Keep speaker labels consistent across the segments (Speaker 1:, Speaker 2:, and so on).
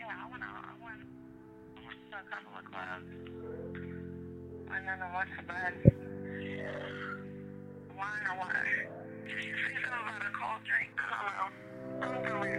Speaker 1: couple of clubs. And then I went to bed. Wine or what? Did you say something about a cold drink? I don't know. I'm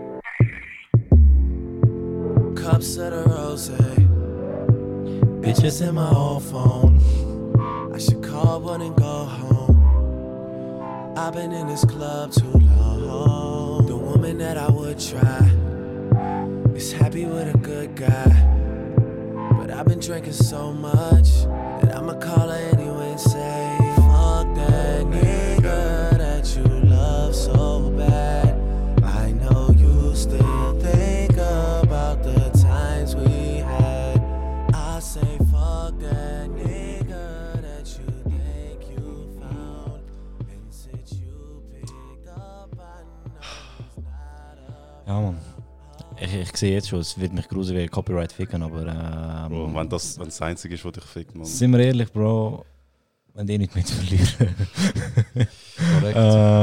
Speaker 1: weird.
Speaker 2: Cups of the rosé, bitches in my old phone. I should call one and go home. I've been in this club too long. The woman that I would try is happy with a good guy, but I've been drinking so much that I'ma call her anyway and say, fuck that nigga that you love so bad. I know you still think about the times we had. I say fuck that nigga that you think you found, and since you picked up, I know he's not a...
Speaker 3: Ja, Mann. Ich sehe jetzt schon, es wird mich grusen wie Copyright ficken, aber
Speaker 4: Bro, wenn das Einzige ist, was dich fickt, man.
Speaker 3: sind wir ehrlich, Bro, wenn die nicht mit verlieren.
Speaker 5: Korrekt.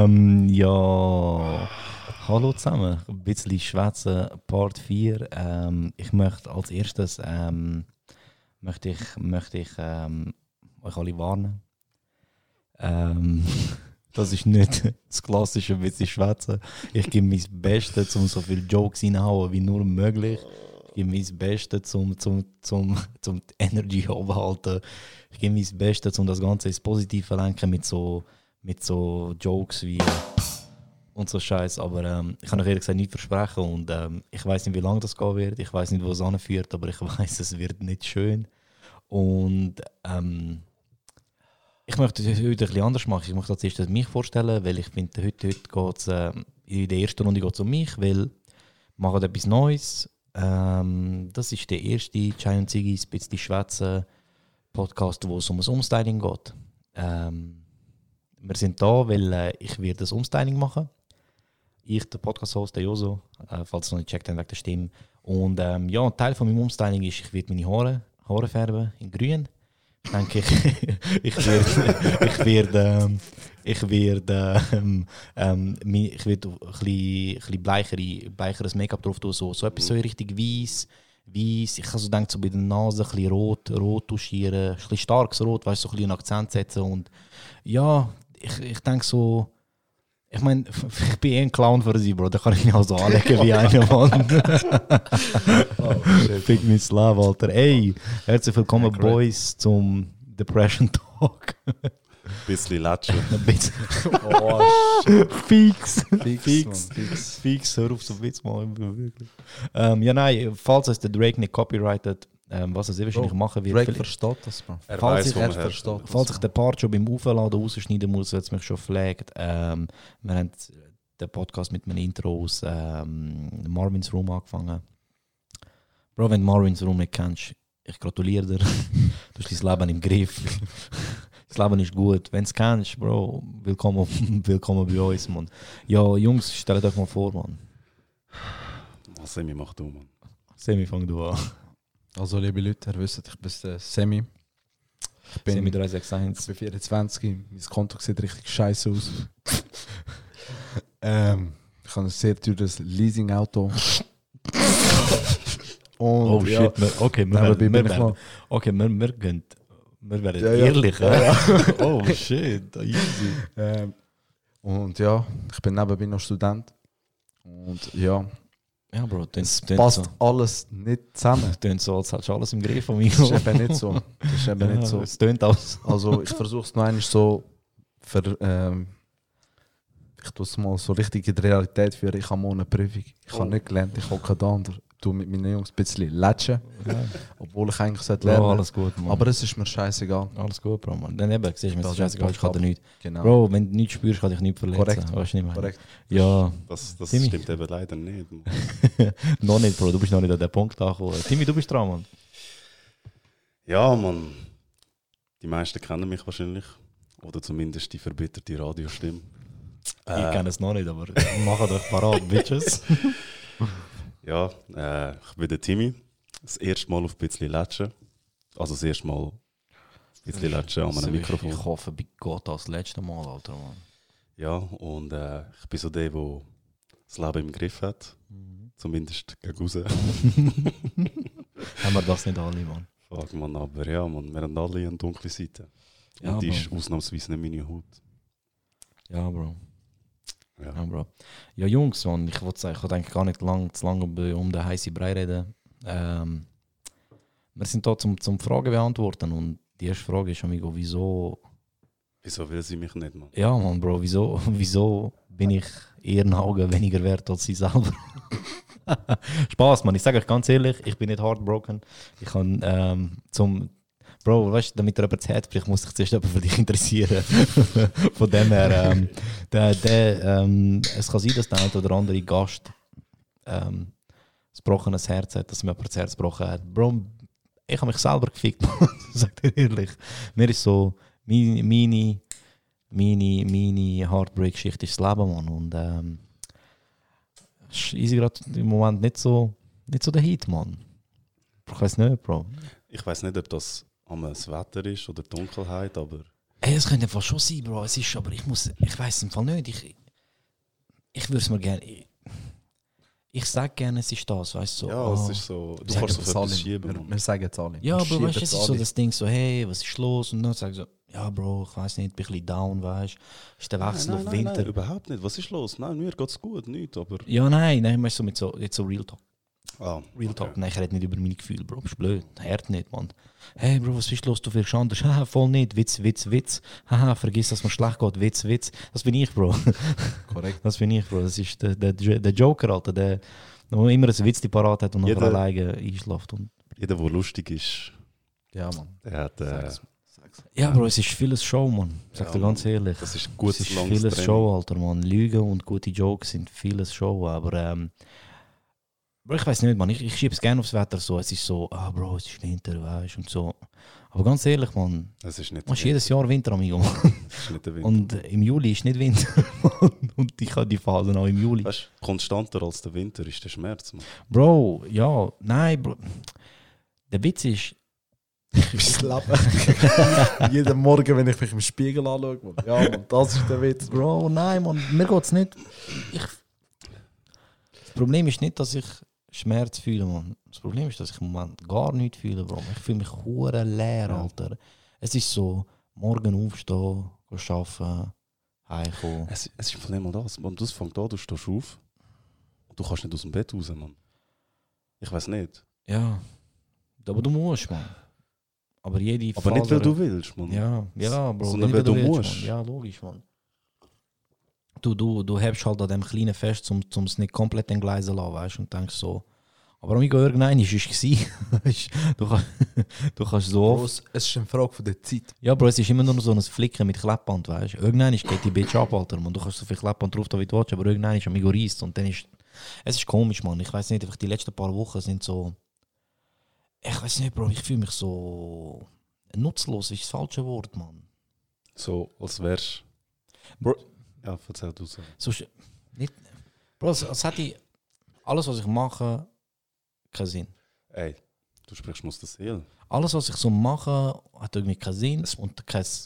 Speaker 3: Ja, hallo zusammen, ein bisschen schwätzen, Part 4. Ich möchte als erstes möchte ich euch alle warnen. Das ist nicht das klassische bisschen schwätzen. Ich gebe mein Bestes, um so viele Jokes reinzuhauen wie nur möglich. Ich gebe mein Bestes, um die Energy hochzuhalten. Ich gebe mein Bestes, um das Ganze ins Positive zu lenken mit so Jokes wie und so Scheiß. Aber ich kann euch ehrlich gesagt nicht versprechen und ich weiß nicht, wie lange das gehen wird. Ich weiß nicht, wo es anführt, aber ich weiß, es wird nicht schön. Und ich möchte es heute ein bisschen anders machen. Ich möchte als erstes mich vorstellen, weil ich finde, heute geht's, in der ersten Runde geht es um mich, weil wir machen etwas Neues. Das ist der erste Chai und Ziggis ein bisschen schwätzen Podcast, wo es um das Umstyling geht. Wir sind da, weil ich werde das Umstyling machen. Ich, der Podcast-Host, der Joso, falls ihr noch nicht checkt, dann wegen der Stimme. Und ja, ein Teil von meinem Umstyling ist, ich werde meine Haare färben in grün. Ich denke, ich werde ein bisschen bleicheres Make-up drauf tun, so etwas so richtig weiss. Ich habe so gedacht, so bei der Nase ein bisschen rot tuschieren, ein bisschen starkes Rot, weißt, so ein bisschen einen Akzent setzen. Und ja, ich denke so, ich meine, ich bin ein Clown für sie, Bro, da kann ich mich auch so anlegen wie einer Mann. Fick mein Leben, Alter. Ey, herzlich willkommen, Boys, zum Depression Talk.
Speaker 4: Bisschen Latschen.
Speaker 5: Oh,
Speaker 3: Fix,
Speaker 5: Fix.
Speaker 3: hör auf so Witz mal, wirklich. Ja, nein, falls es der Drake nicht copyrightet, was er sehr wahrscheinlich machen wird.
Speaker 5: Drake versteht das, Bro.
Speaker 4: Er
Speaker 3: Falls
Speaker 4: weiß,
Speaker 3: ich
Speaker 4: wo
Speaker 5: Er
Speaker 4: man
Speaker 5: versteht das.
Speaker 3: Falls ich den Part schon beim Aufladen rausschneiden muss, weil es mich schon pflegt. Wir haben den Podcast mit einem Intro aus Marvin's Room angefangen. Bro, wenn du Marvin's Room nicht kennst, ich gratuliere dir. Du hast dein Leben im Griff. Das Leben ist gut. Wenn du es kennst, Bro, willkommen bei uns, Mann. Ja, Jungs, stellt euch mal vor, Mann.
Speaker 4: Was Semi macht du, man.
Speaker 3: Semi, fang du an.
Speaker 5: Also, liebe Leute, ihr wisst, ich bin der Semi. Ich bin,
Speaker 3: Semi
Speaker 5: ich
Speaker 3: 361.
Speaker 5: bin 24, mein Konto sieht richtig scheiße aus. Ich habe ein sehr teures Leasing-Auto. Und
Speaker 3: Oh
Speaker 5: ja,
Speaker 3: shit, okay,
Speaker 5: nebenbei bin ich noch.
Speaker 3: wir werden
Speaker 5: Ja.
Speaker 3: ehrlich.
Speaker 5: Ja.
Speaker 3: Oh shit, easy.
Speaker 5: Und ja, ich bin nebenbei noch Student. Und ja,
Speaker 3: Ja, Bro,
Speaker 5: es passt alles nicht zusammen.
Speaker 3: Tönt so, als hättest du alles im Griff von mir.
Speaker 5: Das ist eben nicht so. Das ist eben nicht so.
Speaker 3: Es tönt aus.
Speaker 5: Also ich versuche es noch einmal so ich tue es mal so richtig in die Realität führen. Ich habe morgen eine Prüfung. Ich habe nicht gelernt, ich hocke da und tue mit meinen Jungs ein bisschen latschen. Obwohl ich eigentlich sollte lernen.
Speaker 3: Bro, alles gut, Mann.
Speaker 5: Aber es ist mir scheißegal.
Speaker 3: Alles gut, Bro, Mann. Dann eben, siehst du, mir ist
Speaker 5: Das
Speaker 3: scheißegal, ich kann dir nichts.
Speaker 5: Genau.
Speaker 3: Bro, wenn du nichts spürst, kann dich nicht verletzen.
Speaker 5: Korrekt.
Speaker 3: Weißt du nicht,
Speaker 5: Korrekt.
Speaker 3: Ja,
Speaker 4: Das
Speaker 3: Timmy.
Speaker 4: stimmt eben leider nicht. Man.
Speaker 3: noch nicht, Bro, du bist noch nicht an den Punkt angekommen. Timmy, du bist dran, Mann.
Speaker 4: Ja, man. Die meisten kennen mich wahrscheinlich. Oder zumindest die verbitterte Radiostimme.
Speaker 3: Ich kenne es noch nicht, aber macht euch parat, Bitches.
Speaker 4: Ja, ich bin der Timmy. Das erste Mal auf ein bisschen Latschen. Also das erste Mal ein bisschen Latschen an einem Mikrofon.
Speaker 3: Ich hoffe, bei Gott das letzte Mal, Alter, Mann.
Speaker 4: Ja, und ich bin so der das Leben im Griff hat. Zumindest gegen raus.
Speaker 3: Haben wir das nicht alle, Mann?
Speaker 4: Fuck, man, aber ja, man, wir haben alle eine dunkle Seite. Und
Speaker 3: Ja,
Speaker 4: die
Speaker 3: Bro.
Speaker 4: ist ausnahmsweise nicht meine Haut.
Speaker 3: Ja, Bro.
Speaker 4: Ja.
Speaker 3: Ja, Bro. Ja, Jungs, Mann, ich wollte sagen, ich wollte eigentlich gar nicht zu lange um den heißen Brei reden. Wir sind da zum Fragen beantworten und die erste Frage ist, amigo, wieso...
Speaker 4: Wieso will sie mich nicht, Mann?
Speaker 3: Ja, Mann, Bro, wieso bin ich ihren Augen weniger wert als sie selber? Spaß, Mann, ich sage euch ganz ehrlich, ich bin nicht heartbroken. Ich kann Bro, weißt du, damit er über das Herz bricht, muss sich zuerst jemand für dich interessieren. Von dem her, es kann sein, dass der eine oder andere Gast ein gebrochenes Herz hat, dass mir jemand das Herz gebrochen hat. Bro, ich habe mich selber gefickt, sag dir ehrlich. Mir ist so, meine Heartbreak-Geschichte ist das Leben, Mann. Und ist gerade im Moment nicht so der Hit, Mann. Ich weiß nicht, Bro.
Speaker 4: Ich weiß nicht, ob das das Wetter ist oder die Dunkelheit, aber
Speaker 3: Hey, es könnte einfach schon sein, Bro. Es ist, aber ich weiß im Fall nicht. Ich würde es mir gerne. Ich sage gerne, es ist das, weißt du? So,
Speaker 4: ja, es ist so, du
Speaker 5: Sagen
Speaker 4: kannst
Speaker 5: es
Speaker 4: auf
Speaker 5: alle.
Speaker 4: etwas schieben, Mann.
Speaker 5: Wir sagen es alle.
Speaker 3: ja,
Speaker 5: Wir
Speaker 3: aber weißt du,
Speaker 5: schieben
Speaker 3: es ist so das Ding so, hey, was ist los? Und dann sage ich so, ja, Bro, ich weiß nicht, bin ein bisschen down, weißt du? Ist der Wechsel auf Winter?
Speaker 4: Nein, überhaupt nicht. Was ist los? Nein, mir geht's gut, nicht, aber...
Speaker 3: Ja, nein, weißt du, jetzt so Real Talk.
Speaker 4: Ah,
Speaker 3: Real Talk.
Speaker 4: okay.
Speaker 3: Nein, ich rede nicht über meine Gefühle, Bro. Bist blöd. Hört nicht, Mann. Hey, Bro, was ist los? Du wirkst anders. Haha, voll nicht. Witz. Haha, vergiss, dass mir schlecht geht. Witz. Das bin ich, Bro.
Speaker 5: Korrekt.
Speaker 3: Das bin ich, Bro. Das ist der Joker, Alter. Der immer ein Witz parat hat und nachher
Speaker 4: Jeder-
Speaker 3: alleine einschläft. Und
Speaker 4: Jeder, der lustig ist,
Speaker 5: Ja, Mann.
Speaker 4: der hat...
Speaker 5: Sag's.
Speaker 3: ja, Bro, es ist vieles Show, Mann. Sag
Speaker 4: Ja,
Speaker 3: dir ganz ehrlich.
Speaker 4: das ist
Speaker 3: Es
Speaker 4: gutes,
Speaker 3: ist
Speaker 4: langes
Speaker 3: vieles
Speaker 4: Training.
Speaker 3: Show, Alter, Mann. Lügen und gute Jokes sind vieles Show, aber Bro, ich weiß nicht, Mann. Ich schiebe es gerne aufs Wetter so. Es ist so, Bro, es ist Winter, weißt und so. Aber ganz ehrlich, Mann,
Speaker 4: Es ist nicht
Speaker 3: es ist jedes Jahr Winter, amigo.
Speaker 4: Es ist nicht der Winter.
Speaker 3: Und im Juli ist nicht Winter. Und ich habe die Phase auch im Juli.
Speaker 4: Weißt du, konstanter als der Winter ist der Schmerz, Mann.
Speaker 3: Bro, ja, nein, Bro. Der Witz ist,
Speaker 5: Das Leben. Jeden Morgen, wenn ich mich im Spiegel anschaue. Mann. Ja, Mann, das ist der Witz.
Speaker 3: Bro, nein, Mann, mir geht es nicht. Das Problem ist nicht, dass ich Schmerz fühle, Mann. Das Problem ist, dass ich im Moment gar nichts fühle, Bro. Ich fühle mich hure leer,
Speaker 4: Ja.
Speaker 3: Alter. Es ist so, morgen aufstehen, gehen arbeiten, heimkommen.
Speaker 4: Es ist von dem mal das. Man, das fängt an, du stehst auf und du kannst nicht aus dem Bett raus, Mann. Ich weiß nicht.
Speaker 3: Ja, aber du musst, Mann. Aber jede
Speaker 4: Aber nicht,
Speaker 3: Faser-
Speaker 4: weil du willst, Mann.
Speaker 3: Ja, Bro.
Speaker 4: Sondern
Speaker 3: nicht,
Speaker 4: weil du
Speaker 3: willst,
Speaker 4: musst.
Speaker 3: Mann. Ja, logisch, Mann. Du hebst halt an dem kleinen Fest, um es nicht komplett entgleisen zu lassen, weißt du, und denkst so, aber amigo, irgendein ist es gewesen. Weisst du kannst so
Speaker 5: Bro,
Speaker 3: oft...
Speaker 5: es ist eine Frage von der Zeit.
Speaker 3: Ja, Bro, es ist immer nur so ein Flicken mit Kleppband, weißt du. Irgendein geht die Bitch ab, Alter, man. Du kannst so viel Kleppband drauf, wie du willst, aber irgendein ist amigo reisst und dann ist... Es ist komisch, Mann. Ich weiß nicht, einfach die letzten paar Wochen sind so... Ich weiß nicht, Bro, ich fühle mich so... Nutzlos ist das falsche Wort, Mann.
Speaker 4: So, als wärst Bro, ja, erzähl du so.
Speaker 3: So, nicht, Bro, als hätte ich alles, was ich mache, keinen Sinn.
Speaker 4: Ey, du sprichst aus der Seele.
Speaker 3: Alles, was ich so mache, hat irgendwie keinen Sinn und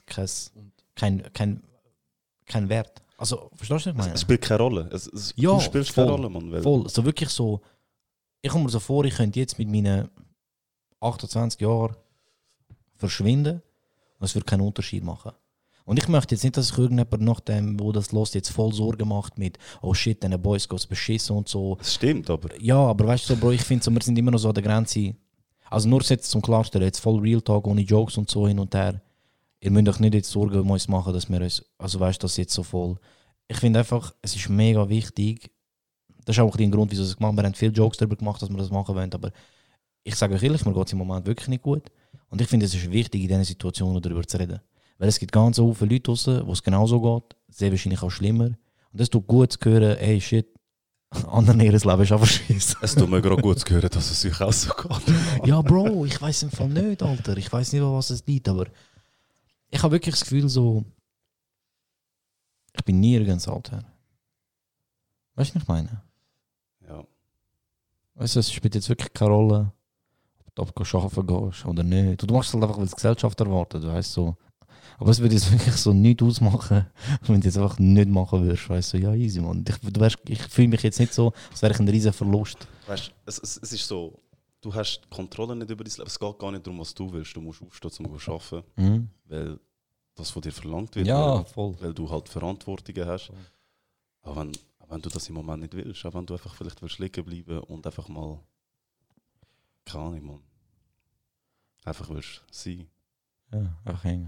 Speaker 3: kein Wert. Also, verstehst du, was ich meine?
Speaker 4: Es spielt keine Rolle.
Speaker 3: Ja,
Speaker 4: du spielst
Speaker 3: voll,
Speaker 4: keine Rolle, Mann. Weil
Speaker 3: Voll. So wirklich so, ich komme mir so vor, ich könnte jetzt mit meinen 28 Jahren verschwinden und es würde keinen Unterschied machen. Und ich möchte jetzt nicht, dass sich irgendjemand nach dem, wo das los jetzt voll Sorgen macht mit, oh shit, deine Boys geht's beschissen und so.
Speaker 4: es stimmt, aber
Speaker 3: Ja, aber weißt du, so, Bro, ich finde so, wir sind immer noch so an der Grenze. Also nur jetzt zum Klarstellen, jetzt voll Real Talk, ohne Jokes und so hin und her. Ihr müsst euch nicht jetzt Sorgen um uns machen, dass wir uns, also weißt du, das jetzt so voll. Ich finde einfach, es ist mega wichtig. Das ist auch ein Grund, wieso wir es gemacht haben. Wir haben viele Jokes darüber gemacht, dass wir das machen wollen, aber ich sage euch ehrlich, mir geht es im Moment wirklich nicht gut. Und ich finde, es ist wichtig, in diesen Situationen darüber zu reden. Weil es gibt ganz so viele Leute draussen, wo es genauso geht, sehr wahrscheinlich auch schlimmer. Und es tut gut zu hören, hey shit, anderen ihr Leben ist einfach scheiße.
Speaker 4: es tut mir gerade gut zu hören, dass es euch auch so geht.
Speaker 3: Ja, Bro, ich weiß im Fall nicht, Alter. Ich weiß nicht, an was es liegt, aber ich habe wirklich das Gefühl, so, ich bin nirgends, Alter. Weißt du, was ich meine?
Speaker 4: Ja.
Speaker 3: Weißt du, es spielt jetzt wirklich keine Rolle, ob du arbeiten gehst oder nicht. Du machst es halt einfach, weil die Gesellschaft erwartet, weißt du. So. Aber es würde jetzt wirklich so nichts ausmachen, wenn du es einfach nicht machen würdest. Weißt du, ja, easy, Mann. Ich fühle mich jetzt nicht so, als wäre ich ein riesen Verlust.
Speaker 4: Weißt du, es ist so, du hast die Kontrolle nicht über dein Leben. Es geht gar nicht darum, was du willst. Du musst aufstehen, um zu arbeiten, weil das von dir verlangt wird.
Speaker 3: Ja,
Speaker 4: weil,
Speaker 3: voll.
Speaker 4: Weil du halt Verantwortungen hast. Aber wenn du das im Moment nicht willst, auch wenn du einfach vielleicht willst liegen bleiben und einfach mal, keine Ahnung, Mann, einfach willst sein.
Speaker 3: Ja, einfach hängen.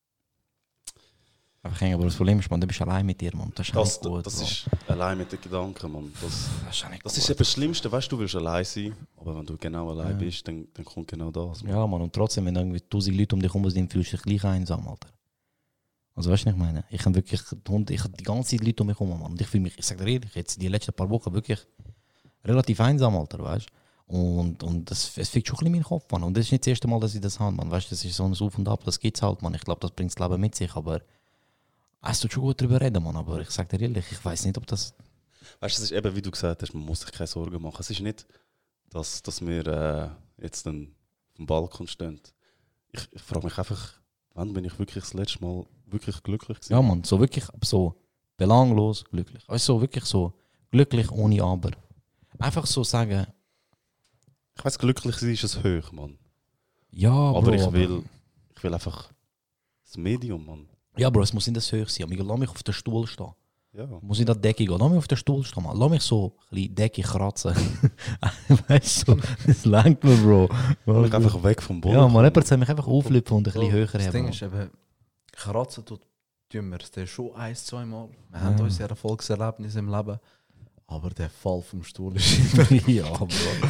Speaker 3: Einfach hängen, aber das Problem ist, man, du bist allein mit dir, Mann. Das ist auch nicht gut.
Speaker 4: Das
Speaker 3: Bro.
Speaker 4: ist allein mit den Gedanken, Mann.
Speaker 3: Das ist auch nicht
Speaker 4: Das
Speaker 3: gut.
Speaker 4: ist eben das Schlimmste, weißt du, willst allein sein, aber wenn du genau allein bist, dann kommt genau das. Mann.
Speaker 3: Ja, Mann, und trotzdem, wenn irgendwie 1000 Leute um dich herum sind, fühlst du dich gleich einsam, Alter. Also weißt du, was ich meine? Ich habe wirklich die ganze Zeit Leute um mich herum, Mann. Und ich fühle mich, ich sage dir ehrlich, jetzt die letzten paar Wochen wirklich relativ einsam, Alter, weißt du? Und es fickt schon ein bisschen in meinen Kopf, Mann. Und das ist nicht das erste Mal, dass ich das habe, Mann. Weißt du, das ist so ein Auf und Ab, das gibt's halt, Mann. Ich glaube, das bringt das Leben mit sich, aber es tut schon gut drüber reden, Mann. Aber ich sage dir ehrlich, ich weiß nicht, ob das...
Speaker 4: Weißt du, es ist eben, wie du gesagt hast, man muss sich keine Sorgen machen. Es ist nicht, dass wir jetzt dann auf dem Balkon stehen. Ich frage mich einfach, wann bin ich wirklich das letzte Mal wirklich glücklich gewesen?
Speaker 3: Ja, Mann, so wirklich so belanglos glücklich. Weißt du, so wirklich so glücklich ohne Aber. Einfach so sagen,
Speaker 4: Ich weiss, glücklich sein ist es hoch, Mann.
Speaker 3: ja,
Speaker 4: Aber
Speaker 3: Bro,
Speaker 4: ich will einfach das Medium, Mann.
Speaker 3: Ja, Bro, es muss nicht das hoch sein. Amigo, lass mich auf den Stuhl stehen.
Speaker 4: Ja.
Speaker 3: Muss ich in die Decke gehen? Lass mich auf den Stuhl stehen, Mann. Lass mich so ein bisschen Decke kratzen. Weißt du, das langt mir, Bro.
Speaker 4: Will ich einfach weg vom Boden.
Speaker 3: Ja, man, jemand soll mich einfach auflüpfen und ein bisschen höher
Speaker 5: Das Ding
Speaker 3: haben.
Speaker 5: ist eben, kratzen tun wir es schon 1-2 Mal. Wir haben unsere Erfolgserlebnisse im Leben. Aber der Fall vom Stuhl ist
Speaker 3: Ja, Bro.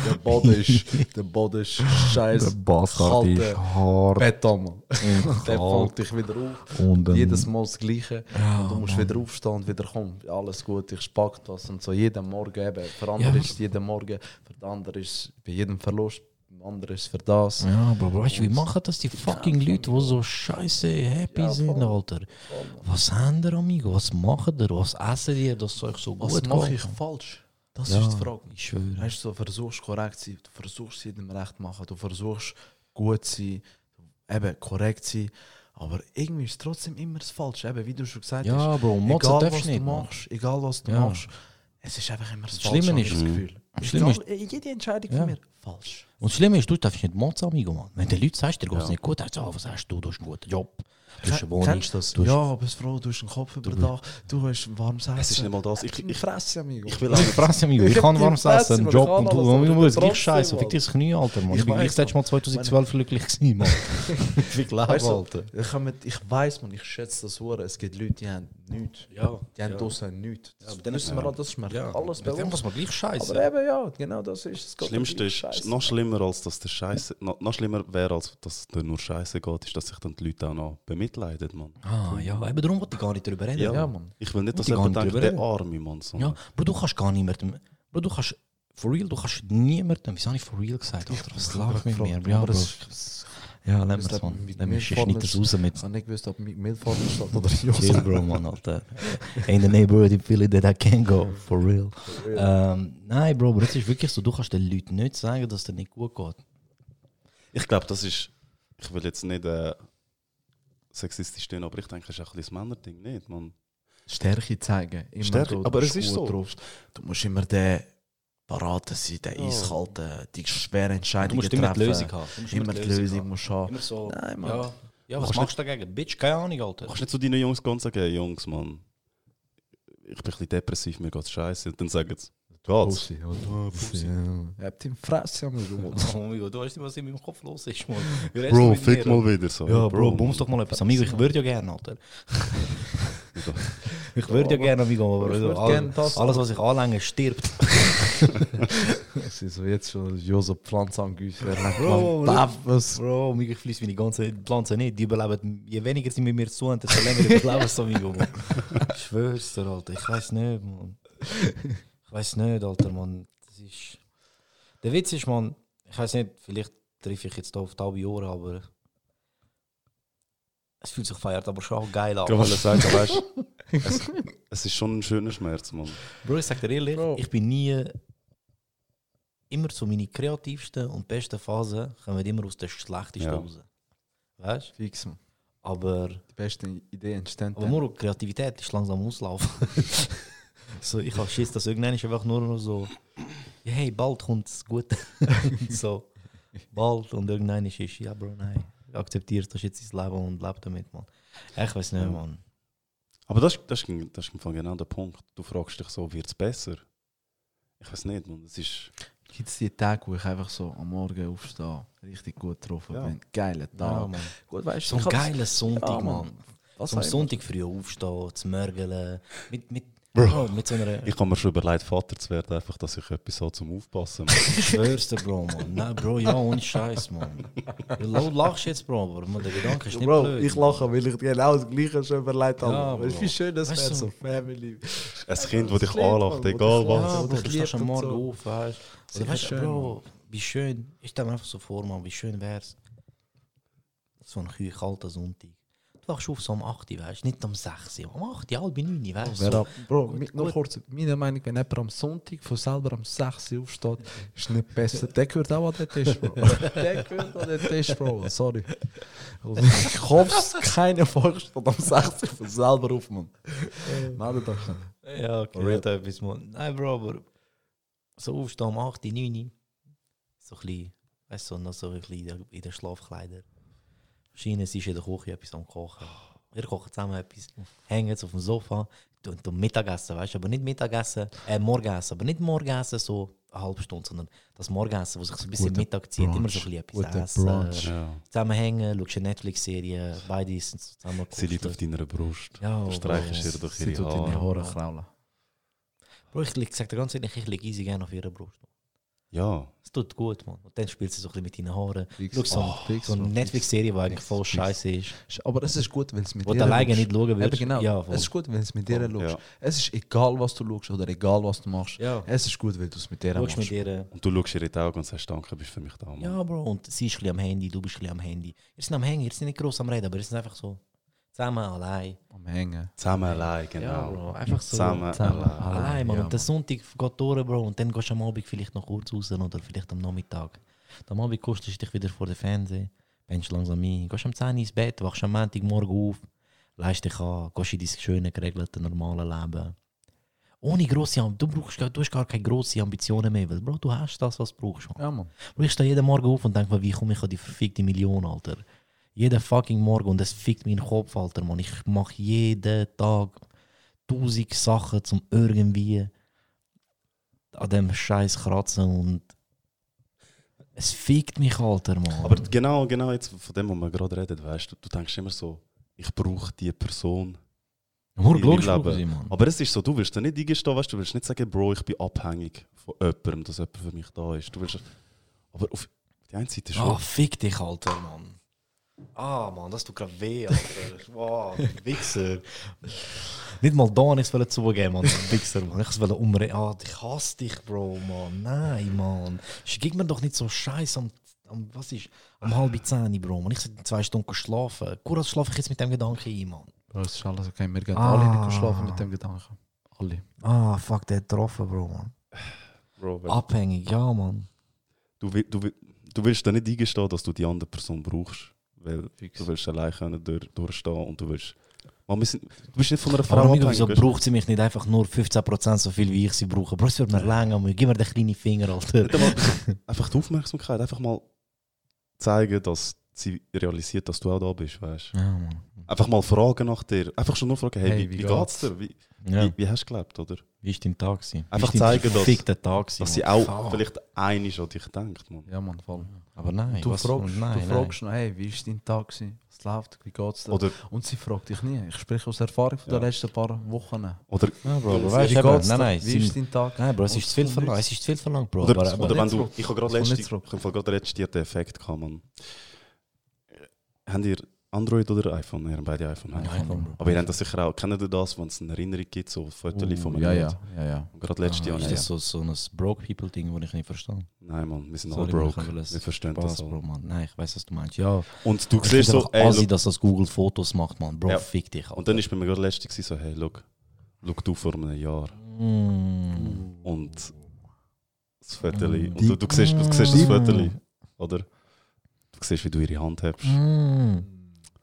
Speaker 5: der Boden ist scheiße.
Speaker 3: Bastard ist hart.
Speaker 5: Beton, Mann. Der fällt dich wieder auf.
Speaker 3: Und
Speaker 5: Jedes Mal das Gleiche.
Speaker 3: Ja,
Speaker 5: und du musst
Speaker 3: Mann.
Speaker 5: wieder aufstehen und wieder kommen. Alles gut, ich spack das und so. Jeden Morgen eben. Für andere
Speaker 3: Ja.
Speaker 5: ist es jeden Morgen, für den anderen ist es bei jedem Verlust, beim anderen ist es für das.
Speaker 3: Ja, Bro, weißt du, wie machen das die fucking Leute, die so scheiße happy
Speaker 5: Ja,
Speaker 3: sind,
Speaker 5: voll.
Speaker 3: Alter? Was haben die, Amigo? Was machen die? Was essen die, dass es euch so
Speaker 5: Was
Speaker 3: gut
Speaker 5: mache
Speaker 3: geht?
Speaker 5: ich falsch? Das
Speaker 3: Ja,
Speaker 5: ist die Frage.
Speaker 3: ich schwöre.
Speaker 5: Weißt du, du versuchst korrekt zu sein, du versuchst es jedem recht zu machen, du versuchst gut zu sein, eben korrekt zu sein, aber irgendwie ist es trotzdem immer das Falsche. Eben, wie du schon gesagt
Speaker 3: Ja,
Speaker 5: hast,
Speaker 3: Bro, motzen
Speaker 5: egal
Speaker 3: darfst
Speaker 5: was
Speaker 3: du
Speaker 5: du
Speaker 3: nicht, Mann.
Speaker 5: machst, egal was du
Speaker 3: Ja.
Speaker 5: machst, es ist einfach immer das
Speaker 3: Das
Speaker 5: Falsche,
Speaker 3: Schlimme
Speaker 5: habe ich das
Speaker 3: ist-
Speaker 5: Gefühl.
Speaker 3: Schlimme
Speaker 5: Egal, jede Entscheidung
Speaker 3: Ja.
Speaker 5: von mir, falsch.
Speaker 3: Und das Schlimme ist, du darfst nicht motzen, Amigo, Mann. Wenn die Leute sagst, dir geht es
Speaker 4: Ja.
Speaker 3: nicht gut, sagst du, was hast du? Du hast einen guten Job, du hast eine Wohnung.
Speaker 5: Kennst du das?
Speaker 3: Du hast-
Speaker 5: Ja, bist froh, du hast einen Kopf über Dach, du hast ein warmes Essen.
Speaker 4: Es ist nicht mal das.
Speaker 5: Ich fresse, amigo.
Speaker 4: Ich will
Speaker 3: Ich fresse, Amigo. Ich kann warm
Speaker 5: Fresse,
Speaker 3: essen, einen
Speaker 5: Mann,
Speaker 3: Job
Speaker 5: ich kann
Speaker 3: und du,
Speaker 5: alles, aber
Speaker 3: Amigo,
Speaker 5: ich
Speaker 3: das
Speaker 5: bin
Speaker 3: gleich
Speaker 5: trotzdem,
Speaker 3: scheiße.
Speaker 5: Mann.
Speaker 3: Fick dir das Knie, Alter, Mann.
Speaker 5: Ich
Speaker 3: Ich bin
Speaker 5: weiß,
Speaker 3: gleich das letzte Mal 2012 glücklich gewesen, Mann. Fick Leben,
Speaker 5: Weißt du,
Speaker 3: Alter.
Speaker 5: ich weiss, man, ich schätze das hure. Es gibt Leute, die haben nichts.
Speaker 3: Ja,
Speaker 5: Die haben draussen nichts.
Speaker 3: aber
Speaker 5: Das
Speaker 3: dann
Speaker 5: wissen wir alle, das schmeckt alles bei
Speaker 3: Mit dem
Speaker 5: uns.
Speaker 3: muss man gleich scheiße.
Speaker 5: Aber eben, ja, genau das ist es.
Speaker 4: Das
Speaker 5: geht
Speaker 4: Schlimmste
Speaker 5: gleich
Speaker 4: ist,
Speaker 5: scheisse.
Speaker 4: noch schlimmer als dass der Scheiße, noch schlimmer wäre, als dass dir nur Scheiße geht, ist, dass sich dann die Leute auch noch bemitleiden, Mann.
Speaker 3: Ah, ja, eben darum wollte ich gar nicht drüber reden.
Speaker 5: Ja, Mann.
Speaker 4: Ich will nicht, dass
Speaker 3: Und die
Speaker 4: jemand
Speaker 3: gar nicht
Speaker 4: denkt,
Speaker 3: drüber
Speaker 4: der Arme, Mann.
Speaker 3: Ja, Bro, du kannst gar niemandem. Bro, du kannst. For real, du kannst niemandem. Wieso habe ich for real gesagt? Alter, was läuft mit mir? Ja,
Speaker 5: aber
Speaker 3: Bro.
Speaker 5: das
Speaker 3: Ja, lass
Speaker 5: das
Speaker 3: mir's,
Speaker 5: hat
Speaker 3: Mann.
Speaker 5: mit
Speaker 3: Lass
Speaker 5: mir
Speaker 3: mir schneid das raus mit.
Speaker 5: Ich habe nicht gewusst, ob mit Milchvater steht oder
Speaker 3: Chill,
Speaker 5: Josef.
Speaker 3: Bro, Mann, Alter. In the neighborhood in Philly that I can go. For real. Nein, Bro, aber es ist wirklich so, du kannst den Leuten nicht sagen, dass es dir nicht gut geht.
Speaker 4: Ich glaube, das ist, ich will jetzt nicht sexistisch stehen, aber ich denke, es ist auch ein bisschen das Männerding, nicht, Mann.
Speaker 5: Stärke zeigen. Immer
Speaker 4: Stärke,
Speaker 5: du,
Speaker 4: aber
Speaker 5: du
Speaker 4: es ist
Speaker 5: bist gut
Speaker 4: so.
Speaker 5: drauf. Du musst immer der Parate sein, der eiskalte, die schwere
Speaker 3: Du
Speaker 5: Entscheidungen
Speaker 3: musst immer die
Speaker 5: treffen.
Speaker 3: Lösung haben. Du musst
Speaker 5: Immer die Lösung musst du haben.
Speaker 3: Immer so.
Speaker 5: Nein, Mann.
Speaker 3: Ja, ja, was
Speaker 4: kannst
Speaker 3: machst du dagegen? Bitch, keine Ahnung, Alter.
Speaker 4: Du kannst nicht zu deinen Jungs gehen und sagen, hey, Jungs, Mann, ich bin ein bisschen depressiv, mir geht's scheiße. Und dann sagen sie, geht's?
Speaker 5: Pussy, oder? Pussy. Ihr habt ihn Fresse, amigo.
Speaker 3: Oh mein Gott, du weißt nicht, was in meinem Kopf los ist, Mann.
Speaker 4: Bro, fick mal wieder so.
Speaker 3: Ja, Bro, bums doch mal etwas. Amigo, ich würde ja gerne, Alter. Ich würde ja gerne, Amigo, aber
Speaker 5: Ich würd
Speaker 3: alles,
Speaker 5: gerne das,
Speaker 3: alles, was ich anlänge, stirbt.
Speaker 5: Es ist so jetzt schon Josef Pflanzangüsse.
Speaker 3: Bro,
Speaker 5: was?
Speaker 3: Bro, Amigo, ich fließe meine ganze Pflanze nicht. Die überleben, je weniger sie mit mir zu tun, desto länger überleben sie, Amigo, Mann. Ich schwör's dir, Alter. Ich weiß nicht, Mann. Ich weiß nicht, Alter, Mann. Das ist... Der Witz ist, Mann, ich weiß nicht, vielleicht treffe ich jetzt da auf taube Ohren, aber... Es fühlt sich feiert aber schon auch geil an.
Speaker 4: Ich wollte sagen, weißt du, es ist schon ein schöner Schmerz, Mann.
Speaker 3: Bro, ich sag dir ehrlich,
Speaker 5: Bro.
Speaker 3: ich bin nie... Immer so meine kreativsten und besten Phasen kommen immer aus der schlechtesten
Speaker 4: Ja.
Speaker 3: raus. Weißt du?
Speaker 5: Fix, man.
Speaker 3: Aber,
Speaker 5: Die beste Idee entstehen.
Speaker 3: aber Muro, Kreativität ist langsam auslaufen. So, ich habe Schiss, dass irgendwann ist einfach nur noch so, ja, hey, bald kommt es gut. So, bald und irgendwann ist es, ja, Bro, nein, akzeptiert das jetzt dein Leben und lebt damit, man. Ich weiß nicht, man.
Speaker 4: Aber das ist im Fall genau der Punkt. Du fragst dich so, wird es besser? Ich weiß nicht, man. Das ist...
Speaker 5: Gibt es die Tage, wo ich einfach so am Morgen aufstehe, richtig gut getroffen
Speaker 4: Ja.
Speaker 5: bin? Geiler Tag.
Speaker 3: Ja, Mann.
Speaker 5: Gut, weißt
Speaker 3: So ein geiler Sonntag,
Speaker 5: Ja,
Speaker 3: Mann.
Speaker 5: Was
Speaker 3: So am
Speaker 5: auch immer.
Speaker 3: Sonntag früh aufstehen, zu mörgeln. Mit so einer...
Speaker 4: Ich habe mir schon überlegt, Vater zu werden, einfach, dass ich etwas habe zum Aufpassen.
Speaker 3: Ich schwör's dir, Bro, Mann. Nein, Bro, ja, ohne Scheiß, Mann. Du lachst jetzt, Bro, aber man, der Gedanke ist nicht
Speaker 5: Bro,
Speaker 3: blöd.
Speaker 5: ich lache, weil ich genau das Gleiche schon überlegt habe.
Speaker 3: Ja,
Speaker 5: Weißt du,
Speaker 3: Bro.
Speaker 5: wie schön das
Speaker 3: Weißt
Speaker 5: wäre,
Speaker 3: du,
Speaker 5: so Family.
Speaker 4: Ein Kind, das dich
Speaker 5: lieb,
Speaker 4: anlacht,
Speaker 5: Mann,
Speaker 4: egal
Speaker 5: wo
Speaker 3: Ja,
Speaker 4: was.
Speaker 5: dich
Speaker 3: Bro, du
Speaker 5: liebt
Speaker 3: stehst am
Speaker 5: und
Speaker 3: Morgen
Speaker 5: so.
Speaker 3: auf, weißt du.
Speaker 5: Sicher
Speaker 3: Weißt du,
Speaker 5: schön,
Speaker 3: Bro, wie schön. Ich stelle mir einfach so vor, Mann, wie schön wär's. So ein kalter Sonntag. Du wachst auf so um 8 Uhr, weißt du, nicht um 6 Uhr, um 8 Uhr, halb 9 Uhr, weißt du.
Speaker 5: Wer
Speaker 3: So.
Speaker 5: ab, Bro,
Speaker 3: Gut,
Speaker 5: noch
Speaker 3: gut.
Speaker 5: kurz, meiner Meinung nach, wenn jemand am Sonntag von selber am 6 Uhr aufsteht, ist nicht besser. Der gehört auch an den Tisch, Bro. Der gehört an den Tisch, Bro. Sorry. Also, ich hoffe es, keiner von euch steht am 6 Uhr von selber auf, Mann. Meldet euch nicht.
Speaker 3: Ja, okay,
Speaker 5: Real.
Speaker 3: hat etwas, Mann. Nein, Bro, aber so aufstehen um 8 Uhr, 9 Uhr. So ein bisschen, weißt du, noch so ein bisschen in den Schlafkleidern. Wahrscheinlich ist in der Küche etwas am Kochen. Wir kochen zusammen etwas, hängen jetzt auf dem Sofa, und Mittagessen, weißt du, aber nicht Mittagessen, Morgenessen, aber nicht Morgenessen so eine halbe Stunde, sondern das Morgenessen, das sich so ein bisschen
Speaker 5: Guter
Speaker 3: Mittag zieht, immer so ein
Speaker 5: Brunch.
Speaker 3: bisschen etwas
Speaker 5: Guter
Speaker 3: essen,
Speaker 5: Brunch.
Speaker 4: Ja.
Speaker 3: zusammenhängen, schaust eine Netflix-Serie, beide sind zusammen
Speaker 4: Sie liegt auf deiner Brust.
Speaker 3: Ja,
Speaker 4: Du streichst
Speaker 3: Bro.
Speaker 4: ihr durch
Speaker 5: Sie
Speaker 4: ihre
Speaker 5: tut deine
Speaker 4: Haare.
Speaker 5: Haare kraulen.
Speaker 3: Bro, ich sag dir ganz ehrlich, ich liege easy gerne auf ihrer Brust.
Speaker 4: Ja.
Speaker 3: Es tut gut, man. Und dann spielt sie so ein bisschen mit deinen Haaren.
Speaker 5: Fix.
Speaker 3: Schau, so,
Speaker 5: Fix,
Speaker 3: so eine
Speaker 5: Bro.
Speaker 3: Netflix-Serie, die eigentlich
Speaker 5: Fix,
Speaker 3: voll
Speaker 5: fix.
Speaker 3: scheiße ist.
Speaker 5: Aber es ist gut, wenn es mit
Speaker 3: Wo
Speaker 5: dir
Speaker 3: du alleine
Speaker 5: schaust.
Speaker 3: nicht schauen
Speaker 5: Eben
Speaker 3: willst.
Speaker 5: genau.
Speaker 3: Ja, voll.
Speaker 5: Es ist gut, wenn es mit dir schaust.
Speaker 4: Ja.
Speaker 5: Es ist egal, was du schaust oder egal, was du machst.
Speaker 3: Ja.
Speaker 5: Es ist gut, weil du es mit dir
Speaker 3: Du
Speaker 5: machst.
Speaker 3: schaust mit ihr.
Speaker 4: Und du schaust ihr in die Augen und sagst, danke, bist für mich da, Mann.
Speaker 3: Ja, Bro. Und sie ist ein bisschen am Handy, du bist ein bisschen am Handy. Ihr seid am Hängen, ihr seid nicht gross am Reden, aber ihr seid einfach so zusammen, allein.
Speaker 5: Am Hängen.
Speaker 4: Zusammen allein,
Speaker 3: Ja,
Speaker 4: genau.
Speaker 3: Bro. Einfach so.
Speaker 4: Zusammen
Speaker 5: Zusammen.
Speaker 4: allein.
Speaker 3: Allein, Mann.
Speaker 5: Ja,
Speaker 3: Und der Sonntag geht durch, Bro. Und dann gehst du am Abend vielleicht noch kurz raus oder vielleicht am Nachmittag. Am Abend kostest du dich wieder vor dem Fernseher, bist langsam ein, gehst am 10 Uhr ins Bett, wachst am Montagmorgen auf, leist dich an, gehst in dein schöne, geregelte, normale Leben. Ohne grosse Ambitionen. Du hast gar keine grossen Ambitionen mehr, weil, Bro, du hast das, was du brauchst. Man.
Speaker 5: Ja, Mann.
Speaker 3: Bro, ich stehe jeden Morgen auf und denke mir, wie komme ich an die verfickte Million, Alter. Jeden fucking Morgen und es fickt meinen Kopf, Alter, Mann. Ich mache jeden Tag 1000 Sachen, um irgendwie an dem Scheiß kratzen und es fickt mich, Alter, Mann.
Speaker 4: Aber genau jetzt von dem, was wir gerade reden, weißt du, du denkst immer so, ich brauche die Person.
Speaker 3: Morgen
Speaker 4: in meinem
Speaker 3: logisch,
Speaker 4: Leben.
Speaker 3: logisch, Mann.
Speaker 4: Aber es ist so, du willst da nicht eingestehen, weißt du, willst nicht sagen, Bro, ich bin abhängig von jemandem, dass jemand für mich da ist. Du willst, aber auf die eine Seite schon.
Speaker 3: Ah, fick dich, Alter, Mann. Ah, Mann, das tut gerade weh, Alter. Wow, Wichser. Nicht mal da habe ich es zugeben, Mann. Wichser, Mann. Ich wollte umreden. Ah, ich hasse dich, Bro, Mann. Nein, Mann. Gib mir doch nicht so Scheiß was ist? Um 9:30, Bro. Man, ich sollte 2 Stunden schlafen. Gut, schlafe ich jetzt mit dem Gedanken ein, Mann.
Speaker 5: Bro, es ist alles okay. Wir gehen
Speaker 3: Ah.
Speaker 5: alle nicht schlafen mit dem Gedanken. Alle.
Speaker 3: Ah, fuck, der hat getroffen, Bro, Mann.
Speaker 4: Bro, weil
Speaker 3: Abhängig, ja, Mann.
Speaker 4: du willst da nicht eingestehen, dass du die andere Person brauchst. Weil
Speaker 5: Fix.
Speaker 4: du willst allein können durchstehen und du willst... Man, du bist nicht von einer
Speaker 3: Aber
Speaker 4: Frau
Speaker 3: amigo,
Speaker 4: abhängig.
Speaker 3: wieso
Speaker 4: weißt du?
Speaker 3: braucht sie mich nicht einfach nur 15% so viel, wie ich sie brauche? Bro, es wird mir länger, Gib mir den kleinen Finger, Alter.
Speaker 4: Nicht einmal- einfach die Aufmerksamkeit, einfach mal zeigen, dass sie realisiert, dass du auch da bist, weißt du?
Speaker 3: Ja, Mann.
Speaker 4: Einfach mal fragen nach dir. Einfach schon nur fragen, hey,
Speaker 5: Hey,
Speaker 4: wie
Speaker 5: wie
Speaker 4: geht's dir? Wie,
Speaker 3: Ja.
Speaker 4: wie hast du gelebt, oder?
Speaker 3: Wie war dein Tag?
Speaker 4: Einfach zeigen, dass-
Speaker 3: der Tag gewesen,
Speaker 4: Dass sie
Speaker 3: Mann.
Speaker 4: auch
Speaker 3: Fuck.
Speaker 4: vielleicht einig an dich denkt, man.
Speaker 5: Ja, Mann, voll.
Speaker 3: Aber nein,
Speaker 5: Du
Speaker 3: was-
Speaker 5: fragst,
Speaker 3: nein,
Speaker 5: du fragst noch, hey, wie war dein Tag? Gewesen? Was läuft? Wie geht's dir?
Speaker 4: Oder,
Speaker 5: Und sie fragt dich nie. Ich spreche aus Erfahrung von den
Speaker 4: Ja.
Speaker 5: letzten paar Wochen.
Speaker 4: oder,
Speaker 3: Ja, Bro, aber
Speaker 4: Wie
Speaker 3: weißt du,
Speaker 5: geht's
Speaker 3: nein,
Speaker 5: dir?
Speaker 3: nein,
Speaker 5: Wie ist dein Tag?
Speaker 3: nein, Bro, es
Speaker 5: Und
Speaker 3: ist zu viel
Speaker 5: kommt
Speaker 3: verlangt,
Speaker 5: nichts.
Speaker 3: es ist zu viel verlangt, Bro.
Speaker 4: oder,
Speaker 3: aber,
Speaker 4: oder wenn
Speaker 5: nicht
Speaker 4: du...
Speaker 5: zurück.
Speaker 4: Ich habe gerade
Speaker 5: Es kommt nicht
Speaker 4: letztens
Speaker 5: zurück.
Speaker 4: ich habe gerade letztens den Effekt gehabt, man. Habt ihr Android oder iPhone? Ihr habt beide iPhone.
Speaker 3: Nein,
Speaker 4: haben.
Speaker 3: iPhone, Bro.
Speaker 4: Aber ihr habt das sicher auch. Kennt ihr das, wenn es eine Erinnerung gibt, so Fotos von einem
Speaker 5: Ja,
Speaker 4: Bild?
Speaker 5: ja.
Speaker 4: Und gerade letztes Jahr...
Speaker 3: Ist das so ein Broke-People-Ding, das ich nicht verstehe?
Speaker 4: Nein, man, wir sind
Speaker 3: Sorry,
Speaker 4: all
Speaker 3: Mann,
Speaker 4: broke.
Speaker 3: ich will es
Speaker 4: Wir verstehen
Speaker 3: Spaß,
Speaker 4: das
Speaker 3: Bro,
Speaker 4: auch.
Speaker 3: Mann. Nein, ich weiß, was du meinst. Ja,
Speaker 4: Und du
Speaker 3: ich
Speaker 4: siehst
Speaker 3: finde
Speaker 4: so,
Speaker 3: einfach
Speaker 4: ey,
Speaker 3: assi,
Speaker 4: look,
Speaker 3: dass das Google Fotos macht, Mann. Bro,
Speaker 4: Ja.
Speaker 3: fick dich, Alter.
Speaker 4: und dann ist bei mir gerade letztens so, hey, look du vor einem Jahr.
Speaker 3: Mm.
Speaker 4: Und das Fotoli. Und du siehst das Fotoli, oder? Du siehst, wie du ihre Hand hast.
Speaker 3: Mm.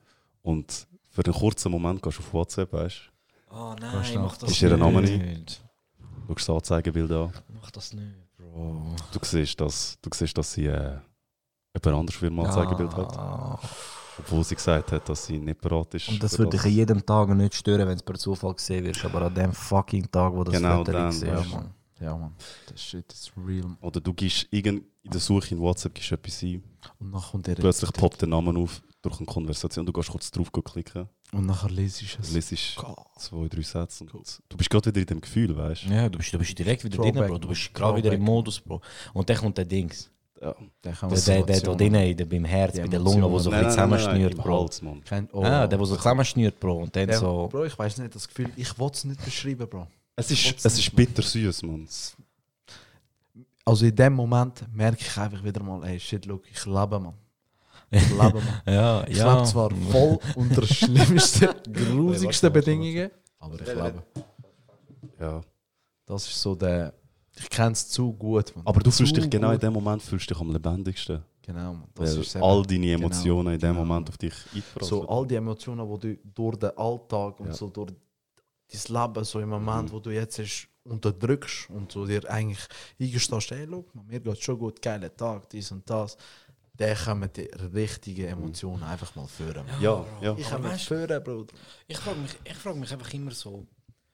Speaker 4: und für einen kurzen Moment gehst du auf WhatsApp, weißt
Speaker 3: Oh
Speaker 5: Kannst
Speaker 3: nein,
Speaker 5: du
Speaker 3: mach das
Speaker 4: Ist ihr Name
Speaker 3: nicht.
Speaker 4: du, schaust das Anzeigebild an,
Speaker 3: Mach das nicht, Bro.
Speaker 4: du siehst, dass sie jemand anderes für ein Anzeigebild hat. Obwohl sie gesagt hat, dass sie nicht bereit ist.
Speaker 3: Und das
Speaker 4: für
Speaker 3: würde dich an jedem Tag nicht stören, wenn es per Zufall gesehen wirst. Aber an dem fucking Tag, wo das
Speaker 4: Genau
Speaker 3: Foto
Speaker 4: dann,
Speaker 3: gesehen
Speaker 5: Ja,
Speaker 3: hast.
Speaker 5: Mann. Ja, Mann. Das Shit ist real.
Speaker 4: Oder du gibst in der Suche in WhatsApp gibst etwas ein,
Speaker 5: Und nachher kommt der
Speaker 4: plötzlich poppt der Name auf durch eine Konversation, du gehst kurz drauf klicken,
Speaker 5: Und nachher lese ich es.
Speaker 4: liest 2, 3 Sätze und du bist gerade wieder in dem Gefühl, weißt du?
Speaker 3: Ja, du bist direkt wieder
Speaker 5: Throwback,
Speaker 3: drin, Bro. Du bist gerade wieder im Modus, Bro. Und dann kommt der Dings.
Speaker 4: Ja.
Speaker 5: Der kann
Speaker 3: Der da drinnen, beim Herz,
Speaker 5: Die
Speaker 3: bei der Lunge, wo so ein bisschen zusammenschnürt,
Speaker 4: im
Speaker 3: Bro.
Speaker 4: Hals, Mann.
Speaker 3: Ah, der, wo so zusammenschnürt, Bro. Und dann
Speaker 5: Ja,
Speaker 3: so.
Speaker 5: Bro, ich weiß nicht, das Gefühl, ich will es nicht beschreiben, Bro.
Speaker 4: Es ist bitter süß, Mann.
Speaker 5: Also in dem Moment merke ich einfach wieder mal, hey shit, look, ich lebe, man. Ich lebe, man.
Speaker 3: Ja,
Speaker 5: Ich
Speaker 3: ja.
Speaker 5: lebe zwar voll unter schlimmsten, grusigsten Bedingungen, aber ich lebe.
Speaker 4: Ja.
Speaker 5: Das ist so der. Ich kenne es zu gut, man.
Speaker 4: Aber du fühlst
Speaker 5: Zu
Speaker 4: dich genau in
Speaker 5: gut.
Speaker 4: dem Moment fühlst dich am lebendigsten.
Speaker 5: Genau, man. Das
Speaker 4: Weil
Speaker 5: ist eben-
Speaker 4: all deine Emotionen in dem
Speaker 5: genau.
Speaker 4: Moment auf dich einprasseln.
Speaker 5: so all die Emotionen, die du durch den Alltag und
Speaker 4: Ja.
Speaker 5: so durch dein Leben, so im Moment, wo du jetzt hast, unterdrückst und so dir eigentlich eingestehst, hey, look, man, mir geht schon gut, geiler Tag, dies und das, dann kommen die richtigen Emotionen einfach mal führen.
Speaker 4: Ja, ja.
Speaker 5: Ich
Speaker 3: Aber
Speaker 5: kann mich
Speaker 3: weißt-
Speaker 5: führen, Bruder.
Speaker 3: Ich frage mich einfach immer so.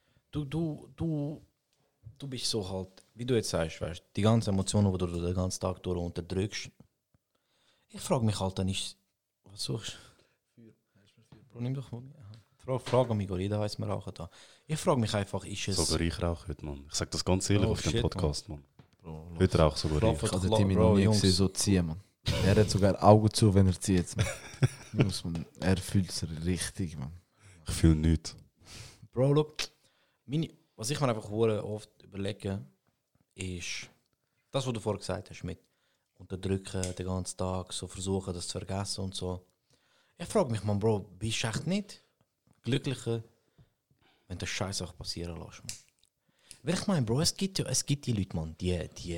Speaker 3: Du bist so halt, wie du jetzt sagst, weißt, die ganzen Emotionen, die du den ganzen Tag durch unterdrückst. Ich frage mich halt, dann ist. Was suchst du? Bro, nimm doch mal. Frag mich, jeder weiß, wir rauchen da. Ich frage mich einfach, ist es.
Speaker 4: Sogar ich rauche heute, Mann. Ich sag das ganz ehrlich
Speaker 3: Oh,
Speaker 4: auf dem
Speaker 3: shit,
Speaker 4: Podcast, Mann.
Speaker 5: Bro,
Speaker 4: Heute rauche sogar
Speaker 3: Bro,
Speaker 4: ich.
Speaker 5: ich habe den
Speaker 3: Bro,
Speaker 5: Timmy noch nie
Speaker 3: Jungs.
Speaker 5: gesehen, so ziehen, man. Er hat sogar Augen zu, wenn er zieht. Man. Jungs, man, er fühlt es richtig, man.
Speaker 4: Ich fühle nichts.
Speaker 3: Bro, look. Was ich mir einfach oft überlege, ist das, was du vorher gesagt hast, mit unterdrücken den ganzen Tag, so versuchen, das zu vergessen und so. Ich frage mich, man, Bro, bist du echt nicht glücklicher, wenn das Scheiß auch passieren lässt, man? Weil ich meine, Bro, es gibt die Leute, man, die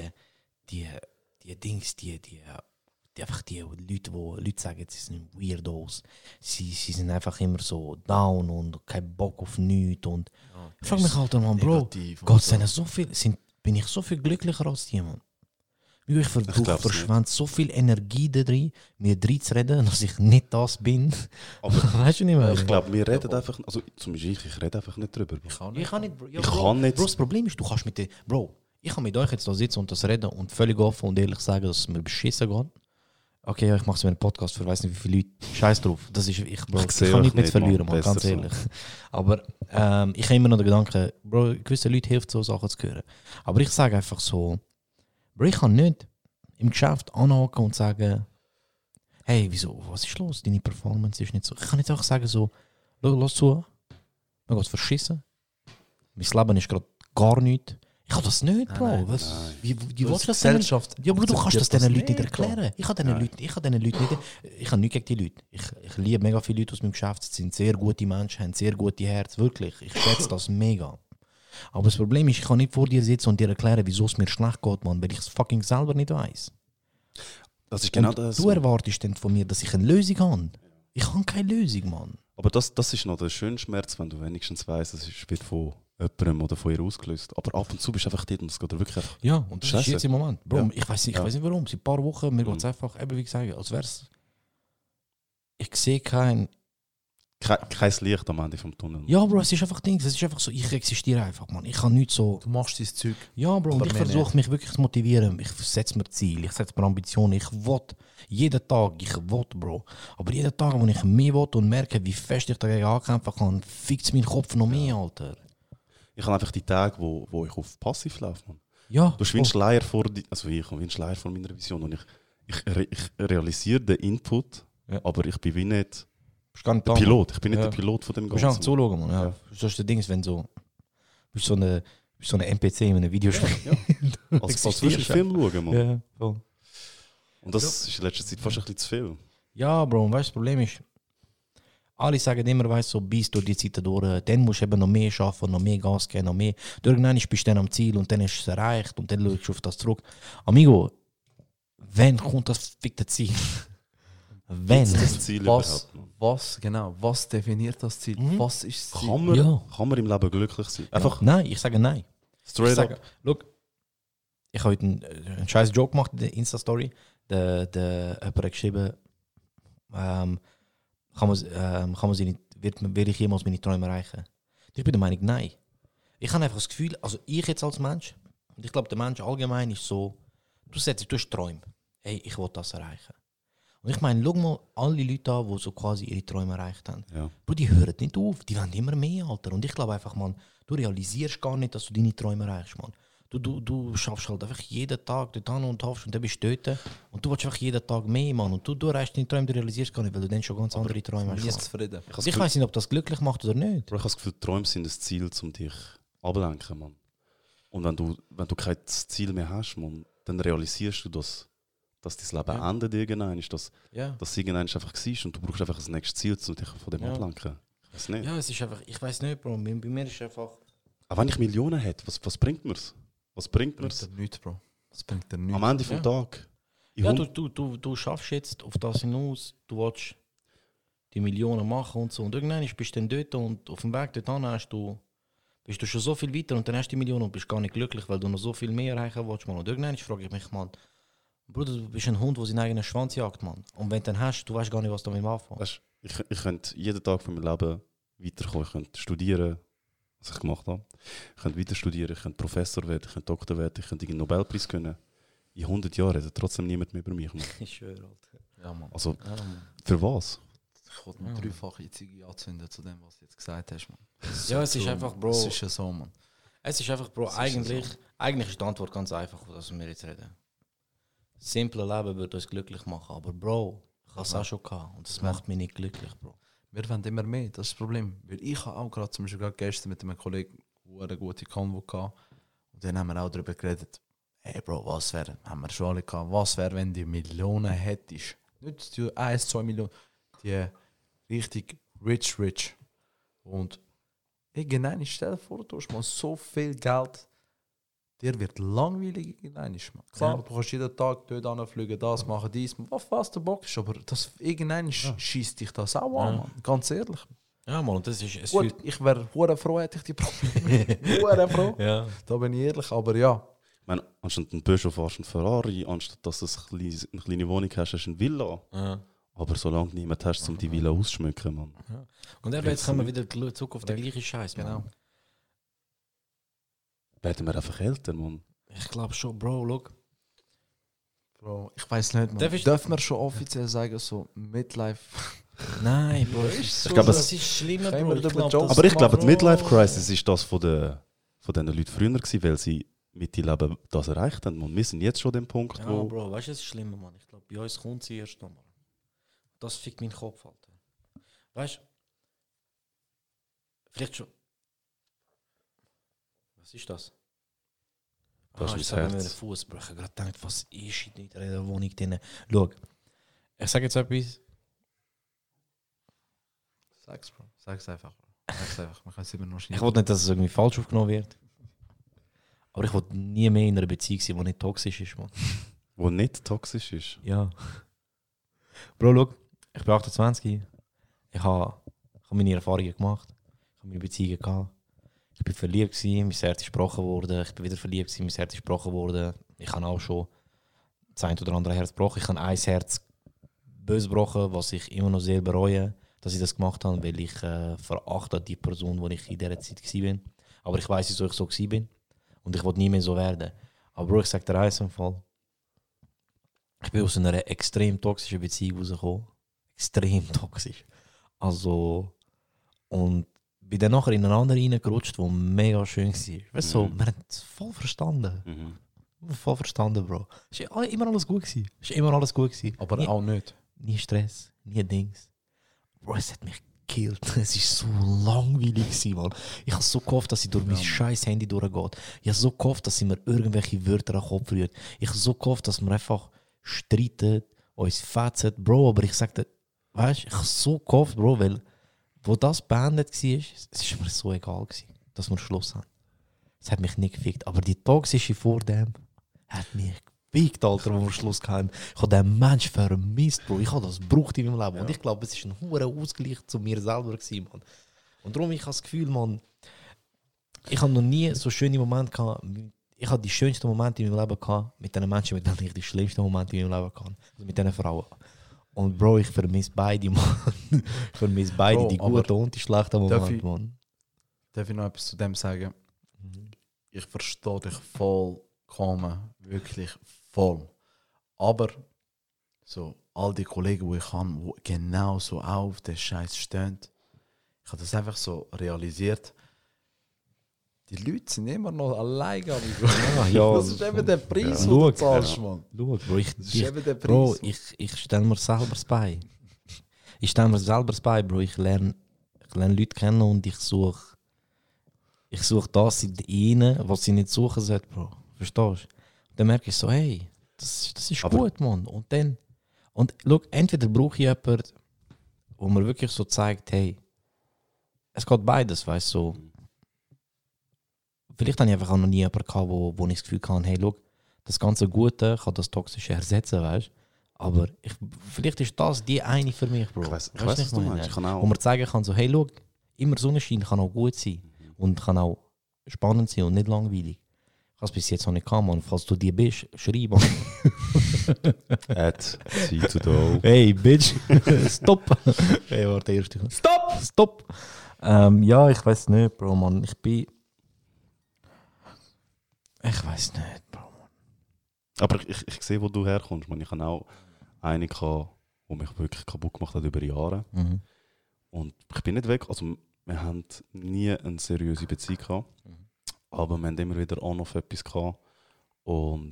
Speaker 3: einfach die Leute, wo Leute sagen, sie sind Weirdos. Sie sind einfach immer so down und kein Bock auf nichts. Und ich frage mich halt, man, Bro,
Speaker 5: Negativ und
Speaker 3: Gott
Speaker 5: so.
Speaker 3: sei so viel, bin ich so viel glücklicher als die, man. Ich
Speaker 4: glaub's
Speaker 3: verschwende so viel Energie da drin, mir drin zu reden, dass ich nicht das bin.
Speaker 4: Aber
Speaker 3: Weißt du nicht mehr?
Speaker 4: ich glaube, wir reden einfach, also zum Beispiel ich rede einfach nicht drüber.
Speaker 3: Ich kann nicht, Bro. Ja,
Speaker 4: Ich
Speaker 3: Bro,
Speaker 4: kann nicht.
Speaker 3: Bro, das Problem ist, du kannst mit den. Bro, ich kann mit euch jetzt da sitzen und das reden und völlig offen und ehrlich sagen, dass es mir beschissen geht. Okay, ja, ich mache es mit einem Podcast für weiß nicht wie viele Leute. Scheiß drauf. Das ist, Bro,
Speaker 4: Ich
Speaker 3: ich
Speaker 4: sehe
Speaker 3: kann
Speaker 4: euch
Speaker 3: nicht mehr
Speaker 4: nicht,
Speaker 3: verlieren,
Speaker 4: Mann.
Speaker 3: man, ganz
Speaker 4: Besser so.
Speaker 3: ehrlich. Aber ich habe immer noch den Gedanken, Bro, gewisse Leute hilft so Sachen zu hören. Aber ich sage einfach so, Bro, ich kann nicht im Geschäft anhaken und sagen, hey, wieso, was ist los? Deine Performance ist nicht so. Ich kann nicht einfach sagen so, lass zu, mir geht's verschissen. Mein Leben ist gerade gar nichts. Ich kann das nicht, Bro.
Speaker 5: Nein,
Speaker 3: Was,
Speaker 4: nein.
Speaker 3: wie
Speaker 5: Du
Speaker 3: willst
Speaker 5: als
Speaker 3: du das denn?
Speaker 5: Gesellschaft
Speaker 3: Ja, Bro, du kannst das
Speaker 5: akzeptiert
Speaker 3: diesen Leuten
Speaker 5: nicht,
Speaker 3: nicht erklären. Ich habe diesen Leuten nicht. Ich habe nichts gegen die Leute. Ich liebe mega viele Leute aus meinem Geschäft. Sie sind sehr gute Menschen, haben sehr gute Herz. Wirklich. Ich schätze das mega. Aber das Problem ist, ich kann nicht vor dir sitzen und dir erklären, wieso es mir schlecht geht, Mann, weil ich es fucking selber nicht weiß.
Speaker 4: Das ist genau
Speaker 3: und
Speaker 4: das.
Speaker 3: du erwartest dann von mir, dass ich eine Lösung habe. Ich habe keine Lösung, Mann.
Speaker 4: Aber das ist noch der schöne Schmerz, wenn du wenigstens weißt, es wird von jemandem oder von ihr ausgelöst. Aber ab und zu bist du einfach dort und es geht dir wirklich einfach.
Speaker 3: Ja, und das
Speaker 4: Scheiße.
Speaker 3: ist jetzt im Moment. Bro,
Speaker 4: Ja.
Speaker 3: ich weiß nicht,
Speaker 4: Ja.
Speaker 3: warum. Seit ein paar Wochen, mir geht es einfach, eben wie gesagt, als wäre es. Ich sehe kein.
Speaker 4: Kein Licht am Ende vom Tunnel.
Speaker 3: Ja, Bro, es ist einfach Dings. Es ist einfach so, ich existiere einfach, Mann. Ich kann nicht so.
Speaker 5: Du machst dein Zeug.
Speaker 3: Ja, Bro, und
Speaker 5: Aber
Speaker 3: ich
Speaker 5: mehr
Speaker 3: versuche mich wirklich zu motivieren. Ich setze mir Ziele, ich setze mir Ambitionen. Ich will jeden Tag, Bro. Aber jeden Tag, wo ich mehr will und merke, wie fest ich dagegen ankämpfen kann, fickt es meinen Kopf noch mehr, Alter.
Speaker 4: Ich habe einfach die Tage, wo ich auf Passiv laufe. Man.
Speaker 3: Ja,
Speaker 4: Du hast wie ein Schleier vor also ich habe wie einen Schleier vor meiner Vision und ich realisiere den Input,
Speaker 3: Ja.
Speaker 4: aber ich bin wie nicht
Speaker 3: bist gar nicht
Speaker 4: der
Speaker 3: da,
Speaker 4: Pilot. Ich bin nicht
Speaker 3: Ja.
Speaker 4: der Pilot von dem
Speaker 3: Du musst einfach
Speaker 4: Ganzen.
Speaker 3: zuschauen, Mann. Ja.
Speaker 4: Ja.
Speaker 3: Das ist das Ding, wenn so. Du bist so eine NPC in einem Videospiel.
Speaker 4: Als würdest du einen Film schauen, Mann.
Speaker 3: Ja, voll.
Speaker 4: Und das ist in letzter Zeit fast ein bisschen zu viel.
Speaker 3: Ja, Bro, und weißt du, das Problem ist, alle sagen immer, weißt du, so, bist durch die Zeit durch, dann musst du eben noch mehr schaffen, noch mehr Gas geben, noch mehr. Irgendwann bist du dann am Ziel und dann hast du es erreicht und dann schaust du auf das zurück. Amigo, wann kommt das fickte Ziel? Wenn?
Speaker 4: Das Ziel
Speaker 5: Was,
Speaker 4: überhaupt. Man.
Speaker 5: was definiert das Ziel? Was ist das Ziel?
Speaker 4: Kann man im Leben glücklich sein? Einfach
Speaker 3: Nein, ich sage nein.
Speaker 4: straight
Speaker 3: Ich sage,
Speaker 4: up.
Speaker 3: look, ich habe heute einen scheiß Joke gemacht in der Insta-Story. Jemand hat geschrieben, werde ich jemals meine Träume erreichen? Ich bin der Meinung, nein. Ich habe einfach das Gefühl, also ich jetzt als Mensch, und ich glaube, der Mensch allgemein ist so, du hast Träume. Hey, ich will das erreichen. Und ich meine, schau mal alle Leute an, die so quasi ihre Träume erreicht haben.
Speaker 4: Ja.
Speaker 3: Bro, die hören nicht auf, die wollen immer mehr, Alter. Und ich glaube einfach, man, du realisierst gar nicht, dass du deine Träume erreichst, man. Du schaffst halt einfach jeden Tag dort an und hoffst und dann bist du dort. Und du willst einfach jeden Tag mehr, Mann. Und du erreichst deine Träume, du realisierst gar nicht, weil du dann schon ganz andere Träume hast.
Speaker 5: Nie zufrieden.
Speaker 3: Ich weiß nicht, ob das glücklich macht oder nicht.
Speaker 4: Bro, ich habe das Gefühl, Träume sind das Ziel, um dich ablenken, Mann. Und wenn du kein Ziel mehr hast, Mann, dann realisierst du, dass dein Leben endet irgendwann ist, dass irgendwann einfach war und du brauchst einfach das nächste Ziel, um dich von dem ablenken. Ich weiß nicht.
Speaker 3: Ja, es ist einfach, ich weiß nicht, Bro. Bei mir ist einfach...
Speaker 4: Aber wenn ich Millionen hätte, was bringt mir's? Was bringt mir's?
Speaker 5: Das bringt dir nichts, Bro. Das bringt dir nichts.
Speaker 4: Am Ende vom Tag.
Speaker 3: Ja, du schaffst jetzt auf das hinaus, du willst die Millionen machen und so. Und irgendwann bist du dann dort und auf dem Weg dorthin bist du schon so viel weiter und dann hast du die Millionen und bist gar nicht glücklich, weil du noch so viel mehr erreichen willst. Man. Und irgendwann frage ich mich, Mann, Bruder, du bist ein Hund, der seinen eigenen Schwanz jagt, Mann. Und wenn du den hast, du weißt gar nicht, was du damit anfangen.
Speaker 4: Weißt, ich könnte jeden Tag von meinem Leben weiterkommen. Ich könnte studieren, was ich gemacht habe. Ich könnte weiter studieren, ich könnte Professor werden, ich könnte Doktor werden, ich könnte einen Nobelpreis gewinnen. In 100 Jahren redet trotzdem niemand mehr über mich. Mann.
Speaker 3: Ich schwöre, Alter.
Speaker 5: Ja, Mann.
Speaker 4: Also,
Speaker 3: Ja, Mann.
Speaker 4: für was?
Speaker 5: Ich wollte eine dreifache Ziege anzünden zu dem, was du jetzt gesagt hast, Mann.
Speaker 3: Ja, es ist einfach, Bro.
Speaker 5: Es ist ja so, Mann.
Speaker 3: Es ist einfach, Bro, eigentlich ist die Antwort ganz einfach, auf das wir jetzt reden. Das simple Leben würde uns glücklich machen, aber Bro, ich habe es auch schon gehabt und es macht mich nicht glücklich, Bro.
Speaker 5: Wir wollen immer mehr, das ist das Problem. Weil ich habe auch gerade zum Beispiel gestern mit einem Kollegen eine gute Konvo gehabt und dann haben wir auch darüber geredet, hey Bro, was wäre, haben wir schon alle gehabt, was wäre, wenn du Millionen hättest? Nicht die 1, 2 Millionen, die richtig rich. Und irgendwann, stell dir vor, du hast mal so viel Geld, dir wird langweilig irgendwann. Klar, du kannst jeden Tag dort anfliegen, das machen, dies, was du Bock ist, aber das, irgendwann schießt dich das auch an, Mann. Ganz ehrlich.
Speaker 3: Ja, Mann, das ist... Es
Speaker 5: Gut, ich wäre hure froh, hätte ich die Probleme. Hure froh.
Speaker 3: Ja.
Speaker 5: Da bin ich ehrlich, aber ja.
Speaker 4: Ich meine, anstatt einen Peugeot fährst du einen Ferrari, anstatt dass du eine kleine Wohnung hast, hast du eine Villa.
Speaker 3: Ja.
Speaker 4: Aber solange du niemanden hast, um die Villa auszuschmücken, Mann.
Speaker 3: Und eben, jetzt kommen wir wieder zurück auf den gleichen Scheiß,
Speaker 5: Genau.
Speaker 3: Mann.
Speaker 4: Werden wir einfach älter, Mann.
Speaker 3: Ich glaube schon, Bro, look.
Speaker 5: Bro, ich weiß nicht, man.
Speaker 3: Darf ich-
Speaker 5: Dürfen wir schon offiziell sagen, so Midlife?
Speaker 3: Nein, Bro.
Speaker 5: Ist
Speaker 4: Ich glaube,
Speaker 3: das ist schlimmer,
Speaker 5: Können
Speaker 3: Bro.
Speaker 5: wir
Speaker 3: Ich
Speaker 5: über
Speaker 3: glaub,
Speaker 5: Jobs-
Speaker 3: das-
Speaker 4: Aber ich glaube, die
Speaker 3: Bro.
Speaker 4: Midlife Crisis ist das von diesen Leuten früher gewesen, weil sie mit ihrem Leben das erreicht haben. Und wir sind jetzt schon an dem Punkt,
Speaker 3: Ja,
Speaker 4: wo...
Speaker 3: Bro, weißt du, es ist schlimmer, Mann. Ich glaube, bei uns kommt sie erst nochmal. Das fickt meinen Kopf, Alter. Weißt du? Vielleicht schon. Was ist das?
Speaker 4: Das ist
Speaker 3: ich
Speaker 4: mein
Speaker 3: sage mir
Speaker 4: Herz.
Speaker 3: den Fuß, Bro. Ich habe gerade gedacht, was ist in dieser Wohnung drin? Schau, ich sage jetzt etwas.
Speaker 5: Sag's, Bro. Sag's einfach, Bro. Sag's einfach. Man kann es immer noch
Speaker 3: Ich
Speaker 5: schnell.
Speaker 3: will nicht, dass es irgendwie falsch aufgenommen wird. Aber ich will nie mehr in einer Beziehung sein, die nicht toxisch ist, Mann.
Speaker 4: Wo nicht toxisch ist.
Speaker 3: Ja. Bro, schau, ich bin 28. Ich habe meine Erfahrungen gemacht. Ich habe meine Beziehungen gehabt. Ich bin verliebt gewesen, mein Herz ist gebrochen worden. Ich bin wieder verliebt gewesen, mein Herz ist gebrochen worden. Ich habe auch schon das ein oder andere Herz gebrochen. Ich habe ein Herz böse gebrochen, was ich immer noch sehr bereue, dass ich das gemacht habe, weil ich verachte die Person, wo ich in dieser Zeit war. Aber ich weiß, wieso ich so war. Und ich will nie mehr so werden. Aber Bro, ich sage dir eins im Fall. Ich bin aus einer extrem toxischen Beziehung rausgekommen. Extrem toxisch. Also, und bin dann nachher in eine andere reingerutscht, die mega schön war. Weißt du, so, wir haben es voll verstanden. Voll verstanden, Bro. Es war immer alles gut gewesen. Es war immer alles gut gewesen.
Speaker 5: Aber
Speaker 3: nie,
Speaker 5: auch nicht.
Speaker 3: nie Stress, nie Dings. Bro, es hat mich gekillt. Es war so langweilig gewesen, Mann. Ich habe so gehofft, dass sie durch mein scheiß Handy durchgeht. Ich habe so gehofft, dass sie mir irgendwelche Wörter an den Kopf rührt. Ich habe so gehofft, dass wir einfach streiten, uns fetzen. Bro, aber ich sagte, weißt du, ich habe so gehofft, Bro, weil wo das beendet war, es war mir so egal gewesen, dass wir Schluss haben. Es hat mich nicht gefickt. Aber die toxische vor dem hat mich gepickt, Alter, wo wir am Schluss hatten. Ich habe den Mensch vermisst, Bro. Ich habe das gebraucht in meinem Leben. Und ich glaube, es war ein hoher Ausgleich zu mir selber gewesen, Mann. Und darum, ich habe das Gefühl, Mann, ich habe noch nie so schöne Momente gehabt. Ich habe die schönsten Momente in meinem Leben gehabt mit den Menschen, mit denen ich die schlimmsten Momente in meinem Leben hatte. Also mit diesen Frauen. Und Bro, ich vermisse beide, Mann. Ich vermisse beide,
Speaker 5: Bro,
Speaker 3: die guten und die schlechten
Speaker 5: darf
Speaker 3: Momente,
Speaker 5: ich-
Speaker 3: Mann.
Speaker 5: Darf ich noch etwas zu dem sagen? Ich verstehe dich vollkommen, wirklich voll. Aber so all die Kollegen, die ich habe, die genau so auf den Scheiß stehen, ich habe das einfach so realisiert. Die Leute sind immer noch alleine, amigo.
Speaker 3: Ja,
Speaker 5: Das ist eben der Preis,
Speaker 3: Ja.
Speaker 5: den du
Speaker 3: Schau,
Speaker 5: zahlst, Mann.
Speaker 3: Schau, Bro,
Speaker 5: Das ist eben der Preis.
Speaker 3: Bro, ich stelle mir selber das bei. Ich stelle mir selber das bei, Bro. Ich lerne Leute kennen und ich suche das in ihnen, was sie nicht suchen sollten, Bro. Verstehst du? Dann merke ich so, hey, das ist
Speaker 4: Aber-
Speaker 3: gut, Mann. Und schau, entweder brauche ich jemanden, wo mir wirklich so zeigt, hey, es geht beides, weißt du. So. Vielleicht habe ich einfach auch noch nie jemanden gehabt, wo ich das Gefühl hatte, hey, schau, das ganze Gute kann das Toxische ersetzen, weißt du? Aber vielleicht ist das die eine für mich, Bro.
Speaker 4: Ich weiss,
Speaker 3: Weißt
Speaker 4: was
Speaker 3: nicht,
Speaker 4: du
Speaker 3: meine?
Speaker 4: meinst. Ich kann auch.
Speaker 3: Wo man zeigen kann, so, hey, schau, immer Sonnenschein kann auch gut sein. Und kann auch spannend sein und nicht langweilig. Ich habe es bis jetzt noch nicht gehabt, Mann. Falls du die bist, schreib, Mann.
Speaker 4: At C2Do.
Speaker 3: Hey, Bitch, stopp! Hey, warte, erst. Stopp! Stopp! Ja, ich weiß nicht, Bro, Mann. Ich weiß nicht, Bro.
Speaker 4: Aber ich sehe, wo du herkommst. Man. Ich habe auch eine gehabt, die mich wirklich kaputt gemacht hat über Jahre.
Speaker 3: Mhm.
Speaker 4: Und ich bin nicht weg. Also, wir haben nie eine seriöse Beziehung gehabt. Aber wir haben immer wieder auch noch etwas gehabt. Und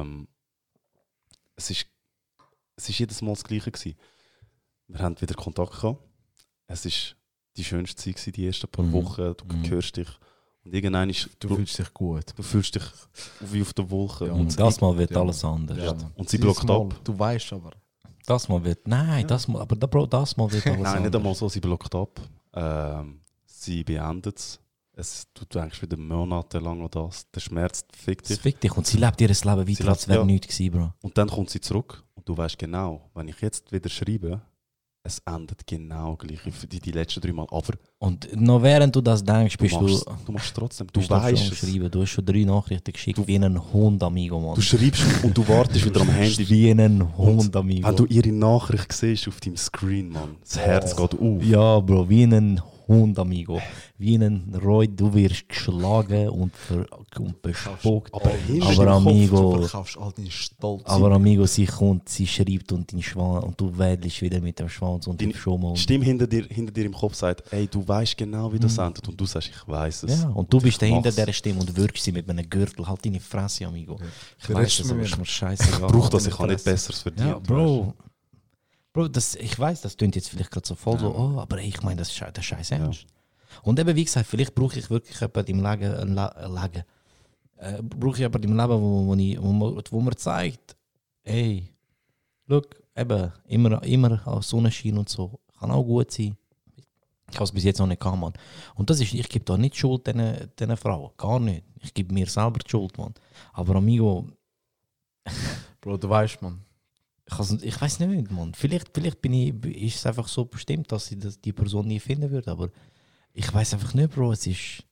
Speaker 4: es ist jedes Mal das Gleiche gewesen. Wir haben wieder Kontakt gehabt. Es ist die schönste Zeit gewesen, die ersten paar Wochen. Du hörst dich. Und irgendwann ist
Speaker 5: Du fühlst dich gut.
Speaker 4: du fühlst dich wie auf der Wolke.
Speaker 5: Ja,
Speaker 3: Und das Mal wird
Speaker 5: Ja.
Speaker 3: alles anders.
Speaker 5: Ja.
Speaker 4: Und sie blockt
Speaker 5: Dieses Mal,
Speaker 4: ab.
Speaker 5: Du weißt aber.
Speaker 3: Das Mal wird. Nein, das Mal. Aber das Mal wird alles
Speaker 4: Nein,
Speaker 3: anders.
Speaker 4: nicht einmal so, sie blockt ab. Sie beendet es. Du denkst wieder monatelang an das. Der Schmerz fickt
Speaker 3: Das
Speaker 4: dich.
Speaker 3: fickt dich und sie lebt ihr Leben
Speaker 4: Sie
Speaker 3: weiter,
Speaker 4: lebt-
Speaker 3: als wäre
Speaker 4: ja.
Speaker 3: nichts gewesen, Bro.
Speaker 4: Und dann kommt sie zurück und du weißt genau, wenn ich jetzt wieder schreibe, es endet genau gleich wie für die letzten 3 Mal. Aber
Speaker 3: Und noch während du das denkst, bist
Speaker 4: du machst es trotzdem. Du
Speaker 3: bist du schon am
Speaker 4: weißt es.
Speaker 3: Schreiben. Du hast schon 3 Nachrichten geschickt, wie ein Hund, Amigo, Mann.
Speaker 4: Du schreibst und du wartest wieder am Handy.
Speaker 3: wie ein Hund, Amigo.
Speaker 4: Wenn du ihre Nachricht siehst auf deinem Screen, Mann, das Herz geht auf.
Speaker 3: Ja, Bro, wie ein Hund, Amigo. Wie ein Reut, du wirst geschlagen und bespuckt.
Speaker 4: Aber hinter
Speaker 3: Aber
Speaker 4: deinem
Speaker 3: Amigo,
Speaker 5: Du verkaufst all deinen Stolz.
Speaker 3: aber Amigo, sie kommt, sie schreibt und dein Schwanz und du wedelst wieder mit dem Schwanz und
Speaker 4: Deine
Speaker 3: du schon mal.
Speaker 4: Die Stimme hinter dir im Kopf sagt, ey, du weißt genau, wie das endet. Und du sagst, ich weiß es.
Speaker 3: Ja, und du bist
Speaker 4: ich
Speaker 3: dahinter
Speaker 4: mach's.
Speaker 3: dieser Stimme und wirkst sie mit einem Gürtel. Halt deine Fresse, Amigo. Ich
Speaker 5: Der
Speaker 3: weiß
Speaker 5: Rest
Speaker 3: es, aber
Speaker 5: mit
Speaker 3: ist
Speaker 5: mir.
Speaker 3: mir scheiße.
Speaker 4: Brauch das, ich habe nicht Besseres verdient.
Speaker 3: Ja, Bro. Bro, ich weiß, das klingt jetzt vielleicht gerade so voll so, oh, aber ey, ich meine, das ist der Scheiß ernst. Und eben, wie gesagt, vielleicht brauche ich wirklich jemanden im Leben, brauche ich jemanden im Leben, wo mir zeigt, ey, look, eben, immer als Sonnenschein und so, kann auch gut sein. Ich habe es bis jetzt noch nicht gehabt, Mann. Und das ist, ich gebe da nicht Schuld diesen Frauen, gar nicht. Ich gebe mir selber die Schuld, Mann. Aber Amigo,
Speaker 5: Bro, du weißt, man.
Speaker 3: ich weiß nicht, Mann. Vielleicht ist es einfach so bestimmt, dass ich die Person nie finden würde, aber ich weiß einfach nicht, Bro. Es ist.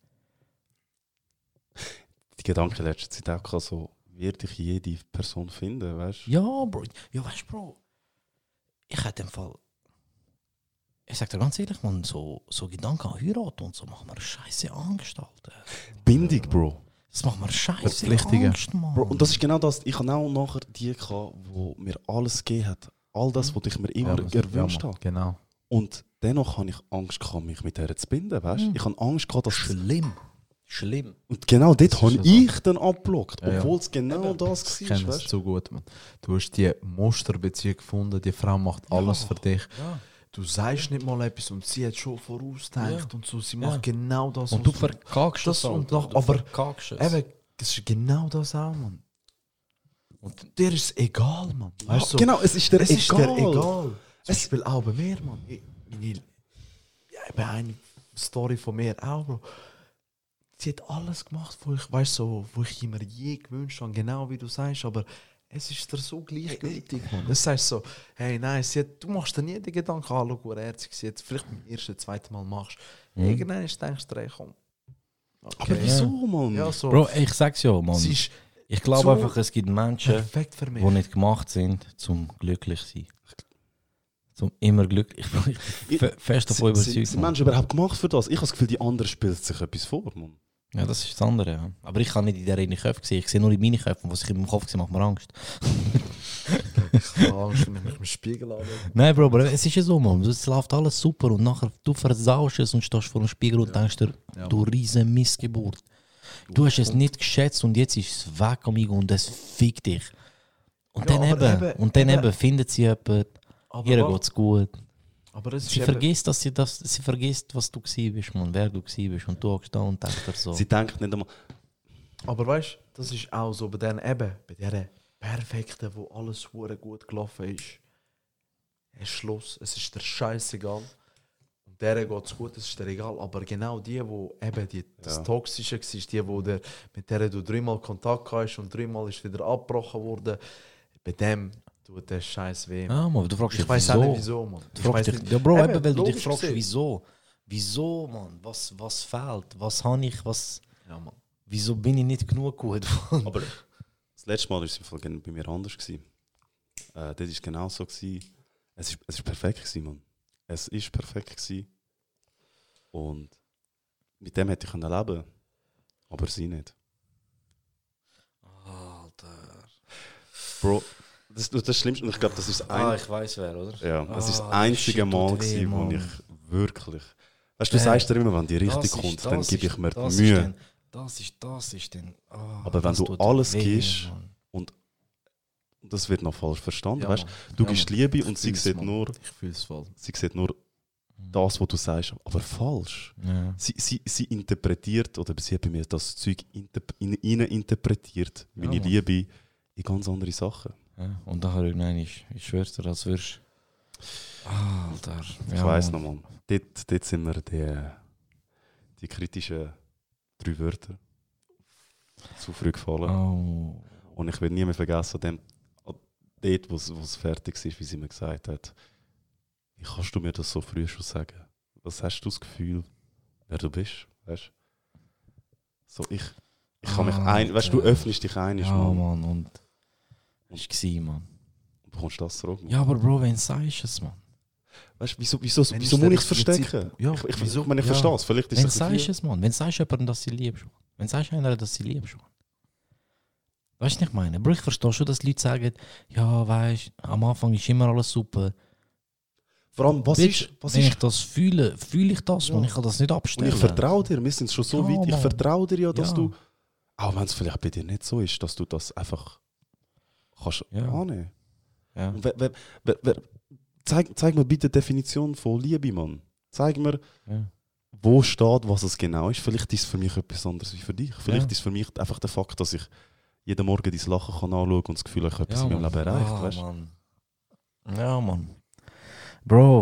Speaker 4: Die Gedanken letzte Zeit auch gehabt, so, wird ich jede Person finden, weißt du?
Speaker 3: Ja, Bro. Ja, weißt du, Bro. Ich hätte im Fall. Ich sag dir ganz ehrlich, Mann, so Gedanken an Heiraten und so macht mir scheiße Angst, Alter.
Speaker 4: Bindung, Bro.
Speaker 3: Das macht mir scheiße
Speaker 5: Verpflichtungen.
Speaker 3: Angst, Mann.
Speaker 4: Bro. Und das ist genau das. Ich habe auch nachher die gehabt, wo mir alles gegeben hat. All das, was ich mir immer gewünscht habe.
Speaker 5: Genau.
Speaker 4: Und dennoch habe ich Angst gehabt, mich mit der zu binden, weißt du? Ich habe Angst gehabt, dass...
Speaker 3: Schlimm. Schlimm.
Speaker 4: Und genau dort
Speaker 5: ist
Speaker 4: habe
Speaker 5: ja so.
Speaker 4: ich dann abgeblockt,
Speaker 5: Ja, ja.
Speaker 4: obwohl es genau das
Speaker 5: Ich
Speaker 4: war,
Speaker 5: kenne es
Speaker 4: weißt du?
Speaker 5: zu gut, man. Du hast die Musterbeziehung gefunden, die Frau macht alles für dich.
Speaker 3: Ja.
Speaker 5: Du sagst nicht mal etwas und sie hat schon vorausgedacht und so. Sie macht
Speaker 3: Ja.
Speaker 5: genau das.
Speaker 3: Und du
Speaker 5: was
Speaker 3: verkackst
Speaker 5: das
Speaker 3: es,
Speaker 5: und
Speaker 3: Alter.
Speaker 5: nach-
Speaker 3: Du
Speaker 5: aber
Speaker 3: verkackst es.
Speaker 5: Eben, es ist genau das auch, man. Und dir ist es egal, man.
Speaker 4: Ja,
Speaker 5: Weißt du,
Speaker 4: genau, es ist dir
Speaker 5: es
Speaker 4: egal.
Speaker 5: ist dir egal. Zum Beispiel auch bei mir, man. Bei einer Story von mir auch, Bro. Sie hat alles gemacht, wo ich, weißt, so, wo ich immer je gewünscht habe, genau wie du sagst, aber Es ist dir so gleichgültig, Mann. Das sagst so, hey, nein, du machst dir nie den Gedanken, schau, er hat sie jetzt vielleicht beim ersten, zweiten Mal machst. Irgendwann denkst du, hey, komm. Okay.
Speaker 4: Aber wieso, Mann?
Speaker 5: Ja, so.
Speaker 3: Bro, ich sag's ja, Mann.
Speaker 5: Es ist
Speaker 3: Ich glaube
Speaker 5: so
Speaker 3: einfach, es gibt Menschen,
Speaker 5: perfekt für mich.
Speaker 3: die nicht gemacht sind, zum glücklich zu sein. Zum immer glücklich. Ich bin fest davon überzeugt.
Speaker 4: Sind
Speaker 3: Mann.
Speaker 4: Menschen überhaupt gemacht für das? Ich habe das Gefühl, die anderen spielen sich etwas vor, Mann.
Speaker 3: Ja, das ist das andere. Ja. Aber ich kann nicht in der einen Köpfe sehen. Ich sehe nur in meine Köpfe. Und was ich in meinem Kopf sehe, macht mir Angst.
Speaker 5: Ich habe Angst, wenn ich mich im Spiegel anschaue.
Speaker 3: Nein, Bro, aber es ist ja so, Mann. Es läuft alles super und nachher du versaust es und stehst vor dem Spiegel und denkst dir, du riesen Missgeburt. Du hast es nicht geschätzt und jetzt ist es weg, amigo, und es fickt dich. Und
Speaker 5: Ja,
Speaker 3: dann
Speaker 5: aber
Speaker 3: eben findet sie jemanden, ihr geht's gut.
Speaker 5: Aber es ist
Speaker 3: Sie vergisst, sie vergisst, was du gewesen bist, Mann, wer du gewesen bist. Und du hockst da und denkst dir so.
Speaker 4: Sie denkt nicht einmal,
Speaker 5: Aber weißt du, das ist auch so bei dieser perfekten, wo alles hure gut gelaufen ist. Es ist Schluss, es ist dir scheißegal. Und der geht es gut, es ist dir egal. Aber genau die, wo eben das Toxische war, mit der du 3-mal Kontakt hast und 3-mal ist wieder abgebrochen worden, bei dem tut der Scheiß weh.
Speaker 3: Ah, Mann, du fragst dich,
Speaker 5: Ich weiß auch nicht wieso, Mann.
Speaker 3: Du fragst dich,
Speaker 5: nicht.
Speaker 3: ja, Bro,
Speaker 5: Eben,
Speaker 3: eben, weil du dich
Speaker 5: logisch
Speaker 3: fragst,
Speaker 5: gesehen.
Speaker 3: wieso? Wieso, Mann? Was fehlt? Was habe ich?
Speaker 5: Ja, Mann.
Speaker 3: Wieso bin ich nicht genug gut?
Speaker 4: aber das letzte Mal war es im Fall bei mir anders. Das war genau so. Es ist perfekt, Mann. Es war perfekt. Und mit dem hätte ich leben können. Aber sie nicht.
Speaker 3: Alter.
Speaker 4: Bro, das ist das Schlimmste. Und ich glaube, das ist das
Speaker 3: ich weiß wer, oder?
Speaker 4: ja, das ist das
Speaker 3: Ah,
Speaker 4: einzige
Speaker 3: shit,
Speaker 4: Mal,
Speaker 3: tut weh,
Speaker 4: wo
Speaker 3: Mann.
Speaker 4: ich wirklich. Weißt du, du sagst dir immer, wenn die richtig kommt, dann gebe ich mir die Mühe.
Speaker 3: Das ist dann.
Speaker 4: Aber wenn du alles gibst, das wird noch falsch verstanden.
Speaker 5: Ja,
Speaker 4: weißt?
Speaker 5: Mann.
Speaker 4: Du
Speaker 5: Ja,
Speaker 4: gibst
Speaker 5: Mann.
Speaker 4: Liebe
Speaker 5: Ich
Speaker 4: und sie
Speaker 5: fühl's,
Speaker 4: sieht
Speaker 5: Mann.
Speaker 4: nur,
Speaker 5: Ich fühle es voll.
Speaker 4: das, was du sagst, aber falsch.
Speaker 3: Ja.
Speaker 4: Sie interpretiert, oder sie hat bei mir das Zeug rein interpretiert, meine
Speaker 3: Ja, Mann.
Speaker 4: Liebe, in ganz andere Sachen.
Speaker 3: Ja. Und nachher irgendwann ich schwör's dir, als würdest Alter.
Speaker 4: Ich weiss noch, Mann. Dort sind wir die kritischen 3 Wörter zu früh gefallen.
Speaker 3: Oh.
Speaker 4: Und ich werde nie mehr vergessen, dort, wo es fertig ist, wie sie mir gesagt hat, wie kannst du mir das so früh schon sagen? Was hast du das Gefühl, wer du bist? Weißt? So, ich kann mich weißt du, öffnest dich ein,
Speaker 3: Ja,
Speaker 4: Mann.
Speaker 3: Mann. Und das war, Mann.
Speaker 4: Und bekommst das zurück. Mann.
Speaker 3: Ja, aber Bro, wenn sagst du es, Mann.
Speaker 4: Weißt du, wieso
Speaker 5: Wenn
Speaker 4: muss
Speaker 5: ist der
Speaker 4: ich es
Speaker 5: richtige
Speaker 4: verstecken?
Speaker 5: Zeitpunkt? Ja,
Speaker 4: ich
Speaker 5: wieso?
Speaker 4: meine, ich
Speaker 5: Ja.
Speaker 4: verstehe es. Vielleicht ist
Speaker 3: Wenn
Speaker 4: es
Speaker 3: sagst du es, Mann. Wenn sagst du jemandem, dass sie liebst, Mann. Wenn sagst du einer, dass sie liebst, Mann. Weißt du, was ich meine? Bro, ich verstehe schon, dass Leute sagen, ja, weißt du, am Anfang ist immer alles super.
Speaker 4: Vor allem, was
Speaker 3: Bitch,
Speaker 4: ist
Speaker 3: wenn ich das fühle ich das, Mann. Ich kann das nicht
Speaker 4: und
Speaker 3: abstellen.
Speaker 4: ich vertraue dir, wir sind schon so
Speaker 3: Ja,
Speaker 4: weit, ich
Speaker 3: Mann.
Speaker 4: vertraue dir ja, dass
Speaker 3: Ja.
Speaker 4: du, auch wenn es vielleicht bei dir nicht so ist, dass du das einfach kannst annehmen.
Speaker 3: Ja.
Speaker 4: Und zeig mir bitte die Definition von Liebe, Mann. Zeig mir,
Speaker 3: Ja.
Speaker 4: wo steht, was es genau ist. Vielleicht ist es für mich etwas anderes wie für dich. Vielleicht
Speaker 3: Ja.
Speaker 4: ist es für mich einfach der Fakt, dass ich jeden Morgen dein Lachen kann anschauen und das Gefühl, ich habe etwas in meinem Leben erreicht. Weißt?
Speaker 3: Mann. Ja, Mann. Bro,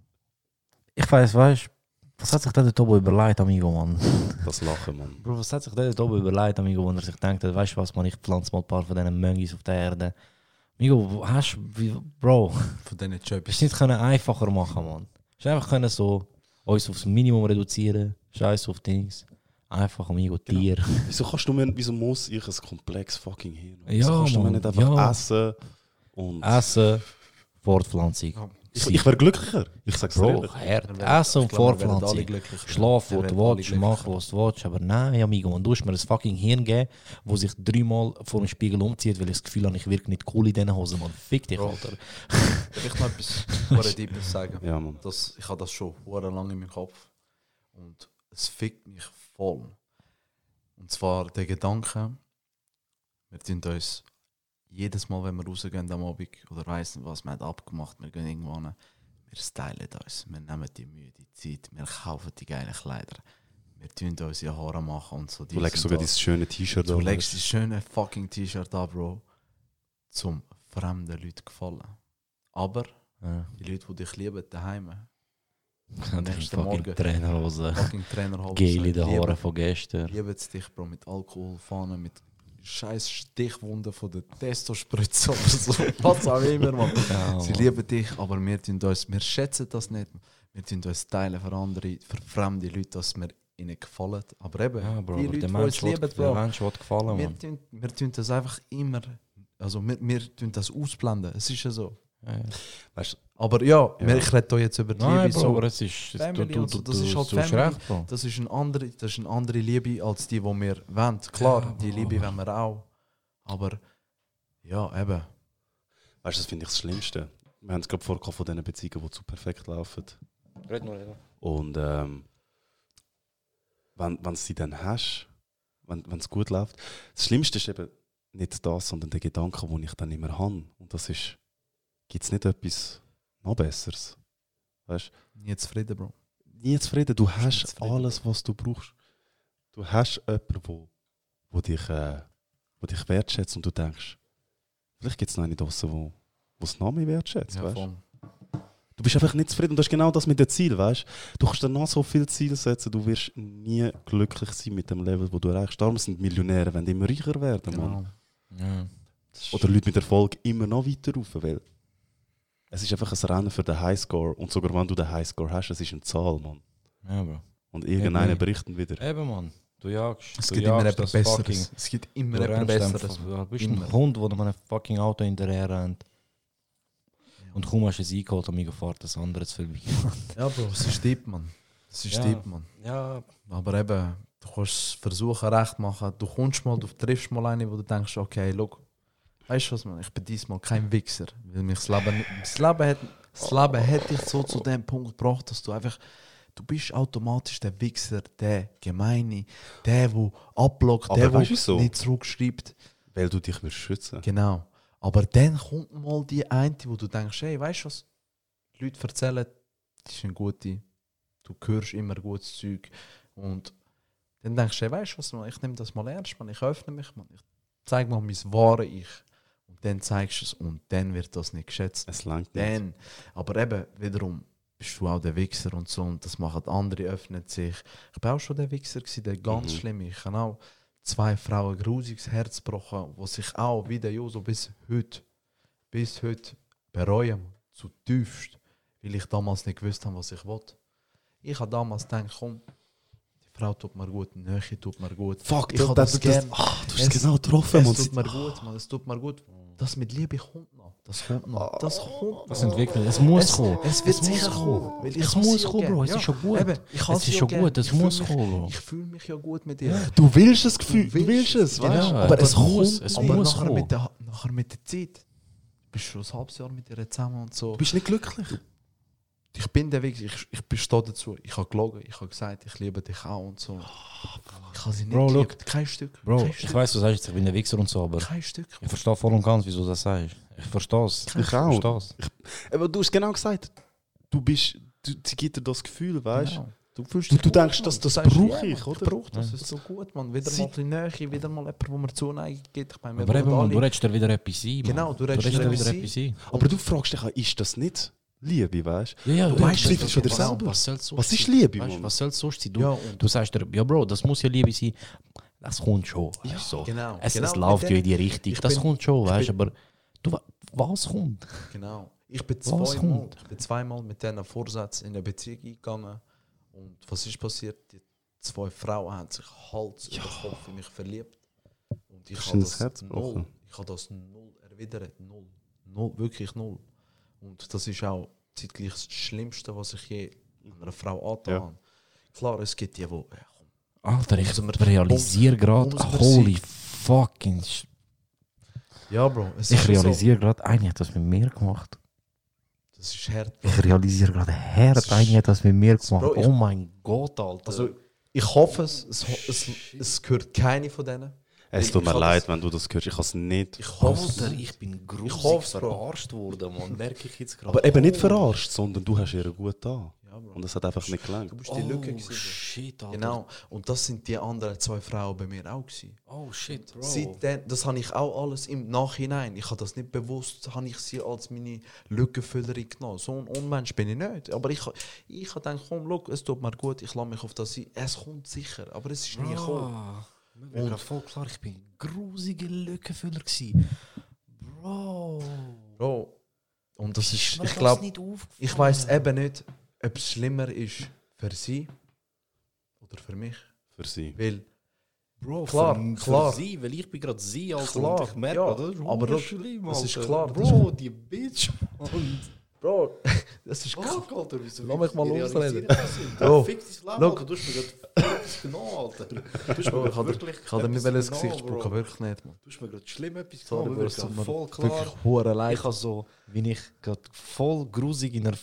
Speaker 3: ich weißt du, was hat sich der dort oben überlegt, Amigo, Mann?
Speaker 4: Das Lachen, Mann.
Speaker 3: Bro, was hat sich der dort oben überlegt, Amigo, wo er sich denkt, weißt du was, man, ich pflanze mal ein paar von diesen Möngis auf der Erde. Amigo, Bro,
Speaker 5: Von denen
Speaker 3: hast
Speaker 5: Jobs.
Speaker 3: du nicht einfacher machen, Mann. Du einfach können so uns aufs Minimum reduzieren, scheiß auf Dings. Einfach, Amigo, Tier.
Speaker 4: Wieso muss ich ein komplex fucking Hirn?
Speaker 3: Ja,
Speaker 4: Wieso kannst du mir
Speaker 3: Mann,
Speaker 4: nicht einfach
Speaker 3: ja.
Speaker 4: essen und...
Speaker 3: Essen, Fortpflanzung.
Speaker 4: Ich wäre glücklicher. Ich sag's dir
Speaker 3: Bro,
Speaker 4: ehrlich.
Speaker 3: hart. Essen und Fortpflanzung. Schlaf, wo
Speaker 5: Wir
Speaker 3: du
Speaker 5: werden alle
Speaker 3: willst,
Speaker 5: glücklich.
Speaker 3: mach, was du willst. Aber nein, Amigo, und du hast mir ein fucking Hirn geben, wo sich 3-mal vor dem Spiegel umzieht, weil ich das Gefühl habe, ich wirke nicht cool in diesen Hosen, Mann. Fick dich,
Speaker 5: Bro.
Speaker 3: Alter.
Speaker 5: Darf ich noch etwas hure Deepes sagen?
Speaker 4: Ja, Mann.
Speaker 5: Ich habe das schon hure lange in meinem Kopf. Und es fickt mich voll. Und zwar der Gedanke, wir tun uns jedes Mal, wenn wir rausgehen am Abend oder weiss nicht was, wir haben abgemacht, wir gehen irgendwo hin, wir stylen uns, wir nehmen die Mühe, die Zeit, wir kaufen die geilen Kleider, wir tun unsere Haare machen und so.
Speaker 4: Du legst sogar dieses schöne T-Shirt
Speaker 5: Du
Speaker 4: an.
Speaker 5: legst das schöne fucking T-Shirt an, Bro, zum fremden Leuten gefallen. Aber
Speaker 3: Ja.
Speaker 5: die Leute, die dich lieben, daheim,
Speaker 3: Am
Speaker 5: nächsten
Speaker 3: fucking
Speaker 5: Morgen.
Speaker 3: Trainerhose.
Speaker 5: fucking Trainer haben,
Speaker 3: Gel in den Haaren von gestern.
Speaker 5: lieben es dich, Bro, mit Alkohol, Fahnen, mit scheiß Stichwunde von der Testospritze oder so, was auch immer, man.
Speaker 3: Ja,
Speaker 5: Sie
Speaker 3: Mann.
Speaker 5: lieben dich, aber wir schätzen das nicht. Wir tun uns teilen für fremde Leute, dass wir ihnen gefallen. Aber eben,
Speaker 3: Ja, Bro,
Speaker 5: die
Speaker 3: aber
Speaker 5: Leute,
Speaker 3: der
Speaker 5: die
Speaker 3: Mensch
Speaker 5: uns lieben,
Speaker 3: will
Speaker 5: Bro,
Speaker 3: gefallen,
Speaker 5: wir
Speaker 3: Mann.
Speaker 5: tun das einfach immer, also wir tun das ausblenden. Es ist ja so.
Speaker 3: Ja, ja.
Speaker 4: Weißt,
Speaker 5: Aber ja,
Speaker 4: Ja.
Speaker 5: ich rede hier jetzt über die
Speaker 3: Nein,
Speaker 5: Liebe.
Speaker 3: Bro,
Speaker 5: So.
Speaker 3: aber es ist...
Speaker 5: Family und so, das ist halt
Speaker 3: du hast
Speaker 5: Family.
Speaker 3: recht, Bro.
Speaker 5: Das ist eine andere Liebe als die wir wollen. Klar,
Speaker 3: Ja,
Speaker 5: die
Speaker 3: aber-
Speaker 5: Liebe wollen wir auch. Aber ja, eben.
Speaker 4: weißt du, das finde ich das Schlimmste. Wir haben es gerade vorgehabt von diesen Beziehungen, die zu perfekt laufen.
Speaker 3: Red nur, red.
Speaker 4: Und wenn du sie dann hast, wenn es gut läuft, das Schlimmste ist eben nicht das, sondern der Gedanke, den ich dann immer habe. Und das ist, gibt es nicht etwas noch Besseres? Weißt
Speaker 5: Nie zufrieden, Bro.
Speaker 4: nie zufrieden. Du
Speaker 5: nie
Speaker 4: hast
Speaker 5: zufrieden.
Speaker 4: alles, was du brauchst. Du hast jemanden, wo dich wertschätzt und du denkst, vielleicht gibt es noch eine draussen, wo es noch mehr wertschätzt.
Speaker 5: Ja,
Speaker 4: weißt?
Speaker 5: voll.
Speaker 4: Du bist einfach nicht zufrieden und das ist genau das mit dem Ziel, weißt du? kannst dann noch so viele Ziele setzen, du wirst nie glücklich sein mit dem Level, wo du erreichst. Darum sind Millionäre, wenn die immer reicher werden, Mann.
Speaker 5: Genau.
Speaker 3: Ja.
Speaker 4: Oder Leute mit Erfolg immer noch weiter rauf, weil es ist einfach ein Rennen für den Highscore und sogar wenn du den Highscore hast, es ist eine Zahl, Mann.
Speaker 3: Ja, Bro.
Speaker 4: Und irgendeiner
Speaker 3: Eben.
Speaker 4: berichtet wieder.
Speaker 3: Eben, Mann. Du jagst.
Speaker 5: Es
Speaker 3: du
Speaker 5: gibt immer
Speaker 3: jagst
Speaker 5: etwas
Speaker 3: das
Speaker 5: Besseres. Es gibt immer
Speaker 3: Du
Speaker 5: etwas
Speaker 3: rennst
Speaker 5: Besseres.
Speaker 3: einfach. Du bist
Speaker 5: Immer.
Speaker 3: ein Hund, der mit einem fucking Auto hinterher rennt. Und kaum hast du es eingeholt, und mir fährt das andere zu vorbei.
Speaker 5: Ja, Bro, es ist deep, Mann. Es ist
Speaker 3: Ja.
Speaker 5: deep, Mann.
Speaker 3: Ja,
Speaker 5: Aber eben, du kannst es versuchen, recht machen. Du kommst mal, du triffst mal eine, wo du denkst, okay, look, weißt du was, man, ich bin diesmal kein Wichser. Weil mich das Leben hat dich so zu dem Punkt gebracht, dass du einfach, du bist automatisch der Wichser, der Gemeine, der abblockt,
Speaker 4: Aber
Speaker 5: der
Speaker 4: weißt du wieso?
Speaker 5: nicht zurückschreibt.
Speaker 4: Weil du dich willst schützen.
Speaker 5: Genau. Aber dann kommt mal die eine, wo du denkst, hey, weißt du was? Die Leute erzählen, die ist eine gute, du hörst immer gutes Zeug. Und dann denkst du, hey, weißt du was, man, ich nehme das mal ernst, man, ich öffne mich, man, ich zeige mal mein wahres Ich. Und dann zeigst du es und dann wird das nicht geschätzt.
Speaker 4: Es langt nicht.
Speaker 5: Dann. Aber eben, wiederum bist du auch der Wichser und so und das machen andere, öffnen sich. Ich war auch schon der Wichser, der ganz schlimm ist. Ich habe auch 2 Frauen grusiges Herz gebrochen, die sich auch wie der Joso bis heute bereuen, zutiefst, weil ich damals nicht gewusst habe, was ich wollte. Ich habe damals gedacht, komm, die Frau tut mir gut, die Nähe tut mir gut.
Speaker 4: Fuck,
Speaker 5: ich habe das gern.
Speaker 4: du hast es genau getroffen.
Speaker 5: Es tut mir gut, man, es tut mir gut. Das mit Liebe kommt noch. Das kommt noch. Das kommt noch.
Speaker 3: das entwickelt. Es muss kommen.
Speaker 5: Es wird
Speaker 3: Es muss
Speaker 5: sicher
Speaker 3: kommen.
Speaker 5: kommen. Weil ich
Speaker 3: Es
Speaker 5: habe
Speaker 3: muss
Speaker 5: sie ja
Speaker 3: kommen,
Speaker 5: gern.
Speaker 3: Bro. Es
Speaker 5: Ja,
Speaker 3: ist schon gut.
Speaker 5: eben, ich habe
Speaker 3: Es
Speaker 5: sie
Speaker 3: ist
Speaker 5: ja
Speaker 3: schon
Speaker 5: gern.
Speaker 3: gut. Es
Speaker 5: Ich fühl
Speaker 3: muss
Speaker 5: mich-
Speaker 3: kommen, Bro.
Speaker 5: Ich fühle mich ja gut mit ihr.
Speaker 4: Du willst das Gefühl,
Speaker 5: Du
Speaker 4: du willst es,
Speaker 5: Genau.
Speaker 4: weißt du?
Speaker 3: Ja,
Speaker 4: Aber es
Speaker 3: muss,
Speaker 4: kommt.
Speaker 3: es
Speaker 5: Aber
Speaker 3: muss
Speaker 5: nachher
Speaker 3: kommen.
Speaker 5: nachher mit der Zeit bist du schon ein halbes Jahr mit ihr zusammen und so.
Speaker 4: Du bist nicht glücklich.
Speaker 5: Ich bin der Weg, ich bestehe dazu. Ich habe gelogen, ich habe gesagt, ich liebe dich auch und so. Ich habe sie nicht
Speaker 3: Bro,
Speaker 5: geliebt.
Speaker 3: look.
Speaker 5: Kein Stück.
Speaker 3: Bro,
Speaker 5: kein
Speaker 3: ich
Speaker 5: Stück.
Speaker 3: weiß, du sagst jetzt, ich bin ein Wichser und so, aber
Speaker 5: Kein Stück.
Speaker 3: ich verstehe voll und ganz, wieso du das sagst. Ich verstehe es.
Speaker 4: Ich auch.
Speaker 3: versteh's.
Speaker 4: Aber du hast genau gesagt, sie gibt dir das Gefühl, weißt
Speaker 5: Genau. Du, fühlst
Speaker 4: Du
Speaker 5: dich gut,
Speaker 4: denkst,
Speaker 5: Mann.
Speaker 4: das
Speaker 5: Du sagst,
Speaker 4: brauche
Speaker 5: ja,
Speaker 4: ich,
Speaker 5: Mann,
Speaker 4: oder?
Speaker 5: Ich brauche das,
Speaker 3: Ja.
Speaker 5: ist so gut, man. Wieder
Speaker 4: Sie-
Speaker 5: mal ein bisschen Nähe, wieder mal jemand, wo mir Zuneigung gibt. Ich meine, wir
Speaker 3: Aber eben,
Speaker 5: wollen
Speaker 3: man, du
Speaker 5: alle-
Speaker 3: redest dir wieder etwas ein. Mann.
Speaker 5: Genau, du redest
Speaker 3: dir
Speaker 5: dir
Speaker 3: wieder
Speaker 5: etwas
Speaker 3: etwas ein.
Speaker 4: Aber du fragst dich, ist das nicht Liebe, weißt
Speaker 3: Ja, ja,
Speaker 5: Du
Speaker 3: du
Speaker 5: weißt
Speaker 3: weißt
Speaker 5: es
Speaker 4: schon
Speaker 3: was,
Speaker 4: selber.
Speaker 3: was soll's sonst
Speaker 4: Was ist
Speaker 3: sein?
Speaker 4: Liebe,
Speaker 3: Weißt,
Speaker 4: Mann?
Speaker 3: was soll es sonst sein? Du,
Speaker 5: Ja, und-
Speaker 3: du sagst dir, ja Bro, das muss ja Liebe sein. Das kommt schon, weißt du, so.
Speaker 5: genau.
Speaker 3: Es
Speaker 5: Genau,
Speaker 3: läuft
Speaker 5: mit
Speaker 3: ja in die
Speaker 5: dem-
Speaker 3: Richtung.
Speaker 5: ich
Speaker 3: Das
Speaker 5: bin-
Speaker 3: kommt schon,
Speaker 5: ich
Speaker 3: weißt du,
Speaker 5: bin-
Speaker 3: aber du, was kommt?
Speaker 5: Genau. Ich bin
Speaker 3: Was kommt?
Speaker 5: zweimal mit diesen Vorsätzen in eine Beziehung eingegangen. Und was ist passiert? Die 2 Frauen haben sich Hals über Kopf in mich verliebt. Und ich
Speaker 4: Hast
Speaker 5: habe
Speaker 4: du das
Speaker 5: das
Speaker 4: Herz gebrochen?
Speaker 5: null. Ich habe das null erwidert. Null. Wirklich null. Und das ist auch zeitgleich das Schlimmste, was ich je einer Frau angetan
Speaker 4: Ja.
Speaker 5: habe. Klar, es gibt die, die.
Speaker 3: Alter, ich
Speaker 5: Muss man-
Speaker 3: realisiere gerade,
Speaker 5: muss man
Speaker 3: holy fucking
Speaker 5: Ja, Bro. Es
Speaker 3: ich
Speaker 5: ist
Speaker 3: realisiere gerade, eine hat das mit mir gemacht.
Speaker 5: So. Das ist hart.
Speaker 3: Ich realisiere gerade, Herd, eine hat das mit mir gemacht.
Speaker 5: Bro, ich-
Speaker 3: Oh mein Gott, Alter.
Speaker 5: Also, ich hoffe es gehört keine von denen.
Speaker 4: Es tut
Speaker 5: Ich
Speaker 4: mir
Speaker 5: habe
Speaker 4: leid,
Speaker 5: das-
Speaker 4: wenn du das hörst. Ich kann es nicht.
Speaker 5: Ich hoffe
Speaker 3: Alter, ich bin gruselig
Speaker 5: hoff's, Bro.
Speaker 3: verarscht worden, man. Merke ich jetzt gerade.
Speaker 4: Aber eben nicht verarscht, sondern du hast ihr gut da.
Speaker 5: Ja, Bro.
Speaker 4: Und es hat einfach nicht gelangt.
Speaker 5: Du bist die Lücke
Speaker 3: Oh
Speaker 5: gewesen.
Speaker 3: shit, Alter.
Speaker 5: Genau. Und das sind die anderen 2 Frauen bei mir auch gewesen.
Speaker 3: Oh shit, Bro.
Speaker 5: Seitdem, das habe ich auch alles im Nachhinein. Ich habe das nicht bewusst, habe ich sie als meine Lückenfüllerin genommen. So ein Unmensch bin ich nicht. Aber ich habe gedacht, komm, look, es tut mir gut, ich lasse mich auf das ein. Es kommt sicher, aber es ist nie gekommen.
Speaker 3: Mir war voll klar, ich bin ein grusiger Lückenfüller gewesen. Bro.
Speaker 5: Bro. Und das ist,
Speaker 3: Mir
Speaker 5: ich
Speaker 3: das
Speaker 5: glaube,
Speaker 3: nicht aufgefallen.
Speaker 5: ich weiß eben nicht, ob es schlimmer ist für sie oder für mich.
Speaker 4: Für sie.
Speaker 5: Weil,
Speaker 3: Bro,
Speaker 5: klar, klar.
Speaker 3: Für sie, weil ich bin gerade sie, Alter.
Speaker 5: Klar,
Speaker 3: Und ich merke,
Speaker 5: ja,
Speaker 3: das ist
Speaker 5: aber das-
Speaker 3: schlimm,
Speaker 5: das ist
Speaker 3: Alter.
Speaker 5: klar, das
Speaker 3: Bro, die Bitch. Und
Speaker 5: Bro, das ist
Speaker 3: fuck, Alter, wieso
Speaker 5: Lass mich mal
Speaker 3: realisieren
Speaker 5: ausreden.
Speaker 3: das?
Speaker 5: Bro,
Speaker 3: Fix dein Leben,
Speaker 5: look.
Speaker 3: Alter. Du hast mir gerade etwas genommen, Alter. Du hast mir
Speaker 5: Bro, ich
Speaker 3: gerade wirklich
Speaker 5: kann dir nicht
Speaker 3: etwas
Speaker 5: ins Gesicht
Speaker 3: genommen,
Speaker 5: spucken,
Speaker 3: Bro.
Speaker 5: wirklich nicht, man.
Speaker 3: Du hast mir gerade schlimm etwas
Speaker 5: Sorry,
Speaker 3: genommen,
Speaker 5: Bro,
Speaker 3: wirklich
Speaker 5: es tut mir
Speaker 3: voll klar.
Speaker 5: wirklich hure leid.
Speaker 3: Ich habe so, wie ich gerade voll grusig in einer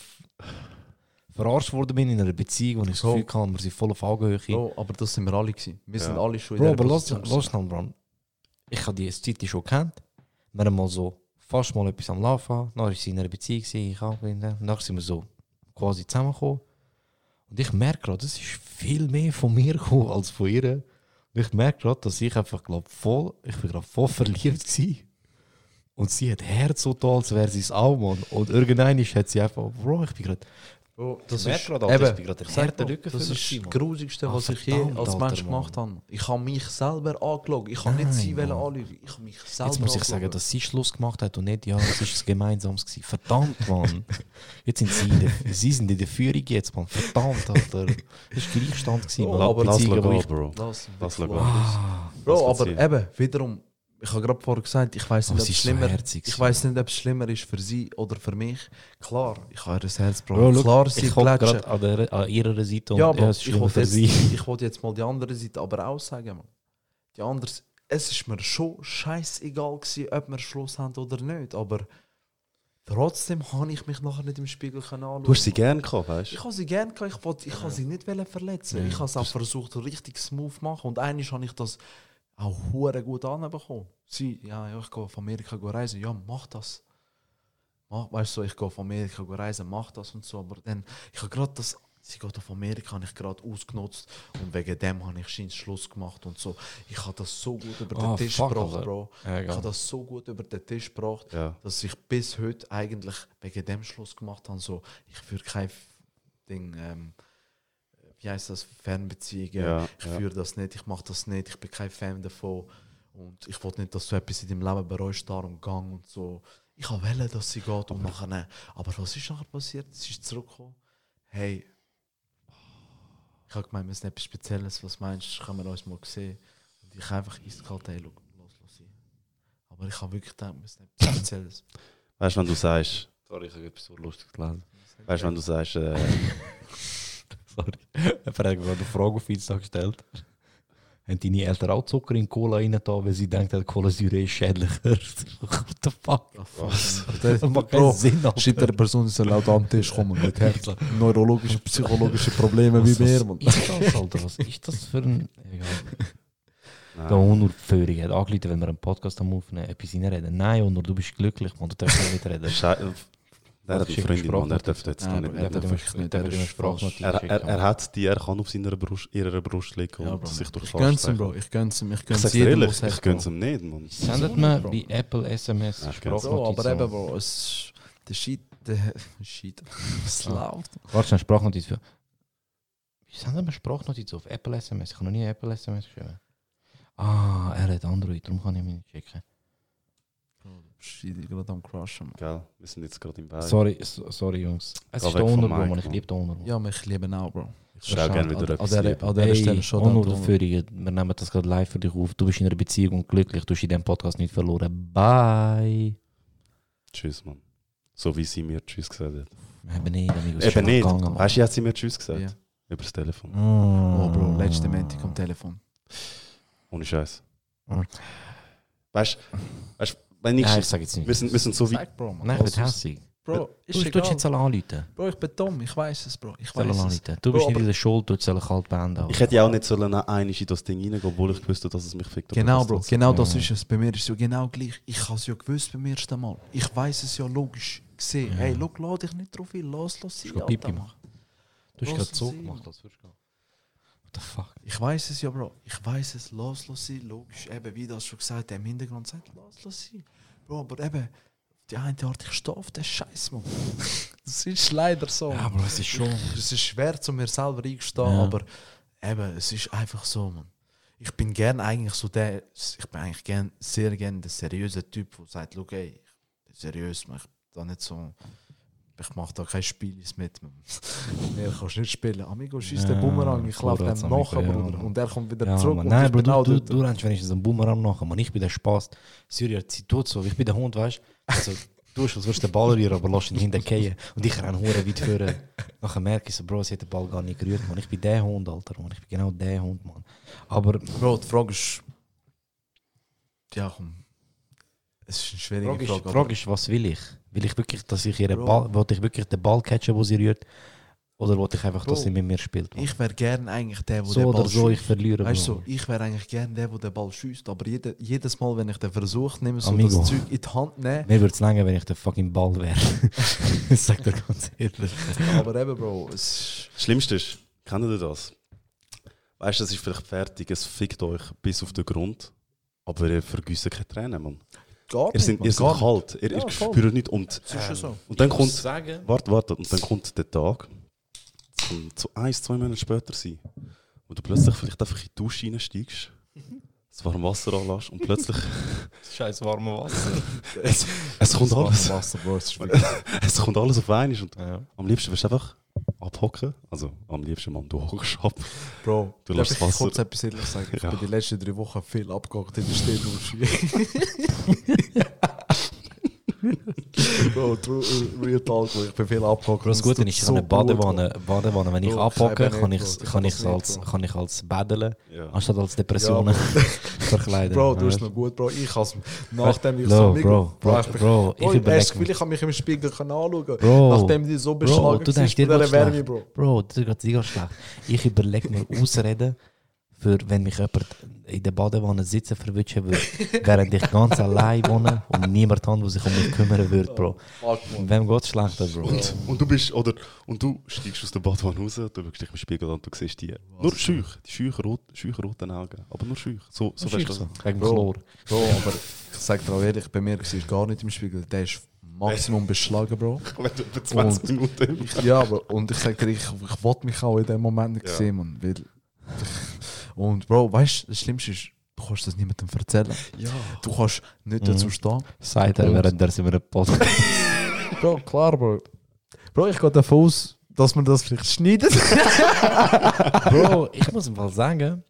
Speaker 3: verarscht worden bin in einer Beziehung, wo ich das
Speaker 5: Bro.
Speaker 3: Gefühl hatte, wir sind voll auf Augenhöhe.
Speaker 5: Bro, aber das sind wir alle gewesen. Wir sind
Speaker 4: Ja.
Speaker 5: alle schon in
Speaker 3: Bro,
Speaker 5: der
Speaker 3: aber lass
Speaker 5: Position
Speaker 3: schnell, Bro. Ich habe die Zeit schon gekannt. Wir haben mal so fast mal etwas am Laufen gehabt. Dann war sie in einer Beziehung, ich auch. Dann sind wir so quasi zusammengekommen. Und ich merke gerade, das ist viel mehr von mir gekommen als von ihr. Und ich merke gerade, dass ich einfach, ich bin gerade voll verliebt gewesen. Und sie hat Herz so toll, als wäre sie es auch, Mann. Und irgendwann hat sie einfach, Bro, ich bin gerade...
Speaker 5: Bro,
Speaker 3: Das
Speaker 5: das
Speaker 3: merk
Speaker 5: ist
Speaker 3: grad, Alter, ich bin
Speaker 5: eben,
Speaker 3: grad der
Speaker 5: sag
Speaker 3: härte
Speaker 5: mal,
Speaker 3: Lückenfüller
Speaker 5: das ist
Speaker 3: gewesen,
Speaker 5: das
Speaker 3: Mann.
Speaker 5: Grusigste,
Speaker 3: Ah,
Speaker 5: was ich je
Speaker 3: verdammt,
Speaker 5: als
Speaker 3: Alter,
Speaker 5: Mensch gemacht habe. Ich habe mich selber angeschaut. Ich habe nicht
Speaker 3: Nein,
Speaker 5: sie
Speaker 3: Mann.
Speaker 5: anlügen. Ich habe mich selber
Speaker 3: Jetzt muss ich sagen,
Speaker 5: angeschaut.
Speaker 3: dass sie Schluss gemacht hat und nicht, ja, es ist ein gemeinsames gewesen. Verdammt, Mann. Jetzt sind sie sind in der Führung jetzt, Mann. Verdammt, Alter. Das war Gleichstand gewesen,
Speaker 5: Oh,
Speaker 3: Mann.
Speaker 5: aber
Speaker 4: Lass
Speaker 3: Beziehungen, wo
Speaker 4: gehen,
Speaker 3: ich-
Speaker 4: Bro.
Speaker 5: Lass
Speaker 4: Lass
Speaker 5: mich
Speaker 4: gehen.
Speaker 3: Ah,
Speaker 5: Bro,
Speaker 4: Was
Speaker 5: aber
Speaker 4: passiert?
Speaker 5: eben, wiederum, ich habe gerade vorher gesagt, ich weiß
Speaker 3: aber
Speaker 5: nicht,
Speaker 3: es
Speaker 5: ob es
Speaker 3: ist so
Speaker 5: schlimmer
Speaker 3: herzig.
Speaker 5: ich weiß nicht, ob es schlimmer ist für sie oder für mich. Klar, ich habe ihr Herz, Bro.
Speaker 3: Bro, look,
Speaker 5: Klar, sie
Speaker 3: ich hocke
Speaker 5: plätschern.
Speaker 3: gerade an ihrer Seite und
Speaker 5: Ja, aber
Speaker 3: ja, es ist
Speaker 5: ich
Speaker 3: schlimmer für
Speaker 5: wollte
Speaker 3: sie.
Speaker 5: jetzt mal die andere Seite aber auch sagen, man. Die andere, es ist mir schon scheißegal gewesen, ob wir Schluss haben oder nicht, aber trotzdem habe ich mich nachher nicht im Spiegel anschauen.
Speaker 4: Du hast sie gerne gehabt, weißt
Speaker 5: Ich habe sie gerne gehabt, ich habe sie nicht verletzen.
Speaker 3: Ja.
Speaker 5: Ich habe es auch versucht, richtig smooth zu machen. Und eigentlich habe ich das auch hure gut anbekommen. Sie, ja, ich gehe auf Amerika reisen. Ja, mach das. Weißt du, ich gehe auf Amerika reisen, mach das und so. Aber dann, ich habe gerade das, sie geht auf Amerika, habe ich gerade ausgenutzt. Und wegen dem habe ich scheins Schluss gemacht und so. Ich habe das so gut über den Tisch
Speaker 3: fuck,
Speaker 5: gebracht,
Speaker 3: Alter.
Speaker 5: Bro.
Speaker 3: Ja,
Speaker 5: Ich
Speaker 3: egal.
Speaker 5: habe das so gut über den Tisch gebracht,
Speaker 4: Ja.
Speaker 5: dass ich bis heute eigentlich wegen dem Schluss gemacht habe. So, ich führe kein Ding, wie heißt das, Fernbeziehungen.
Speaker 4: Ja,
Speaker 5: Ich
Speaker 4: ja.
Speaker 5: führe das nicht, ich mache das nicht, ich bin kein Fan davon. Und ich wollte nicht, dass du etwas in deinem Leben bereust, darum gang und so. Ich wollte, dass sie geht und nachher. Aber was ist nachher passiert? Sie ist zurückgekommen. Hey, ich habe gemeint, wir sind etwas Spezielles. Was meinst du, können wir uns mal sehen? Und ich einfach eiskalt, hey, lass sie. Aber ich habe wirklich gedacht, wir sind etwas Spezielles.
Speaker 4: Weißt du, wenn du sagst,
Speaker 3: Sorry, ich habe etwas so lustig gelesen.
Speaker 4: weißt du, wenn du sagst,
Speaker 3: Sorry. Jemand hat gerade eine Frage auf Insta gestellt. Haben deine Eltern auch Zucker in Cola rein da, weil sie denken, Kohlensäure ist schädlicher? What the fuck?
Speaker 5: Das
Speaker 3: macht keinen Sinn, Alter.
Speaker 5: Schreibt der Person, die soll auch am Tisch kommen mit Herz. Neurologische, psychologische Probleme wie wir. Man.
Speaker 3: Was ist das, Alter? Was ist das für ein... Egal. Der
Speaker 4: nein,
Speaker 3: Onur Föhring hat angerufen, wenn wir einen Podcast am Aufnehmen, etwas reinreden. Nein, Onur, du bist glücklich, man, du darfst nicht reden.
Speaker 4: der hat eine Freundin, Mann, er dürfte jetzt gar
Speaker 5: Nein,
Speaker 4: nicht
Speaker 5: er
Speaker 4: reden.
Speaker 5: darf wirklich nicht,
Speaker 3: Er
Speaker 5: er
Speaker 3: hat
Speaker 5: ist
Speaker 3: eine Sprachnotiz
Speaker 4: Er
Speaker 3: geschickt.
Speaker 4: hat die, er kann auf seiner ihrer Brust liegen
Speaker 5: Ja,
Speaker 4: und
Speaker 5: Bro,
Speaker 4: sich durch
Speaker 5: ich gönn's ihm, Bro. Ich gönn's ihm. Ich
Speaker 4: Ich
Speaker 5: gönn's
Speaker 4: sag's dir
Speaker 5: jedem,
Speaker 4: ehrlich,
Speaker 5: was
Speaker 4: ich gönn's ihm nicht, Mann.
Speaker 3: Sendet mir bei Apple SMS
Speaker 4: Ja, ich gönn's.
Speaker 5: Bro,
Speaker 3: Sprachnotiz.
Speaker 5: aber eben, Bro, es der Shit, es läuft.
Speaker 3: Warte, schnell, Sprachnotiz für... Wie sendet man Sprachnotiz auf Apple SMS? Ich habe noch nie Apple SMS geschrieben. Ah, er hat Android, darum kann ich mich nicht checken.
Speaker 5: Shit, ich gerade am Crushen, man.
Speaker 4: Gell, wir sind jetzt gerade im Weg.
Speaker 3: Sorry, Jungs. Es
Speaker 4: Geh
Speaker 3: ist
Speaker 4: weg
Speaker 3: der
Speaker 4: vom
Speaker 3: Onur,
Speaker 4: Mic,
Speaker 3: Mann. Ich
Speaker 4: Mann.
Speaker 3: liebe den Onur.
Speaker 5: Ja, mich lieben auch, Bro.
Speaker 4: Ich schau gerne wieder etwas lieben.
Speaker 5: An dieser Stelle schon
Speaker 3: Onur, der Föhring, wir nehmen das gerade live für dich auf. Du bist in einer Beziehung und glücklich, du hast in diesem Podcast nicht verloren. Bye.
Speaker 4: Tschüss, Mann. So wie sie mir Tschüss gesagt hat.
Speaker 3: Eben nicht, Amigos.
Speaker 4: Eben nicht.
Speaker 3: Gegangen,
Speaker 4: Weißt du, hat sie mir Tschüss gesagt?
Speaker 5: Ja.
Speaker 4: Über das Telefon.
Speaker 5: Oh, Bro, letzte Montag am Telefon.
Speaker 4: Ohne Scheiß.
Speaker 3: Mhm.
Speaker 4: Weißt du, wenn ich.
Speaker 3: Nein, ich sage jetzt nicht.
Speaker 4: wir sind so wie.
Speaker 5: Sag, Bro, man.
Speaker 3: Nein, ich bin hässig.
Speaker 5: Bro,
Speaker 3: Du sollst jetzt alle anrufen.
Speaker 5: Bro, ich bin dumm, ich weiß es, Bro. Ich
Speaker 3: Soll
Speaker 5: weiß es.
Speaker 3: anrufen. Du bist
Speaker 5: Bro,
Speaker 3: nicht
Speaker 5: aber-
Speaker 3: in der Schuld, du sollst kalt beenden.
Speaker 4: Ich hätte ja auch nicht sollen einig in das Ding reingehen, obwohl ich wusste, dass es mich fickt. aber
Speaker 5: Genau,
Speaker 4: das
Speaker 5: Bro,
Speaker 4: trotzdem.
Speaker 5: genau das ist es. Bei mir ist es ja genau gleich. Ich habe es ja gewusst beim ersten Mal. Ich weiß es ja logisch gesehen. Hey, look, lade dich nicht drauf ein. Lass sie,
Speaker 3: Geh Pipi machen. Du hast
Speaker 5: Lass
Speaker 3: gerade so
Speaker 5: sie.
Speaker 3: gemacht, als würdest du gehen. What the fuck?
Speaker 5: Ich weiß es ja, Bro. Ich weiß es. Lass sie. Logisch. Eben, wie das schon gesagt, der im Hintergrund sagt, lass sie. Bro, aber eben, die eine Art, ich stehe auf den Scheiß, Mann. Das ist leider so.
Speaker 3: Ja, aber es ist schon...
Speaker 5: Es ist schwer, zu mir selber eingestehen,
Speaker 3: Ja.
Speaker 5: aber eben, es ist einfach so, Mann. ich bin gern eigentlich so sehr gern der seriöse Typ, der sagt, schau, ey, ich bin seriös, man, ich da nicht so, ich mache da kein Spiels mit. Mehr kannst du nicht spielen. Amigo, schießt den Boomerang, ich laufe dem nachher, Bruder. Und er kommt wieder zurück.
Speaker 3: Man.
Speaker 5: Und
Speaker 3: Nein,
Speaker 5: ich bin
Speaker 3: Bro,
Speaker 5: auch
Speaker 3: du
Speaker 5: dort.
Speaker 3: rennst wenigstens einen Boomerang nachher, man. Ich bin der Spaß. Syria zieht tot so, ich bin der Hund, weißt du? Also, du hast, als würdest du den Ball rühren, aber lass ihn hintergehen. Und ich renne hure weit führen. Nachher merke ich so, Bro, sie hat den Ball gar nicht gerührt, man. Ich bin der Hund, Alter, man. Ich bin genau der Hund, man. Aber,
Speaker 5: Bro, die Frage ist... Ja, komm. Es ist eine schwierige Frage.
Speaker 3: die Frage ist, was will ich? Will ich wirklich, dass ich ihren
Speaker 5: Bro.
Speaker 3: Ball, will ich wirklich den Ball catchen, wo sie rührt? Oder will ich einfach, dass
Speaker 5: Bro,
Speaker 3: sie mit mir spielt? Man?
Speaker 5: Ich wäre gern eigentlich der, der
Speaker 3: So
Speaker 5: den Ball
Speaker 3: oder so, ich
Speaker 5: schießt.
Speaker 3: verliere.
Speaker 5: Weißt du,
Speaker 3: Bro.
Speaker 5: so, ich wäre eigentlich gern der den Ball schießt, aber jedes Mal, wenn ich den versuche, nehme so
Speaker 3: Amigo.
Speaker 5: das Zeug in die Hand nehmen.
Speaker 3: Mir würde es länger, wenn ich der fucking Ball wäre. Ich sag dir ganz ehrlich.
Speaker 5: Aber eben, Bro, es
Speaker 4: Das Schlimmste ist, kennt ihr das? Weißt du, es ist vielleicht fertig, es fickt euch bis auf den Grund, aber ihr vergüsst keine Tränen, Mann.
Speaker 5: gar
Speaker 4: Ihr seid kalt, ihr
Speaker 5: Ja, voll.
Speaker 4: spürt nicht. Und,
Speaker 5: ist ja so.
Speaker 4: und dann
Speaker 3: Ich muss
Speaker 4: kommt,
Speaker 3: sagen,
Speaker 4: warte, und dann kommt der Tag, so 1-2 Monate später sein, wo du plötzlich vielleicht einfach in die Dusche reinsteigst, das warme Wasser anlässt und plötzlich
Speaker 3: scheiß warme Wasser.
Speaker 4: es kommt alles,
Speaker 5: Wasser, Bro, es ist wirklich...
Speaker 4: es kommt alles auf einmal und
Speaker 3: Ja.
Speaker 4: am liebsten wirst du einfach abhocken, also am liebsten, Mann, du hockst ab.
Speaker 5: Bro,
Speaker 4: Du
Speaker 5: darf
Speaker 4: lässt
Speaker 5: ich
Speaker 4: Wasser-
Speaker 5: kurz etwas ehrlich sagen? Ich
Speaker 4: Ja.
Speaker 5: bin die letzten 3 Wochen viel abgehockt in der Stehdusche. Bro, real talk, Bro, ich bin viel abgehockt.
Speaker 3: Das Gute ist, ich habe eine Badewanne. Wenn ich
Speaker 5: Bro,
Speaker 3: abhocke,
Speaker 5: kein
Speaker 3: kann
Speaker 5: Benehmen,
Speaker 3: ich
Speaker 5: Bro.
Speaker 3: kann
Speaker 5: Ich
Speaker 3: ich
Speaker 5: kann
Speaker 3: als
Speaker 5: das nicht,
Speaker 3: kann ich als Badeln
Speaker 4: Ja.
Speaker 3: anstatt als Depressionen verkleiden.
Speaker 5: Bro, du bist
Speaker 3: Ja.
Speaker 5: noch gut, Bro. Ich has nachdem ich
Speaker 3: Bro,
Speaker 5: so... Bro,
Speaker 3: Bro,
Speaker 5: ich
Speaker 3: Bro,
Speaker 5: bin-
Speaker 3: Bro, ich
Speaker 5: Bro, ich habe das
Speaker 3: überleg
Speaker 5: Gefühl, ich kann mich im Spiegel anschauen.
Speaker 3: Bro,
Speaker 5: Nachdem die so
Speaker 3: Bro,
Speaker 5: beschlagen
Speaker 3: du denkst
Speaker 5: sind
Speaker 3: dir
Speaker 5: von
Speaker 3: was
Speaker 5: dieser Wärme,
Speaker 3: schlecht.
Speaker 5: Bro.
Speaker 3: Bro, dir geht es schlecht. Ich überlege mir Ausreden, für wenn mich jemand in der Badewanne sitzen verwischen würde, während ich ganz allein wohne und niemand hat, der sich um mich kümmern würde, Bro.
Speaker 5: Fuck, man.
Speaker 3: Wem geht es schlechter, Bro?
Speaker 4: Und du steigst aus der Badwanne raus, du schaust dich im Spiegel an und du siehst die nur schüch roten Augen, aber nur schüch. So
Speaker 3: So
Speaker 4: weißt du das.
Speaker 3: Wegen dem
Speaker 5: Bro.
Speaker 3: Chlor.
Speaker 5: Bro, aber ich sag dir auch ehrlich, bei mir war es gar nicht im Spiegel. Der ist Maximum beschlagen, Bro.
Speaker 4: Wenn du über 20 Minuten
Speaker 5: Ja, aber und ich sag dir, ich wollte mich auch in dem Moment nicht
Speaker 4: Ja.
Speaker 5: sehen, man. Weil und Bro, weißt du, das Schlimmste ist, du kannst das niemandem erzählen.
Speaker 4: Ja.
Speaker 5: Du kannst nicht dazu stehen.
Speaker 3: Sagt er, während er sich über einen Podcast.
Speaker 5: Bro, klar, Bro. Bro, ich gehe davon aus, dass man das vielleicht schneidet.
Speaker 3: Bro, ich muss im Fall sagen,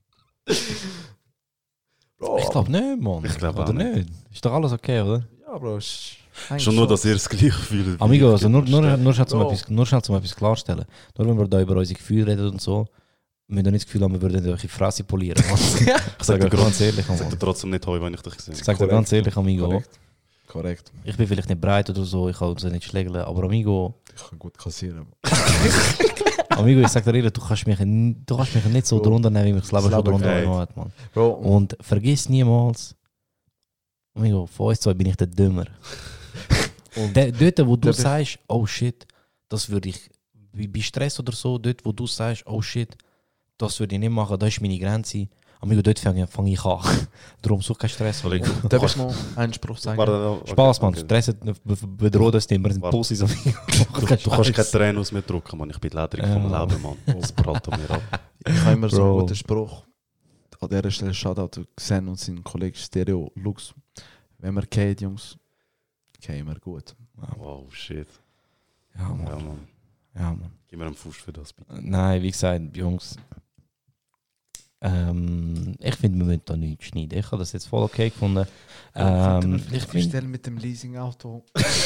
Speaker 5: Bro,
Speaker 3: ich glaube nicht, Mann.
Speaker 4: Ich glaub
Speaker 3: Oder
Speaker 4: auch nicht.
Speaker 3: nicht? Ist doch alles okay, oder?
Speaker 5: ja, Bro, ist eigentlich
Speaker 4: Schon nur, dass ihr das gleiche fühlt.
Speaker 3: Amigo, also nur schnell
Speaker 5: Bro.
Speaker 3: nur schnell zum etwas klarstellen. Nur wenn wir da über unsere Gefühle reden und so, wir haben nicht das Gefühl, haben, wir würden euch in die Fresse polieren. Mann. Ich sage dir ganz ehrlich,
Speaker 4: Ich sag dir
Speaker 3: Mann.
Speaker 4: trotzdem nicht heu, wenn ich dich sehe.
Speaker 3: Ich sage dir ganz ehrlich, Amigo.
Speaker 5: Korrekt. Korrekt.
Speaker 3: Ich bin vielleicht nicht breit oder so, ich kann uns nicht schlägeln, aber Amigo,
Speaker 5: Ich kann gut kassieren.
Speaker 3: Amigo, ich sag dir ehrlich, du kannst mich nicht so
Speaker 5: Bro.
Speaker 3: drunter nehmen, wie mich das Leben schon drunter
Speaker 4: Ey.
Speaker 3: genommen hat, Mann.
Speaker 5: Bro,
Speaker 3: Und vergiss niemals, Amigo, von uns zwei bin ich der Dümmer. Und dort, wo du
Speaker 5: Darf ich-
Speaker 3: sagst, oh shit, das würde ich, wie bei Stress oder so, dort, wo du sagst, oh shit, das würde ich nicht machen, das ist meine Grenze. Amigo, dort fange ich an. Darum such keinen Stress.
Speaker 4: Kollege.
Speaker 5: darf ich noch einen Spruch sagen?
Speaker 3: Spaß, Mann.
Speaker 4: Okay.
Speaker 3: Stress bedroht uns nicht, wir sind
Speaker 4: Warte.
Speaker 3: Pussys.
Speaker 4: Du kannst keine Tränen aus mir drucken, Mann. Ich bin ledrig vom Leben, Mann. Das prallt an mir ab.
Speaker 5: Ich habe immer so einen
Speaker 3: Bro.
Speaker 5: guten Spruch. An dieser Stelle Shoutout zu Xen und seinen Kollegen Stereo Lux. Wenn wir gehen, Jungs, gehen wir gut.
Speaker 4: Wow, shit.
Speaker 3: Ja,
Speaker 4: Ja,
Speaker 3: Mann.
Speaker 4: Mann.
Speaker 3: Ja, Mann.
Speaker 4: Gib mir einen Fuß für das, bitte.
Speaker 3: Nein, wie gesagt, Jungs. Ich finde, wir müssen da nichts schneiden. Ich habe das jetzt voll okay gefunden. Ich finde,
Speaker 5: stelle mit dem Leasing-Auto.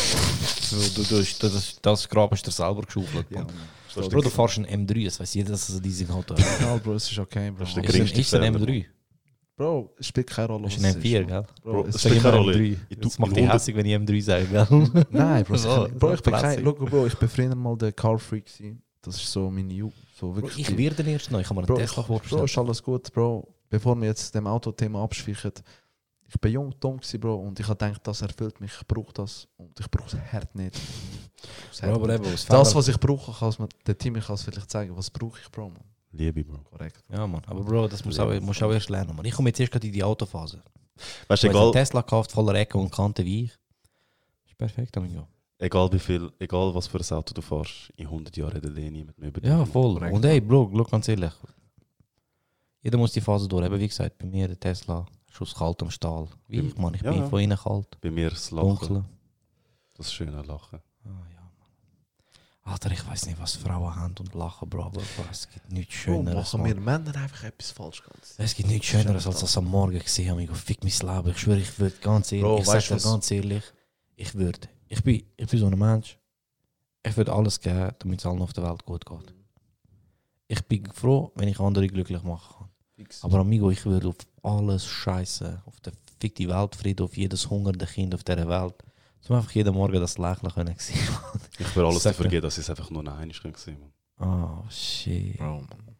Speaker 3: das Grab hast du dir selber geschaufelt.
Speaker 5: Ja,
Speaker 3: Mann.
Speaker 5: Mann.
Speaker 3: Bro, du fährst ein M3, das weiß jeder, dass es ein Leasing-Auto ist.
Speaker 5: Ja, Bro, es ist okay, Bro.
Speaker 4: Das ist der
Speaker 3: Ist
Speaker 4: geringste
Speaker 3: ein
Speaker 4: Fehler,
Speaker 3: M3?
Speaker 5: Bro, es spielt keine Rolle,
Speaker 3: Das ist
Speaker 5: was
Speaker 3: ein
Speaker 5: es
Speaker 3: M4,
Speaker 5: ist,
Speaker 3: gell?
Speaker 5: Bro,
Speaker 4: das
Speaker 5: es
Speaker 4: spielt
Speaker 3: Sag
Speaker 4: keine
Speaker 3: immer
Speaker 4: Rolle.
Speaker 3: M3.
Speaker 4: Ich
Speaker 3: Das
Speaker 4: tu-
Speaker 3: macht
Speaker 4: in
Speaker 3: dich
Speaker 4: 100
Speaker 3: hässlich, wenn ich M3 sage, gell?
Speaker 5: Nein, Bro,
Speaker 3: So,
Speaker 5: Bro, ich bin kein...
Speaker 3: Classic.
Speaker 5: Schau, Bro, ich bin früher mal der Car-Freak gewesen. Das ist so meine Jugend. So
Speaker 3: Bro,
Speaker 5: wirklich
Speaker 3: ich
Speaker 5: die-
Speaker 3: werde den erst noch, ich kann mir einen
Speaker 5: Bro,
Speaker 3: Tesla
Speaker 5: Bro,
Speaker 3: vorstellen.
Speaker 5: ist alles gut, Bro. Bevor wir jetzt dem Autothema abschweichen, ich bin jung, dumm gewesen, Bro, und ich habe gedacht, das erfüllt mich, ich brauche das und ich brauche es hart nicht.
Speaker 3: Bro, aber eben,
Speaker 5: Das, was ich brauche, kann mir der Team kann es vielleicht sagen, was brauche ich, Bro, man.
Speaker 4: Liebe, Bro.
Speaker 5: Korrekt.
Speaker 3: Ja, Mann. Aber Bro, das musst du auch erst lernen, Mann. Ich komme jetzt erst gerade in die Autophase.
Speaker 4: Weißt
Speaker 3: Du
Speaker 4: du,
Speaker 3: hast einen
Speaker 4: egal,
Speaker 3: Tesla gekauft, voller Ecken und Kanten wie ich. Ist perfekt, Amigo.
Speaker 4: egal wie viel, egal was für ein Auto du fährst, in 100 Jahren redet niemand mehr über dich.
Speaker 3: Ja, voll.
Speaker 5: Korrekt.
Speaker 3: Und ey, Bro, schau ganz ehrlich. Jeder muss die Phase durch. Eben wie gesagt, bei mir der Tesla ist aus kaltem Stahl. Wie ich, Mann, ich bin von innen kalt,
Speaker 4: Bei mir das Lachen.
Speaker 3: dunkel.
Speaker 4: Das schöne Lachen.
Speaker 3: Ah, ja, Mann. Alter, ich weiß nicht, was Frauen haben und lachen, Bro, aber es gibt nichts
Speaker 5: Bro,
Speaker 3: Schöneres.
Speaker 5: machen wir
Speaker 3: Mann.
Speaker 5: Männer einfach etwas falsch.
Speaker 3: Es gibt nichts Schöneres, als das am Morgen gesehen habe. Ich fick mein Leben. Ich schwöre, ich würde ganz ehrlich,
Speaker 5: Bro,
Speaker 3: ich sag
Speaker 5: weißt du
Speaker 3: dir
Speaker 5: was?
Speaker 3: ganz ehrlich, ich bin so ein Mensch, ich würde alles geben, damit es allen auf der Welt gut geht. Ich bin froh, wenn ich andere glücklich machen kann. Aber amigo, ich würde auf alles scheißen, auf den fickten Weltfrieden, auf jedes hungernde Kind auf dieser Welt. Um einfach jeden Morgen das Lächeln können sehen.
Speaker 4: Ich würde alles
Speaker 3: Sag
Speaker 4: dafür geben, dass ich es einfach nur noch einmal gesehen habe.
Speaker 3: Oh, shit.
Speaker 5: Bro, man.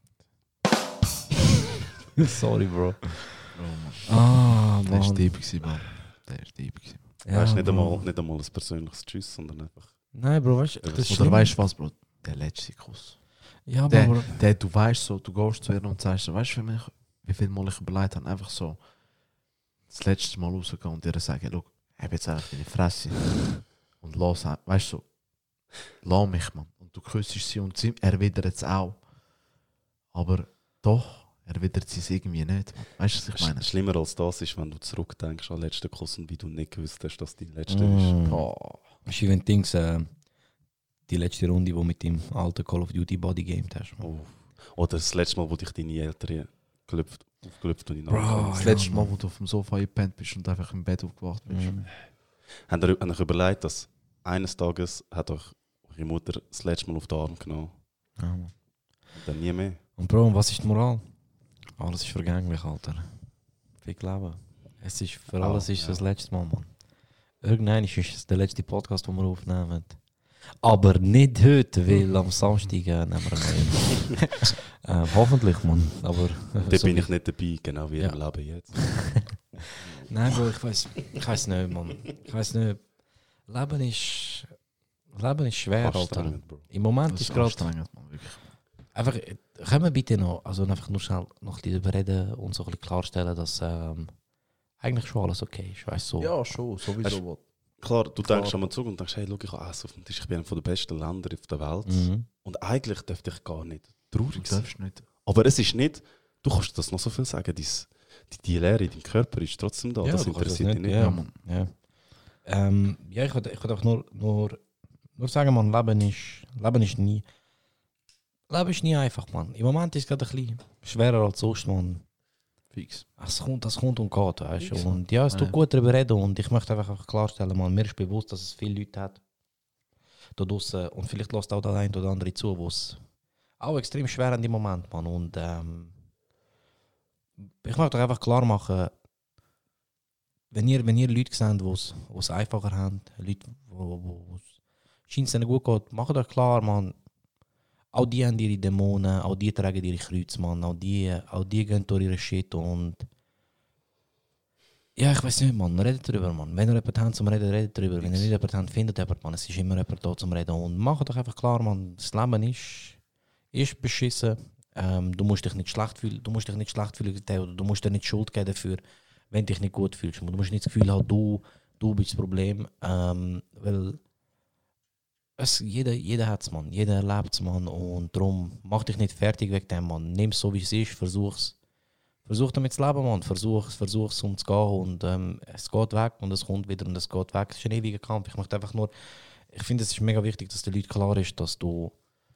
Speaker 3: Sorry, Bro.
Speaker 5: Bro, man.
Speaker 3: Ah,
Speaker 5: Der ist
Speaker 3: Mann.
Speaker 5: deep gewesen, man. Der ist deep gewesen.
Speaker 3: Ja,
Speaker 4: Weißt du,
Speaker 3: Bro.
Speaker 4: nicht einmal ein persönliches Tschüss, sondern einfach.
Speaker 3: Nein, Bro, weißt du, das ist
Speaker 5: Oder
Speaker 3: schlimm.
Speaker 5: weißt du was, Bro? Der letzte Kuss.
Speaker 3: Ja, aber Bro.
Speaker 5: Du weißt so, du gehst zu ihr und sagst, weißt du, wie viel Mal ich überlegt habe, einfach so das letzte Mal rausgehen und ihr sagen, schau, ich habe jetzt eigentlich deine Fresse. Und lass, weißt du, so, lass mich, Mann. Und du küsst sie und sie erwidert es auch. Aber doch, erwidert sie es irgendwie nicht. Man. Weißt du, was ich meine?
Speaker 4: Schlimmer als das ist, wenn du zurückdenkst an den letzten Kuss und wie du nicht gewusst hast, dass dein letzter ist.
Speaker 3: Mm.
Speaker 5: Oh,
Speaker 3: Weißt du, wenn du denkst, die letzte Runde, die du mit dem alten Call of Duty Body gamed hast.
Speaker 4: Oh. Oder das letzte Mal, wo dich deine Eltern aufgelöpft und in den
Speaker 3: Bro.
Speaker 4: Arm
Speaker 5: das
Speaker 3: ja,
Speaker 5: letzte Mal,
Speaker 3: Mann.
Speaker 5: wo du auf dem Sofa eingepennt bist und einfach im Bett aufgewacht bist.
Speaker 3: Mhm.
Speaker 4: Habt ihr euch überlegt, dass eines Tages hat euch eure Mutter das letzte Mal auf den Arm genommen
Speaker 3: Ja, Mann.
Speaker 4: und dann nie mehr?
Speaker 3: Und Bro, was ist die Moral? Alles ist vergänglich, Alter. Fick Leben. Es ist, für alles ist
Speaker 4: ja.
Speaker 3: das letzte Mal, Mann. Irgendwann ist es der letzte Podcast, den wir aufnehmen. Aber nicht heute, weil am Samstag nehmen wir einen. Hoffentlich, Mann. Aber
Speaker 4: Da bin ich nicht dabei, genau wie
Speaker 3: Ja.
Speaker 4: im Leben jetzt.
Speaker 3: Nein, Bro, ich weiß nicht, Mann. Ich weiß nicht. Leben ist schwer, Alter.
Speaker 4: Anstrengend, Bro.
Speaker 3: Im Moment
Speaker 5: Das
Speaker 3: ist
Speaker 5: ist
Speaker 3: gerade
Speaker 5: anstrengend, Mann, wirklich.
Speaker 3: einfach. Können wir bitte noch, also einfach nur schnell noch ein bisschen darüber reden und so ein bisschen klarstellen, dass eigentlich schon alles okay ist, weißt du? So.
Speaker 5: Ja, schon, sowieso.
Speaker 4: Klar, du denkst an den Zug und denkst, hey, schau, ich habe Essen auf dem Tisch, ich bin einer der besten Länder auf der Welt.
Speaker 3: Mhm.
Speaker 4: Und eigentlich dürfte ich gar nicht
Speaker 5: Du
Speaker 4: traurig sein.
Speaker 5: darfst nicht.
Speaker 4: Aber es ist nicht, du kannst das noch so viel sagen, die Leere in deinem Körper ist trotzdem da, das
Speaker 3: du kannst
Speaker 4: interessiert dich nicht.
Speaker 3: Ja,
Speaker 5: Ja,
Speaker 3: Mann. Ja, ich würde auch nur sagen, man, Leben ist nie einfach, man. Im Moment ist es gerade ein bisschen schwerer als sonst, man.
Speaker 5: Fix.
Speaker 3: Das kommt und geht, weißt
Speaker 5: Fix,
Speaker 3: du.
Speaker 5: man.
Speaker 3: Und ja, es tut
Speaker 5: Ja.
Speaker 3: gut darüber reden und ich möchte einfach klarstellen, man, mir ist bewusst, dass es viele Leute hat da draussen und vielleicht lässt auch der eine oder andere zu, wo es auch extrem schwer in dem Moment, man. Und ich möchte euch einfach klar machen, wenn ihr Leute seht, die es einfacher haben, Leute, wo es scheint es ihnen gut geht, macht euch klar, man, auch die haben ihre Dämonen, auch die tragen ihre Kreuze, man, auch die gehen durch ihre Shit und ja, ich weiß nicht, man, redet drüber, man. Wenn ihr jemanden habt zum Reden, redet drüber. Wenn ihr nicht jemanden habt, findet jemanden, man. Es ist immer jemand da zum Reden und macht euch einfach klar, man, das Leben ist beschissen. Du musst dich nicht schlecht fühlen, oder du musst dir nicht Schuld geben dafür, wenn du dich nicht gut fühlst. Du musst nicht das Gefühl haben, du bist das Problem, weil jeder hat es, man. Jeder erlebt es, man. Und darum mach dich nicht fertig wegen dem, man. Nimm es so, wie es ist, versuch damit zu leben, man. Versuch's umzugehen und es geht weg und es kommt wieder und es geht weg. Es ist ein ewiger Kampf. Ich finde, es ist mega wichtig, dass den Leuten klar ist, dass du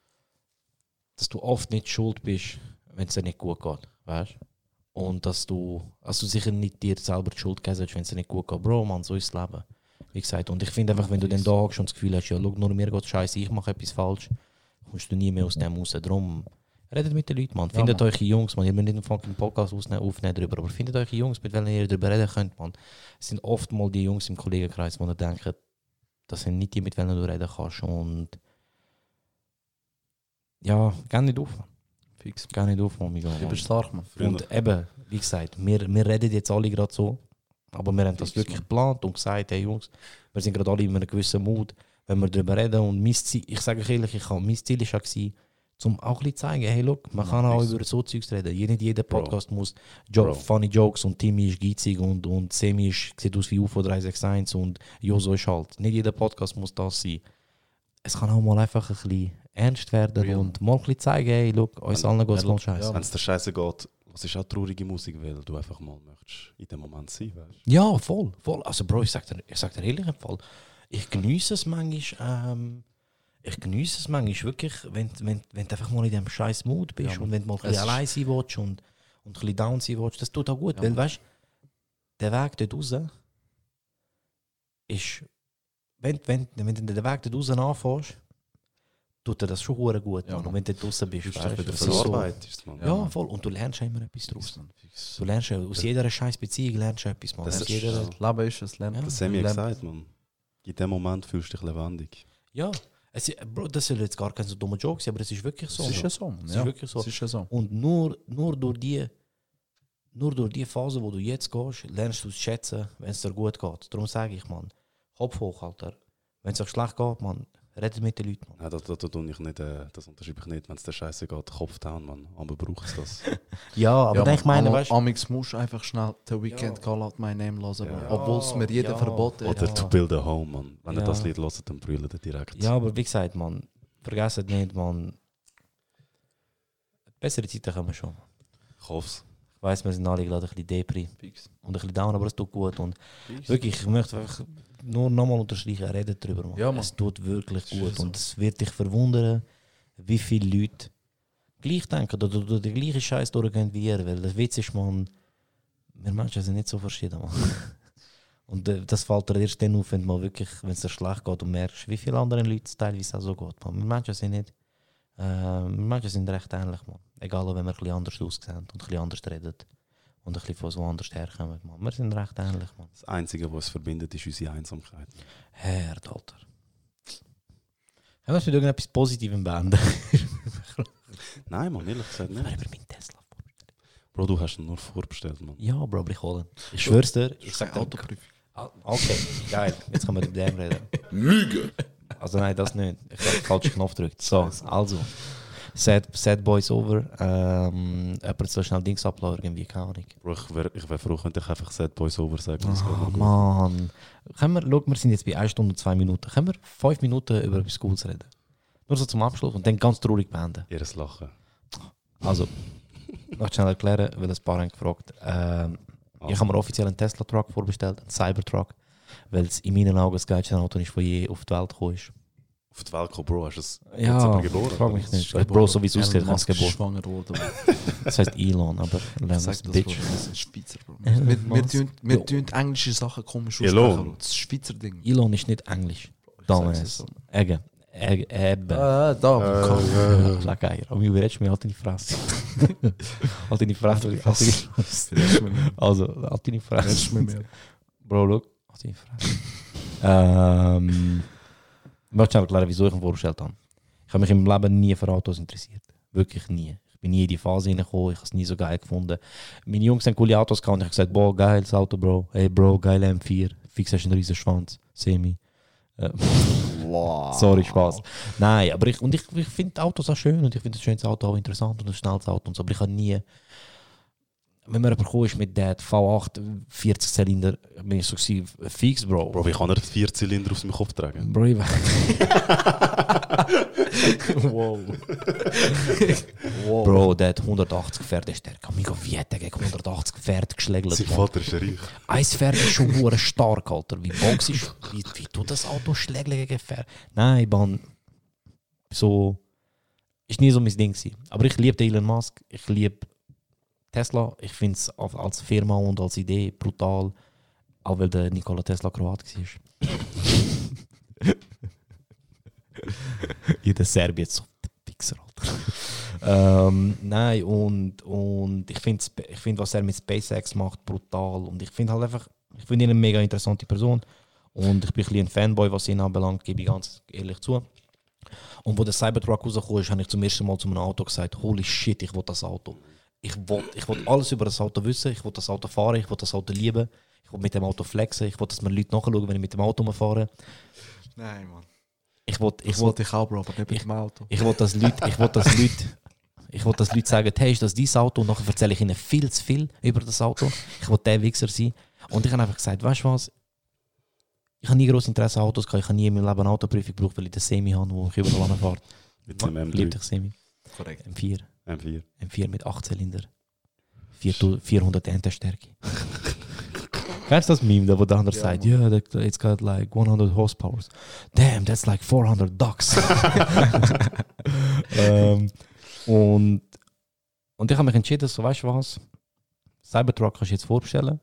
Speaker 3: oft nicht schuld bist, wenn es dir nicht gut geht, weißt? Und dass du sicher nicht dir selber die Schuld geben sollst, wenn es dir nicht gut geht. Bro, man, so ist das Leben. Wie gesagt, und ich finde einfach, wenn du dann da hockst und das Gefühl hast, ja, schau, nur mir geht scheiße, ich mache etwas falsch, kommst du nie mehr aus dem raus. Darum, redet mit den Leuten, man. Findet
Speaker 5: Mann.
Speaker 3: euch Jungs, man. Ihr müsst nicht einen fucking Podcast aufnehmen darüber, aber findet euch Jungs, mit denen ihr darüber reden könnt, man. Es sind oft mal die Jungs im Kollegenkreis, die denken, das sind nicht die, mit denen du reden kannst. Und ja, geh nicht auf, man.
Speaker 5: Fix.
Speaker 3: Geh nicht auf, Mami.
Speaker 5: Du bist stark, man.
Speaker 3: Und eben, wie gesagt, wir reden jetzt alle gerade so, aber wir haben das wirklich geplant und gesagt, hey Jungs, wir sind gerade alle in einem gewissen Mut, wenn wir darüber reden. Und mein Ziel, ich sage euch ehrlich, mein Ziel war, um auch ein bisschen zu zeigen, hey look, man kann auch über so Zeugs reden. Nicht jeder Podcast muss funny Jokes und Timmy ist geizig und Semi sieht aus wie UFO 361 und Joso ist halt. Nicht jeder Podcast muss das sein. Es kann auch mal einfach ein bisschen ernst werden
Speaker 5: Real.
Speaker 3: und mal ein bisschen zeigen, hey look, uns allen geht es mal scheiße.
Speaker 4: Wenn es dir scheiße geht, Was ist auch traurige Musik, weil du einfach mal möchtest in dem Moment sein, weißt du?
Speaker 3: Ja, voll. Also Bro, ich sag dir ehrlich im Fall, ich genieße es manchmal, wirklich, wenn du einfach mal in diesem scheiß Mut bist und wenn du mal ein bisschen allein sein willst und ein bisschen down sein willst, das tut auch gut, weil weißt du, der Weg dort raus ist, wenn du den Weg dort raus anfängst, tut dir das schon verdammt gut,
Speaker 5: Ja,
Speaker 3: Mann.
Speaker 5: Mann.
Speaker 3: Und wenn du draußen bist,
Speaker 4: Du
Speaker 3: weißt du,
Speaker 4: wieder
Speaker 3: das ist so,
Speaker 4: verarbeitest, Mann.
Speaker 3: ja, voll. Und du lernst immer etwas draus. Du lernst aus jeder scheiß Beziehung lernst du etwas, Mann.
Speaker 4: Das
Speaker 3: Aus
Speaker 4: ist-
Speaker 3: jeder,
Speaker 5: Leben ist es, lernt.
Speaker 3: Ja.
Speaker 4: Das haben wir
Speaker 5: Lernt.
Speaker 4: gesagt, man. In dem Moment fühlst du dich lebendig.
Speaker 3: ja, Bro, das soll jetzt gar kein so dummer Joke sein, aber es ist wirklich so.
Speaker 5: Es ist
Speaker 3: Mann.
Speaker 5: ja so. Mann.
Speaker 3: Es ist
Speaker 5: Ja.
Speaker 3: wirklich so.
Speaker 5: Es ist ja so.
Speaker 3: Und nur durch die Phase, wo du jetzt gehst, lernst du es schätzen, wenn es dir gut geht. Darum sage ich, Mann, Kopf hoch, Alter. Wenn es dir schlecht geht, Mann, redet mit den Leuten, Mann.
Speaker 4: Nein, das tue ich nicht, das unterschreibe ich nicht. Wenn es der Scheiße geht, Kopf down, man. Aber braucht es das?
Speaker 3: Ja, aber
Speaker 5: Ja,
Speaker 3: ich meine,
Speaker 5: Mann,
Speaker 3: weißt du,
Speaker 5: Amix musst du einfach schnell The Weeknd Call Out My Name hören,
Speaker 4: Ja.
Speaker 5: obwohl es mir jeder
Speaker 3: Ja.
Speaker 5: verboten hat.
Speaker 4: Oder To Build a Home, man. Wenn ihr
Speaker 3: Ja.
Speaker 4: das Lied hört, dann brüllt ihr direkt.
Speaker 3: ja, aber wie gesagt, Mann, vergesst nicht, Mann, bessere Zeiten kommen schon.
Speaker 4: Ich hoffe es.
Speaker 3: Ich weiss, wir sind alle gerade ein bisschen Depri
Speaker 5: Fix.
Speaker 3: und ein bisschen down, aber es tut gut. Und wirklich, ich möchte einfach nur nochmal unterstreichen, redet darüber, Mann.
Speaker 5: Ja, Mann.
Speaker 3: Es tut wirklich
Speaker 5: ist
Speaker 3: gut
Speaker 5: so.
Speaker 3: und es wird dich verwundern, wie viele Leute gleich denken oder den gleichen Scheiß durchgehen wie ihr, weil der Witz ist, man, wir Menschen sind nicht so verschieden, Mann. Und das fällt dir erst dann auf, wenn es dir schlecht geht und merkst, wie viele andere Leute es teilweise auch so geht. Man. Wir Menschen sind nicht, wir Menschen sind recht ähnlich, man. Egal, ob wir ein bisschen anders aussehen und ein bisschen anders reden und ein bisschen von so anders herkommen, man. Wir sind recht ähnlich, man.
Speaker 4: Das Einzige, was uns verbindet, ist unsere Einsamkeit.
Speaker 3: Herd, Alter. Haben wir es mit irgendetwas Positivem beenden?
Speaker 4: Nein, man, ehrlich gesagt
Speaker 3: Aber
Speaker 4: nicht.
Speaker 3: über meinen Tesla.
Speaker 4: Bro, du hast ihn nur vorbestellt, man.
Speaker 3: Ja, Bro, aber ich hole ihn. Ich schwör's dir. Ich sag dir,
Speaker 5: Autoprüfung.
Speaker 3: okay, geil. Jetzt können wir über den reden. Lüge! Also nein, das nicht. Ich habe den falschen Knopf gedrückt. So, also. Sad Boys over. Jemand so schnell Dings uploaden, irgendwie, keine Ahnung.
Speaker 4: Bro, ich wär froh, könnte ich einfach Sad Boys over sagen. Das geht
Speaker 3: Oh,
Speaker 4: mir gut.
Speaker 3: Mann. Schau, wir sind jetzt bei 1 Stunde und 2 Minuten. Können wir 5 Minuten über etwas Cooles reden? Nur so zum Abschluss und dann ganz traurig beenden.
Speaker 4: Ihres Lachen.
Speaker 3: Also, ich möchte schnell erklären, weil ein paar haben gefragt. Ich habe mir offiziell einen Tesla-Truck vorbestellt, einen Cybertruck, weil es in meinen Augen das geilste Auto ist, das je auf die Welt gekommen ist.
Speaker 4: Auf die Welt gekommen, Bro, hast du es
Speaker 3: Ja,
Speaker 4: jetzt aber geboren?
Speaker 3: frag mich
Speaker 4: oder?
Speaker 3: nicht.
Speaker 5: Geboren.
Speaker 3: Bro, so wie es
Speaker 5: Elon
Speaker 3: aussieht,
Speaker 5: Musk
Speaker 3: kannst du
Speaker 5: ist
Speaker 3: geboren.
Speaker 5: schwanger worden.
Speaker 3: Das heisst Elon, aber
Speaker 5: Sag das, Bro.
Speaker 3: Bitch.
Speaker 5: Das ist Schweizer, Bro.
Speaker 3: Elon
Speaker 5: Wir
Speaker 3: Musk.
Speaker 5: tun englische Sachen komisch
Speaker 4: Elon.
Speaker 5: aussprechen, Bro. Das ist Schweizer Ding.
Speaker 3: Elon ist nicht Englisch. Damals.
Speaker 5: so.
Speaker 3: Eben.
Speaker 5: Da,
Speaker 3: Leck Eier. Aber wie redest du mir? Halt deine Fresse. Halt deine Fresse. Halt deine Fresse. Also, halt deine Fresse. Bro, look. Halt deine Fresse. Ich möchte einfach erklären, wieso ich ihn vorgestellt habe. Ich habe mich im Leben nie für Autos interessiert. Wirklich nie. Ich bin nie in die Phase hineingekommen, ich habe es nie so geil gefunden. Meine Jungs haben coole Autos gehabt und ich habe gesagt, boah, geiles Auto, Bro. Hey, Bro, geile M4. Fix hast du einen riesen Schwanz. Semi.
Speaker 5: Wow.
Speaker 3: Sorry, Spaß. Nein, aber ich finde Autos auch schön und ich finde ein schönes Auto auch interessant und ein schnelles Auto und so. Aber ich habe nie, wenn man gekommen ist mit der V8 40 Zylinder, bin ich so gewesen, fix, Bro.
Speaker 4: Bro, wie kann er 4 Zylinder auf seinem Kopf tragen?
Speaker 3: Bro, ich
Speaker 5: Wow. wow.
Speaker 3: Bro, der hat 180 Pferde stark. Amigo, wie hat der gegen 180 Pferde geschlägelt?
Speaker 4: Sein
Speaker 3: Mann?
Speaker 4: Vater ist reich.
Speaker 3: Ein Pferd ist schon hure stark, Alter. Wie Box ist, wie tut das Auto schlägeln gegen Pferd? Nein, Mann. So, ist nie so mein Ding gewesen. Aber ich liebe Elon Musk, ich liebe Tesla. Ich finde es als Firma und als Idee brutal. Auch weil der Nikola Tesla Kroat war. Jeder Serb jetzt so Fixer, Alter. Nein, und ich finde, was er mit SpaceX macht, brutal. Und ich finde halt einfach, ich finde ihn eine mega interessante Person. Und ich bin ein bisschen ein Fanboy, was ihn anbelangt, gebe ich ganz ehrlich zu. Und wo der Cybertruck rausgekommen ist, habe ich zum ersten Mal zu einem Auto gesagt, holy shit, ich will das Auto. Ich will alles über das Auto wissen, ich will das Auto fahren, ich will das Auto lieben, ich will mit dem Auto flexen, ich will, dass mir Leute nachschauen, wenn ich mit dem Auto fahre.
Speaker 5: Nein, Mann.
Speaker 3: Ich will,
Speaker 5: Das wollte ich auch, Bro, aber nicht mit dem Auto.
Speaker 3: ich will, dass Leute sagen, hey, ist das dein Auto? Und nachher erzähle ich ihnen viel zu viel über das Auto. Ich will der Wichser sein. Und ich habe einfach gesagt, weißt du was? Ich habe nie großes Interesse an Autos gehabt. Ich habe nie in meinem Leben eine Autoprüfung gebraucht, weil ich den Semi habe, wo ich überall anfahre.
Speaker 4: Mit dem
Speaker 3: Liebe
Speaker 4: M3.
Speaker 3: dich Semi.
Speaker 5: Korrekt.
Speaker 3: M4.
Speaker 4: M4.
Speaker 3: M4 mit 8 Zylinder. 400 Entenstärke. Kennst du das Meme, da wo der andere sagt, yeah, it's got like 100 horsepower. Damn, that's like 400 ducks. Und ich habe mich entschieden, so weißt du was, Cybertruck kannst du jetzt vorbestellen.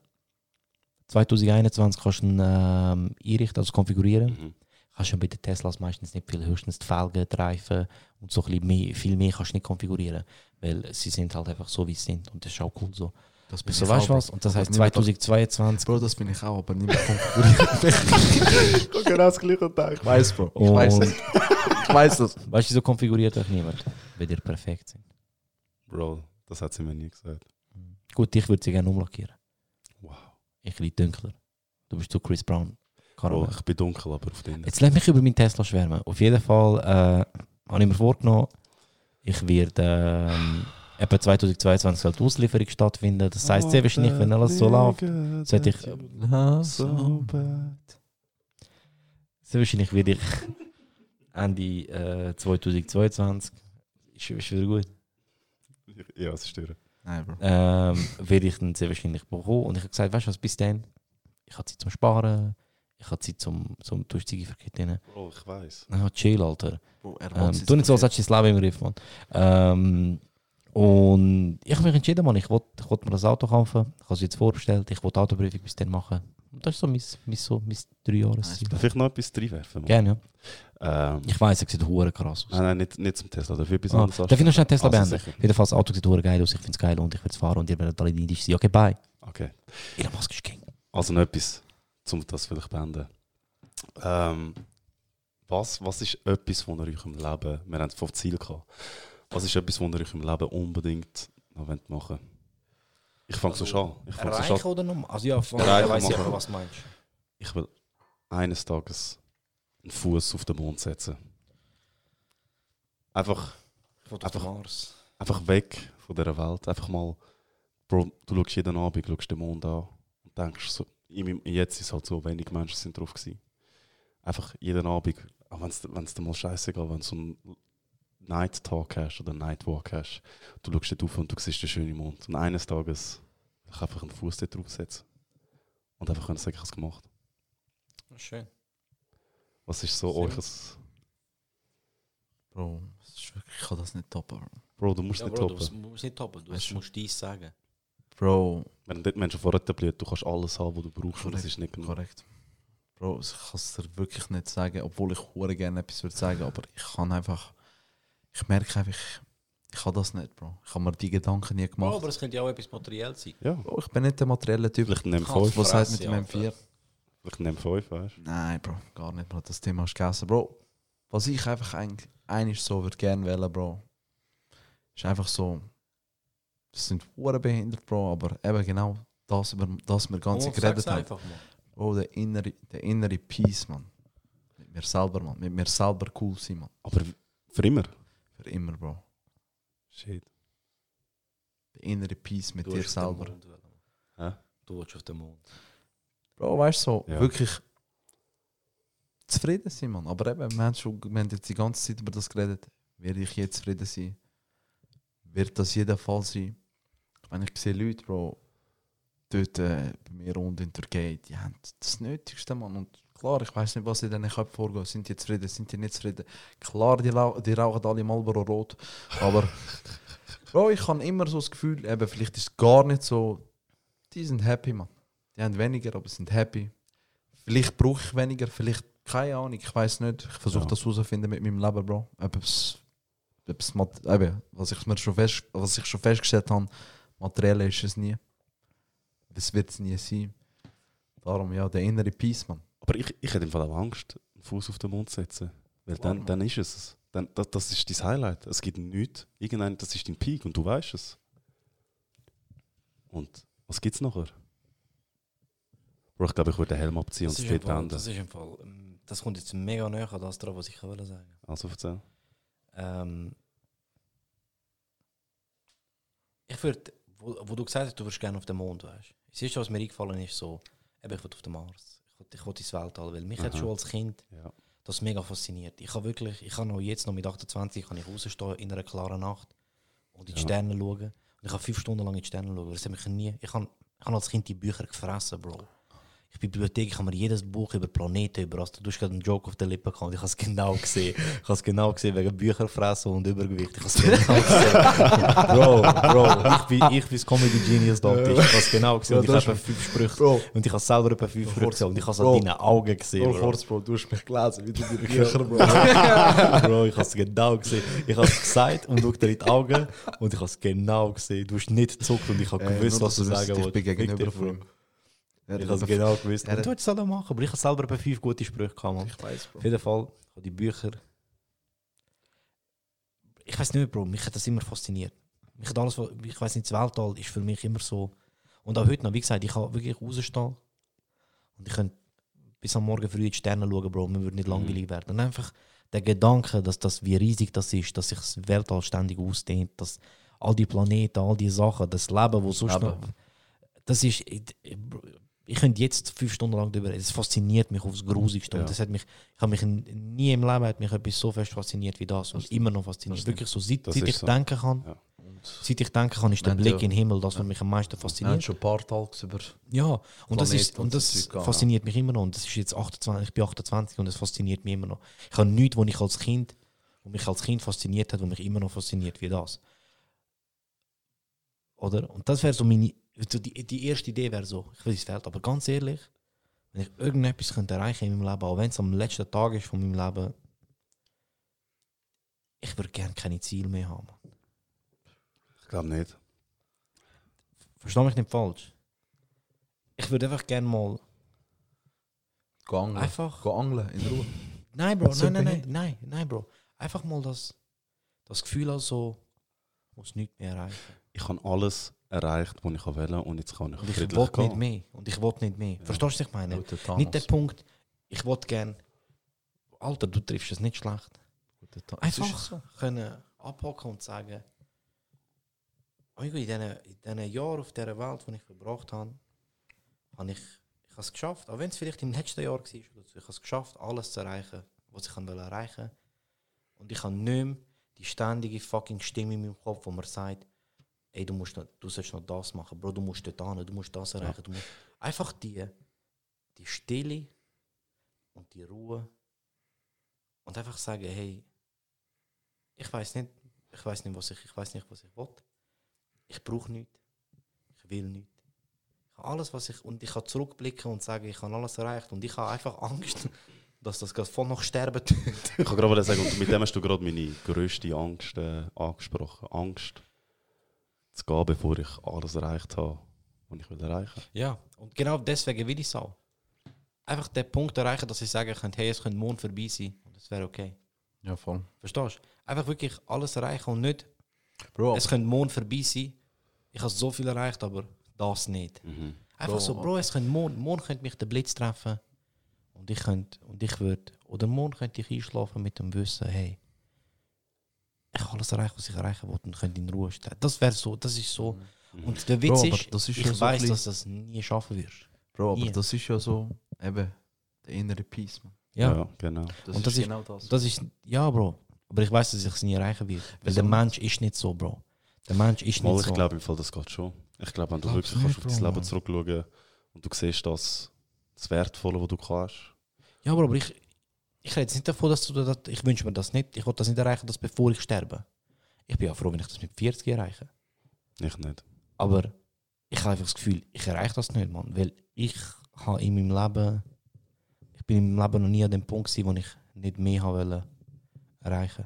Speaker 3: 2021 kannst du ihn einrichten, also konfigurieren. Kannst du bei den Teslas meistens nicht viel, höchstens die Felgen, die Reifen und so ein bisschen mehr, viel mehr kannst du nicht konfigurieren, weil sie sind halt einfach so, wie sie sind und das ist auch cool so.
Speaker 5: Das bin
Speaker 3: So
Speaker 5: ich
Speaker 3: weißt du
Speaker 5: auch,
Speaker 3: was?
Speaker 5: Bro.
Speaker 3: Und das heisst
Speaker 5: Aber niemand-
Speaker 3: 2022.
Speaker 5: Bro, das bin ich auch, aber nicht mehr konfiguriert.
Speaker 4: Genau das gleiche Tag.
Speaker 5: Ich weiß, Bro. Ich weiß
Speaker 3: Und
Speaker 5: es. Ich weiß das.
Speaker 3: weißt du, so konfiguriert euch niemand, weil ihr perfekt sind.
Speaker 4: Bro, das hat sie mir nie gesagt.
Speaker 3: Gut, ich würde sie gerne umlackieren.
Speaker 4: Wow.
Speaker 3: Ich bin dunkler. Du bist zu Chris Brown.
Speaker 4: Bro,
Speaker 3: Caramel.
Speaker 4: ich bin dunkel, aber auf den.
Speaker 3: Jetzt lass mich über meinen Tesla schwärmen. Auf jeden Fall habe ich mir vorgenommen, ich werde etwa 2022 soll die Auslieferung stattfinden. Das heisst sehr wahrscheinlich, wenn alles so läuft, sollte ich
Speaker 4: So bad.
Speaker 3: sehr wahrscheinlich werde ich Ende 2022 ist wieder gut.
Speaker 4: Ja, es ist durch.
Speaker 5: Nein, Bro.
Speaker 3: Werde ich dann sehr wahrscheinlich bekommen. Und ich habe gesagt, weißt du was, bis dann, ich habe Zeit zum Sparen, ich habe Zeit zum Durchziehen verkehren.
Speaker 4: Bro, ich weiß.
Speaker 3: Chill, Alter.
Speaker 5: Bro, er
Speaker 3: Du nicht so, als hättest du das Leben im Griff, Mann. Und ich habe mich entschieden, Mann, ich wollte mir das Auto kaufen. Ich habe es jetzt vorbestellt, ich wollte die Autoprüfung bis dann machen. Und das ist so mein 3 Jahres.
Speaker 4: Darf ich noch etwas reinwerfen? Mann?
Speaker 3: Gerne, ja.
Speaker 4: Ähm,
Speaker 3: Ich weiss, es sieht hure krass aus.
Speaker 4: nein, nicht zum Tesla, dafür etwas
Speaker 3: Ah,
Speaker 4: anderes.
Speaker 3: darf ich noch schnell Tesla
Speaker 4: Also
Speaker 3: beenden?
Speaker 4: sicher.
Speaker 3: Jedenfalls, das Auto sieht hure geil aus, ich finde es geil und ich will es fahren und ihr werdet alle neidisch sein. Okay, bye.
Speaker 4: Okay.
Speaker 3: Elon Musk ist King.
Speaker 4: Also noch etwas, um das vielleicht zu beenden. Was ist etwas, was ihr euch im Leben, wir haben es vom Ziel gehabt, was ist etwas, was ihr euch im Leben unbedingt noch machen wollt? Ich fange so an. Ich fange so an.
Speaker 3: oder noch? Also ja,
Speaker 4: Erreichen
Speaker 3: weiss ich
Speaker 4: machen.
Speaker 3: aber, was du meinst.
Speaker 4: Ich will eines Tages einen Fuß auf den Mond setzen. Einfach einfach weg von dieser Welt. Einfach mal, Bro, du schaust jeden Abend schaust den Mond an und denkst so, jetzt ist es halt so, wenig Menschen sind drauf gewesen. Einfach jeden Abend, auch wenn es dir mal scheißegal, wenn du so einen Night Talk hast oder Night Walk hast, du schaust dort auf und du siehst den schönen Mond. Und eines Tages will ich einfach einen Fuß dort draufsetzen und einfach können sagen, ich habe es gemacht.
Speaker 3: Schön.
Speaker 4: Was ist so
Speaker 3: Sehr
Speaker 4: euch?
Speaker 5: Bro, das ist wirklich, ich kann das nicht toppen, Bro.
Speaker 4: Bro, du musst
Speaker 3: Ja,
Speaker 4: nicht
Speaker 3: Bro,
Speaker 4: toppen.
Speaker 3: du musst nicht toppen, du
Speaker 5: Weißt du-
Speaker 3: musst dies sagen.
Speaker 5: Bro,
Speaker 4: Wir haben dort Menschen vorher etabliert, du kannst alles haben, was du brauchst, und das
Speaker 5: Korrekt,
Speaker 4: ist nicht genug.
Speaker 5: korrekt. Bro, ich kann es dir wirklich nicht sagen, obwohl ich hure gerne etwas würde sagen, aber ich kann einfach, ich merke einfach, ich kann das nicht, Bro. Ich habe mir die Gedanken nie gemacht.
Speaker 3: aber es könnte ja auch etwas Materielles sein.
Speaker 4: Ja,
Speaker 5: Bro, ich bin nicht der materielle Typ,
Speaker 4: vielleicht nimm
Speaker 3: Kannst
Speaker 4: 5.
Speaker 5: was sagt mit
Speaker 3: Fresse,
Speaker 5: dem M4.
Speaker 4: Vielleicht nimm 5, weißt du?
Speaker 5: Nein, Bro, gar nicht, Bro. Das Thema ist gegessen. Bro, was ich einfach eigentlich so würde gerne wählen, Bro, ist einfach so, das sind hure behindert, Bro, aber eben genau das, über das wir ganz geredet haben.
Speaker 3: Einfach mal.
Speaker 5: Bro, der innere Peace, man. Mit mir selber, man. Mit mir selber cool sein, man.
Speaker 4: Aber für immer.
Speaker 5: Für immer, Bro.
Speaker 4: Shit.
Speaker 5: Der innere Peace mit
Speaker 3: Du
Speaker 5: dir
Speaker 3: willst auf den
Speaker 5: selber.
Speaker 3: Mond wollen.
Speaker 4: Hä?
Speaker 3: Du willst auf den Mond.
Speaker 5: Bro, weißt du, so,
Speaker 4: Ja.
Speaker 5: wirklich zufrieden sein, man. Aber eben, wir haben jetzt die ganze Zeit über das geredet. Werde ich jetzt zufrieden sein? Wird das jeder Fall sein? Wenn ich sehe Leute, Bro, dort bei mir und in der Türkei, die haben das Nötigste, man. Und klar, ich weiß nicht, was in diesen Köpfen vorgeht. Sind die zufrieden, sind die nicht zufrieden? Klar, die rauchen alle Marlboro Rot. Aber, Bro, ich habe immer so das Gefühl, eben, vielleicht ist es gar nicht so, die sind happy, man. Die haben weniger, aber sind happy. Vielleicht brauche ich weniger, vielleicht keine Ahnung, ich weiß nicht. Ich versuche
Speaker 4: Ja.
Speaker 5: das herauszufinden mit meinem Leben, Bro. Was ich schon festgestellt habe, materiell ist es nie. Das wird es nie sein. Darum, ja, der innere Peace, man.
Speaker 4: Aber ich hätte im Fall auch Angst, einen Fuß auf den Mond zu setzen. Weil dann ist es. Das ist dein Highlight. Es gibt nichts. Irgendein, das ist dein Peak und du weißt es. Und was gibt es nachher? Bro, ich glaube, ich würde den Helm abziehen und es dort beenden.
Speaker 3: Das ist im Fall, das kommt jetzt mega näher an das dran, was ich wollte sagen.
Speaker 4: Also erzähl.
Speaker 3: Ich würde, wo du gesagt hast, du würdest gerne auf den Mond, weißt du. Das erste, was mir eingefallen ist, so, eben, ich will auf den Mars. Ich will ins Weltall, weil mich hat schon als Kind
Speaker 4: Ja.
Speaker 3: das mega fasziniert. Ich kann noch jetzt noch mit 28 kann ich rausstehen in einer klaren Nacht und in die
Speaker 4: Ja.
Speaker 3: Sterne schauen. Ich habe 5 Stunden lang in die Sterne schauen. Das hat mich nie... Ich habe als Kind die Bücher gefressen, Bro. Ich bin in der Bibliothek, ich habe mir jedes Buch über Planeten, über du hast gerade einen Joke auf der Lippe gehabt. Ich habe es genau gesehen. Ich habe es genau gesehen wegen Bücherfressen und Übergewicht. Ich habe es genau gesehen. Bro, ich bin das Comedy Genius da. Ich habe es genau gesehen. Und ich habe 5 Sprüche.
Speaker 5: Bro.
Speaker 3: Und ich habe selber etwa 5 Sprüche gesehen. Und ich habe es an deinen Augen gesehen.
Speaker 5: Bro, kurz, Bro, du hast mich gelesen, wie du die Bücher, Bro.
Speaker 3: Bro, ich habe es genau gesehen. Ich habe es gesagt und schaue dir in die Augen und ich habe es genau gesehen. Du hast nicht gezuckt und ich habe gewusst, was du sagen
Speaker 5: wolltest. Ich bin gegenüber
Speaker 3: wolltest.
Speaker 5: von ihm.
Speaker 3: Ich habe es genau gewusst.
Speaker 5: Er
Speaker 3: Und du hättest es auch machen, aber ich habe selber etwa 5 gute Sprüche gehabt, Mann.
Speaker 5: Ich weiß, Bro.
Speaker 3: Auf jeden Fall, ich habe die Bücher. Ich weiß nicht, Bro, mich hat das immer fasziniert. Mich hat alles, ich weiß nicht, das Weltall ist für mich immer so. Und auch heute noch, wie gesagt, ich kann wirklich rausstehen und ich könnte bis am Morgen früh in die Sterne schauen, Bro, mir würde nicht langweilig werden. Und einfach der Gedanke, dass das, wie riesig das ist, dass sich das Weltall ständig ausdehnt, dass all die Planeten, all die Sachen, das Leben, wo sonst noch... Das ist... Ich könnte jetzt 5 Stunden lang darüber reden. Es fasziniert mich aufs Grusigste.
Speaker 4: Ja.
Speaker 3: Und das hat mich, nie im Leben hat mich etwas so fest fasziniert wie das. Und immer noch fasziniert. Wirklich so, seit ich
Speaker 4: so.
Speaker 3: denken kann,
Speaker 4: Ja.
Speaker 3: seit ich denken kann, ist der
Speaker 5: Wenn
Speaker 3: Blick
Speaker 5: du-
Speaker 3: in den Himmel das, was mich am meisten
Speaker 5: Wir haben
Speaker 3: fasziniert.
Speaker 5: schon ein paar Talks über...
Speaker 3: Ja, und das,
Speaker 5: Planet
Speaker 3: ist,
Speaker 5: und
Speaker 3: und das
Speaker 5: so Zeug,
Speaker 3: fasziniert mich immer noch. Und das ist jetzt 28, ich bin 28 und es fasziniert mich immer noch. Ich habe nichts, wo mich als Kind fasziniert hat, wo mich immer noch fasziniert wie das. Oder? Und das wäre so meine, so die erste Idee wäre so, ich will ins Feld, aber ganz ehrlich, wenn ich irgendetwas könnte erreichen in meinem Leben, auch wenn es am letzten Tag ist von meinem Leben, ich würde gerne keine Ziele mehr haben.
Speaker 4: Ich glaube nicht.
Speaker 3: Versteh mich nicht falsch. Ich würde einfach gerne mal
Speaker 5: Go angeln.
Speaker 3: einfach...
Speaker 5: Go angeln, in Ruhe.
Speaker 3: Nein, Bro,
Speaker 5: So
Speaker 3: nein, Bro. Einfach mal das Gefühl, also, muss nichts mehr erreichen.
Speaker 4: Ich habe alles erreicht, was ich wollte und jetzt kann ich
Speaker 3: Und ich
Speaker 4: friedlich
Speaker 3: will
Speaker 4: gehen.
Speaker 3: nicht mehr. Und ich will nicht mehr. Verstehst du, was ich meine?
Speaker 5: Guter Thanos.
Speaker 3: Nicht der Punkt, ich will gerne... Alter, du triffst es nicht schlecht.
Speaker 5: Guter Thanos.
Speaker 3: Einfach können abhocken und sagen, in diesen Jahren auf dieser Welt, die ich verbracht habe, habe ich es geschafft. Auch wenn es vielleicht im letzten Jahr war, ich habe es geschafft, alles zu erreichen, was ich erreichen wollte. Und ich habe nicht mehr die ständige fucking Stimme in meinem Kopf, wo mir sagt, ey, du sollst noch das machen, Bro, du musst dort hin, du musst das erreichen. Du musst einfach die Stille und die Ruhe und einfach sagen, hey, ich weiß nicht, was ich will. Ich brauche nichts. Ich will nichts. Ich habe alles, was ich... Und ich kann zurückblicken und sagen, ich habe alles erreicht. Und ich habe einfach Angst, dass das gerade voll noch sterben tut.
Speaker 4: Ich kann gerade sagen, und mit dem hast du gerade meine grösste Angst angesprochen. Angst zu gehen, bevor ich alles erreicht habe, was ich will erreichen.
Speaker 3: Ja, und genau deswegen will ich es auch. Einfach den Punkt erreichen, dass ich sagen kann, hey, es könnte morgen vorbei sein. Und das wäre okay.
Speaker 5: Ja, voll.
Speaker 3: Verstehst du? Einfach wirklich alles erreichen und nicht,
Speaker 5: Bro,
Speaker 3: es könnte morgen vorbei sein. Ich habe so viel erreicht, aber das nicht. Einfach
Speaker 5: Bro.
Speaker 3: so, Bro, es könnte morgen könnte mich der Blitz treffen. Und ich würde, oder morgen könnte ich einschlafen mit dem Wissen, hey, ich habe alles erreicht, was ich erreichen wollte und könnte in Ruhe stehen. Das wäre so, das ist so. Und der Witz
Speaker 5: Bro, aber
Speaker 3: ist,
Speaker 5: das ist
Speaker 3: ich
Speaker 5: ja so
Speaker 3: weiß,
Speaker 5: ein
Speaker 3: dass das nie schaffen wirst.
Speaker 5: Bro, aber
Speaker 3: nie.
Speaker 5: das ist ja so, eben, der innere Peace, man.
Speaker 3: Ja.
Speaker 4: Genau.
Speaker 3: Und das ist-
Speaker 5: genau das.
Speaker 3: Das ist, ja, Bro. Aber ich weiß, dass ich es nie erreichen werde. Weil der Mensch ist nicht so, Bro. Der Mensch ist
Speaker 4: Mal,
Speaker 3: nicht
Speaker 4: ich
Speaker 3: so.
Speaker 4: glaube im Fall, das geht schon. Ich glaube, wenn du
Speaker 3: Glaubst
Speaker 4: wirklich
Speaker 3: du
Speaker 4: kannst
Speaker 3: nicht,
Speaker 4: auf dein
Speaker 3: Bro?
Speaker 4: Leben zurückschauen und du siehst das Wertvolle, was du kannst.
Speaker 3: Ja, aber ich rede jetzt nicht davon, dass du das, ich wünsche mir das nicht. Ich will das nicht erreichen, dass bevor ich sterbe. Ich bin ja froh, wenn ich das mit 40 erreiche.
Speaker 4: Ich nicht.
Speaker 3: Aber ich habe einfach das Gefühl, ich erreiche das nicht, Mann. Weil ich habe in meinem Leben, ich bin in meinem Leben noch nie an dem Punkt gewesen, wo ich nicht mehr habe erreichen.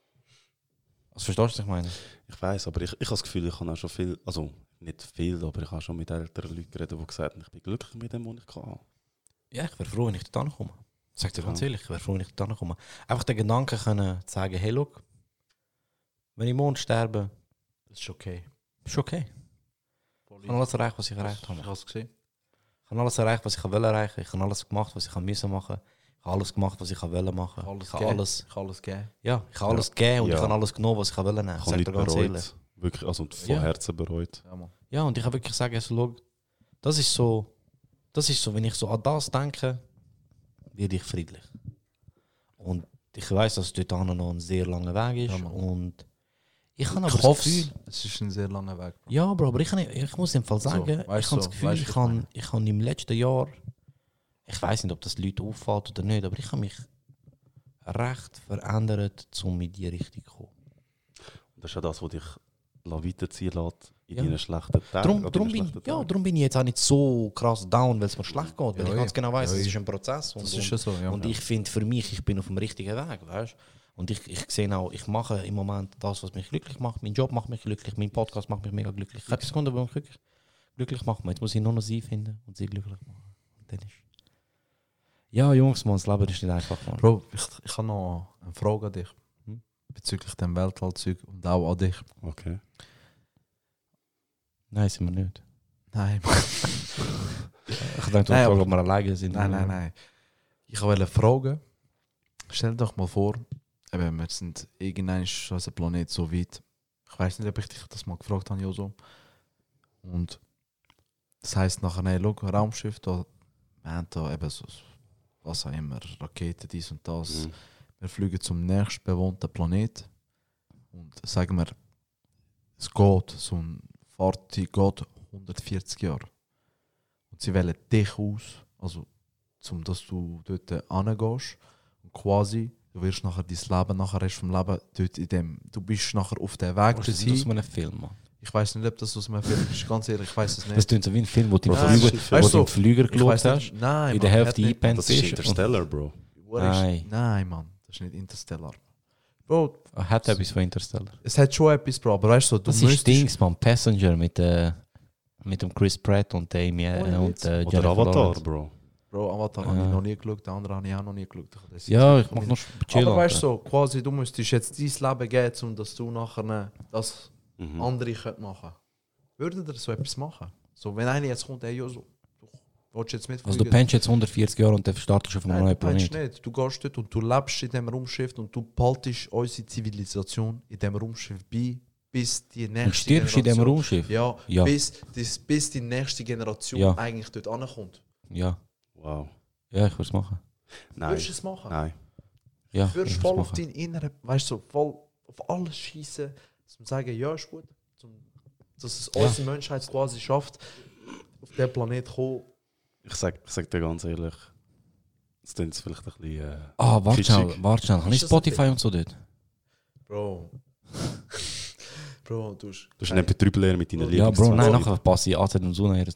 Speaker 3: Also verstehst du, was ich meine?
Speaker 4: Ich weiß, aber ich habe das Gefühl, ich habe auch schon viel, also nicht viel, aber ich habe schon mit älteren Leuten geredet, die gesagt haben, ich bin glücklich mit dem, was ich kann.
Speaker 3: Ja, ich wäre froh, wenn ich dort ankomme. Ich sage dir ganz
Speaker 4: Ja.
Speaker 3: ehrlich, ich wäre froh, wenn ich dort ankomme. Einfach den Gedanken können zu sagen, hey, look, wenn ich morgen sterbe,
Speaker 5: Das ist okay.
Speaker 3: ist okay. Ich habe alles erreicht, was ich erreicht habe.
Speaker 5: Ich habe es gesehen.
Speaker 3: Ich habe alles erreicht, was ich will erreichen. Ich habe alles gemacht, was ich müssen machen. Ich habe alles gemacht, was ich wollte machen.
Speaker 5: Alles
Speaker 3: Ich habe
Speaker 5: gegeben.
Speaker 3: alles,
Speaker 5: Ich habe alles gegeben.
Speaker 3: ja, ich habe alles gegeben und
Speaker 4: Ja.
Speaker 3: ich habe alles genommen, was ich wollte nehmen.
Speaker 4: Ich
Speaker 3: Ich
Speaker 4: habe
Speaker 3: sage
Speaker 4: nicht
Speaker 3: dir ganz ehrlich.
Speaker 4: bereut. Wirklich, also von
Speaker 3: Ja.
Speaker 4: Herzen bereut.
Speaker 5: Ja, man.
Speaker 3: Ja, und ich habe wirklich gesagt, also, schau, das ist so, wenn ich so an das denke, werde ich friedlich. Und ich weiß, dass dort noch ein sehr langer Weg ist.
Speaker 5: Ja, Mann.
Speaker 3: Und Ich habe aber
Speaker 5: Ich
Speaker 3: das
Speaker 5: hoffe
Speaker 3: Gefühl...
Speaker 5: es ist ein sehr langer Weg.
Speaker 3: Ja, Bro, aber ich muss im Fall sagen,
Speaker 5: weißt
Speaker 3: ich habe das
Speaker 5: so,
Speaker 3: Gefühl,
Speaker 5: weißt,
Speaker 3: ich
Speaker 5: was ich
Speaker 3: habe
Speaker 5: meine?
Speaker 3: ich habe im letzten Jahr, ich weiß nicht, ob das Leute auffällt oder nicht, aber ich habe mich recht verändert, um in die Richtung zu kommen.
Speaker 4: Das ist ja das, was dich weiterziehen lässt in
Speaker 3: Ja.
Speaker 4: deinen schlechten Tagen.
Speaker 3: Darum bin ich jetzt auch nicht so krass down, weil es mir schlecht geht, weil
Speaker 5: Ja,
Speaker 3: ich ganz genau weiss,
Speaker 5: ja,
Speaker 3: es ist ein Prozess.
Speaker 5: Das ist ja so, ja.
Speaker 3: Und ich finde für mich, ich bin auf dem richtigen Weg, weißt du? Und ich sehe auch, ich mache im Moment das, was mich glücklich macht. Mein Job macht mich glücklich, mein Podcast macht mich mega glücklich. Ich habe etwas gefunden, was mich glücklich macht. Jetzt muss ich nur noch sie finden und sie glücklich machen. Und dann ist... Ja, Jungs, man, das Leben ist nicht einfach, Mann.
Speaker 5: Bro, ich habe noch eine Frage an dich. Bezüglich dem Weltallzeug und auch an dich.
Speaker 4: Okay.
Speaker 3: Nein, sind wir nicht.
Speaker 5: Nein,
Speaker 3: Ich denke,
Speaker 5: Nein,
Speaker 3: ob wir alleine sind.
Speaker 5: nein. Ich wollte fragen, stell dir doch mal vor, eben, wir sind irgendwann ist unser Planet so weit. Ich weiß nicht, ob ich dich das mal gefragt habe, Joso. Und das heisst nachher, hey, schau, Raumschiff, da, wir haben da eben so, was auch immer, Raketen, dies und das.
Speaker 4: Mhm.
Speaker 5: Wir fliegen zum nächsten bewohnten Planet. Und sagen wir, es geht, so ein Fahrzeug geht 140 Jahre. Und sie wählen dich aus, also dass du dort hingehst. Und quasi, du wirst nachher dein Leben, nachher Rest vom Leben dort in dem, du bist nachher auf dem Weg
Speaker 3: Das ist aus
Speaker 5: dorthin.
Speaker 3: einem Film, Mann.
Speaker 5: Ich weiß nicht, ob das aus einem Film ist, ganz ehrlich, ich weiß es nicht.
Speaker 3: Das klingt so wie ein Film, wo du
Speaker 4: Bro,
Speaker 3: im
Speaker 4: das
Speaker 3: Flüger,
Speaker 4: ist-
Speaker 3: wo
Speaker 5: weißt
Speaker 3: du
Speaker 5: du,
Speaker 3: im Flüger
Speaker 5: ich
Speaker 3: geschaut
Speaker 5: weiss
Speaker 3: hast,
Speaker 5: nicht, nein,
Speaker 3: in der
Speaker 5: Mann,
Speaker 3: Hälfte
Speaker 5: hat nicht-
Speaker 3: eingepennt
Speaker 4: Das ist
Speaker 3: bist.
Speaker 4: Interstellar, Bro.
Speaker 3: Nein.
Speaker 5: Nein, Mann, das ist nicht Interstellar. Bro,
Speaker 3: Hat etwas von Interstellar.
Speaker 5: es hat schon etwas, Bro, aber weißt du, du
Speaker 3: Das ist
Speaker 5: müsstest...
Speaker 3: Dings, man. Passenger mit dem Chris Pratt und der Amy
Speaker 5: Ohne
Speaker 3: und
Speaker 5: Witz.
Speaker 4: Oder
Speaker 3: Jennifer
Speaker 4: Avatar,
Speaker 3: Lawrence.
Speaker 4: Bro.
Speaker 5: Bro, Avatar habe ich
Speaker 3: Ja.
Speaker 5: noch nie geschaut, den anderen habe ich auch noch nie geschaut. Das
Speaker 3: Ja,
Speaker 5: ist-
Speaker 3: ich mach noch chillen.
Speaker 5: Aber weißt du, so, quasi, du müsstest jetzt dein Leben geben, um dass du nachher das
Speaker 4: Mhm.
Speaker 5: andere könnt machen. Würdet ihr so etwas machen? So, wenn einer jetzt kommt, ey, Joso, du willst jetzt mitfliegen?
Speaker 3: Also du pennst jetzt 140 Jahre und dann startest du auf einem
Speaker 5: Nein,
Speaker 3: neuen
Speaker 5: du pennst
Speaker 3: Planet.
Speaker 5: nicht. Du gehst dort und du lebst in diesem Raumschiff und du behaltest unsere Zivilisation in diesem Raumschiff bei, bis die nächste
Speaker 3: Und stirbst in diesem Raumschiff?
Speaker 5: Ja,
Speaker 3: Ja.
Speaker 5: Bis die nächste Generation
Speaker 3: Ja.
Speaker 5: eigentlich dort ankommt.
Speaker 3: Ja.
Speaker 4: Wow.
Speaker 3: Ja, ich würde es machen.
Speaker 4: Nein.
Speaker 5: Würdest du es machen?
Speaker 4: Nein.
Speaker 3: Ja,
Speaker 5: Du würdest
Speaker 3: ich
Speaker 5: voll
Speaker 3: würd's
Speaker 5: auf
Speaker 3: machen.
Speaker 5: deinen inneren, weißt du, voll auf alles schießen, zum sagen, ja, ist gut. Dass es unsere Menschheit quasi schafft, auf den Planeten zu kommen.
Speaker 4: Ich sag dir ganz ehrlich, das klingt vielleicht ein bisschen...
Speaker 3: Ah, warte
Speaker 4: kitschig.
Speaker 3: schnell. Habe ich
Speaker 5: Ist das
Speaker 3: Spotify
Speaker 5: ein
Speaker 3: und so dort?
Speaker 5: Bro. Bro, du hast.
Speaker 4: Du hast einen MP3-Player mit deinen
Speaker 3: Ja, Bro, nein,
Speaker 4: Lieblings-
Speaker 3: nachher passe ich AZ und so nachher.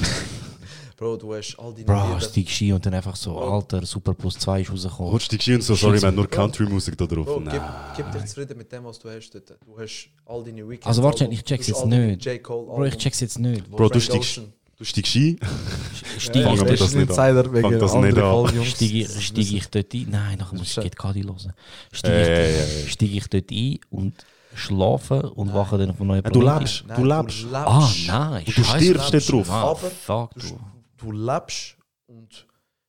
Speaker 5: Bro, du hast all deine
Speaker 3: Bro,
Speaker 5: Lieder.
Speaker 3: steigst ein und dann einfach so, Alter, Super Plus 2 ist rausgekommen.
Speaker 4: Holst du dich und so, sorry, wir haben nur Country-Musik da drauf.
Speaker 5: Bro,
Speaker 4: Nein.
Speaker 5: gib dich zufrieden mit dem, was du hast dort. Du hast all deine Weekends.
Speaker 3: Also warte, ich check's jetzt nicht.
Speaker 5: J. Cole,
Speaker 3: Bro, ich check's jetzt nicht.
Speaker 4: Bro, du
Speaker 5: Frank
Speaker 4: steigst
Speaker 5: Ocean.
Speaker 4: Du steigst ein?
Speaker 3: Steige
Speaker 4: Fangen wir
Speaker 3: ich,
Speaker 4: das nicht an. Fang das nicht an.
Speaker 3: steig ich dort ein? Nein, nachher muss ich
Speaker 5: Das ist-
Speaker 3: GTKD hören.
Speaker 4: Ey.
Speaker 3: Steige ich dort ein und schlafe und wache dann auf einem neuen
Speaker 4: Du
Speaker 3: Planet?
Speaker 4: lebst,
Speaker 5: Nein,
Speaker 4: du lebst.
Speaker 3: Ah, nein.
Speaker 4: Und du
Speaker 3: Scheiße.
Speaker 4: stirbst nicht drauf.
Speaker 3: Ah,
Speaker 5: Aber
Speaker 3: fuck, du.
Speaker 5: Du lebst und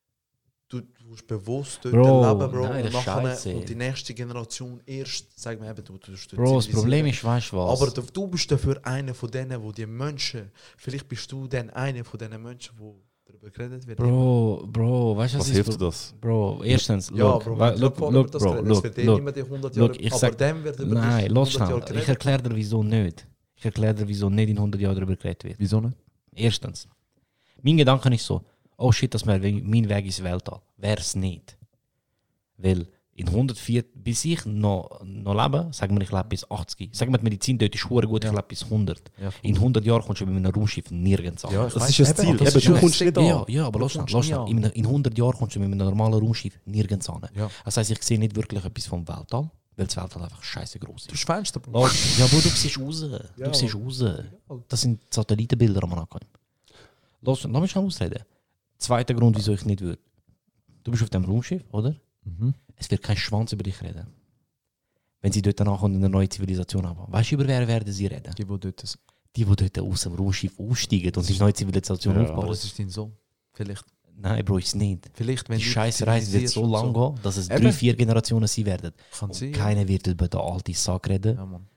Speaker 5: du musst bewusst dort
Speaker 3: Bro,
Speaker 5: leben, Bro.
Speaker 3: nein,
Speaker 5: und,
Speaker 3: das ist
Speaker 5: nachher,
Speaker 3: scheiße.
Speaker 5: und die nächste Generation erst, sag mir eben, du tust dort
Speaker 3: Bro, das
Speaker 5: zivilisieren.
Speaker 3: Problem ist, weißt du was?
Speaker 5: Aber du bist dafür einer von denen, wo die Menschen, vielleicht bist du dann einer von diesen Menschen, wo darüber geredet wird.
Speaker 3: Bro, weißt du,
Speaker 4: Was
Speaker 3: ist
Speaker 4: hilft dir das?
Speaker 3: Bro, erstens,
Speaker 5: Ja,
Speaker 3: look,
Speaker 5: Bro,
Speaker 3: look, look,
Speaker 5: es
Speaker 3: Bro,
Speaker 5: wird eh nicht mehr die 100 Jahre,
Speaker 3: look, ich
Speaker 5: aber
Speaker 3: sag-
Speaker 5: dann wird über
Speaker 3: Nein,
Speaker 5: die
Speaker 3: los
Speaker 5: 100 Jahre
Speaker 3: schnell. Ich
Speaker 5: geredet.
Speaker 3: erkläre dir, wieso nicht. Ich erkläre dir, wieso nicht in 100 Jahren darüber geredet wird.
Speaker 5: Wieso nicht?
Speaker 3: Erstens, mein Gedanke ist so, oh shit, das wäre mein Weg ins Weltall. Wäre es nicht. Weil in 104, bis ich noch lebe, sagen wir, ich lebe bis 80. Sagen wir, die Medizin dort ist verdammt gut, ich lebe bis 100.
Speaker 5: Ja.
Speaker 3: In 100 Jahren kommst du mit einem Raumschiff nirgends an.
Speaker 5: Ja, ich
Speaker 4: Das
Speaker 5: weiss,
Speaker 4: ist das
Speaker 5: eben,
Speaker 4: Ziel.
Speaker 5: das
Speaker 4: Eben,
Speaker 5: ist
Speaker 4: du
Speaker 5: ja
Speaker 4: kommst nicht an.
Speaker 3: Ja, aber
Speaker 5: Du
Speaker 3: los schnell,
Speaker 5: kommst nie an.
Speaker 3: in 100 Jahren kommst du mit einem normalen Raumschiff nirgends an.
Speaker 5: Ja.
Speaker 3: Das heisst, ich sehe nicht wirklich etwas vom Weltall, weil das Weltall einfach scheiße groß
Speaker 5: Du
Speaker 3: ist.
Speaker 5: bist Fenster, Bro.
Speaker 3: Los, ja, Bro, du siehst raus.
Speaker 5: Ja,
Speaker 3: Du siehst raus. Das sind Satellitenbilder, die man ankommt. Los, lass mich schnell ausreden. Zweiter Grund, wieso ich nicht würde. Du bist auf dem Raumschiff, oder?
Speaker 5: Mhm.
Speaker 3: Es wird kein Schwanz über dich reden. Wenn sie dort danach eine neue Zivilisation haben. Weißt du, über wer werden sie reden?
Speaker 5: Die, die dort sind.
Speaker 3: Die dort aus dem Raumschiff aussteigen und die neue Zivilisation
Speaker 4: Ja.
Speaker 5: Aber
Speaker 3: aufbauen.
Speaker 5: das ist dein Sohn. Vielleicht.
Speaker 3: Nein, Bro, ist es nicht.
Speaker 5: Vielleicht, wenn
Speaker 3: Die
Speaker 5: du
Speaker 3: scheiß Reise wird so lang gehen, dass es
Speaker 5: Eben.
Speaker 3: 3-4 Generationen sein werden.
Speaker 5: Kann
Speaker 3: Und
Speaker 5: sein.
Speaker 3: keiner wird über den alten Sack reden.
Speaker 5: Ja, Mann.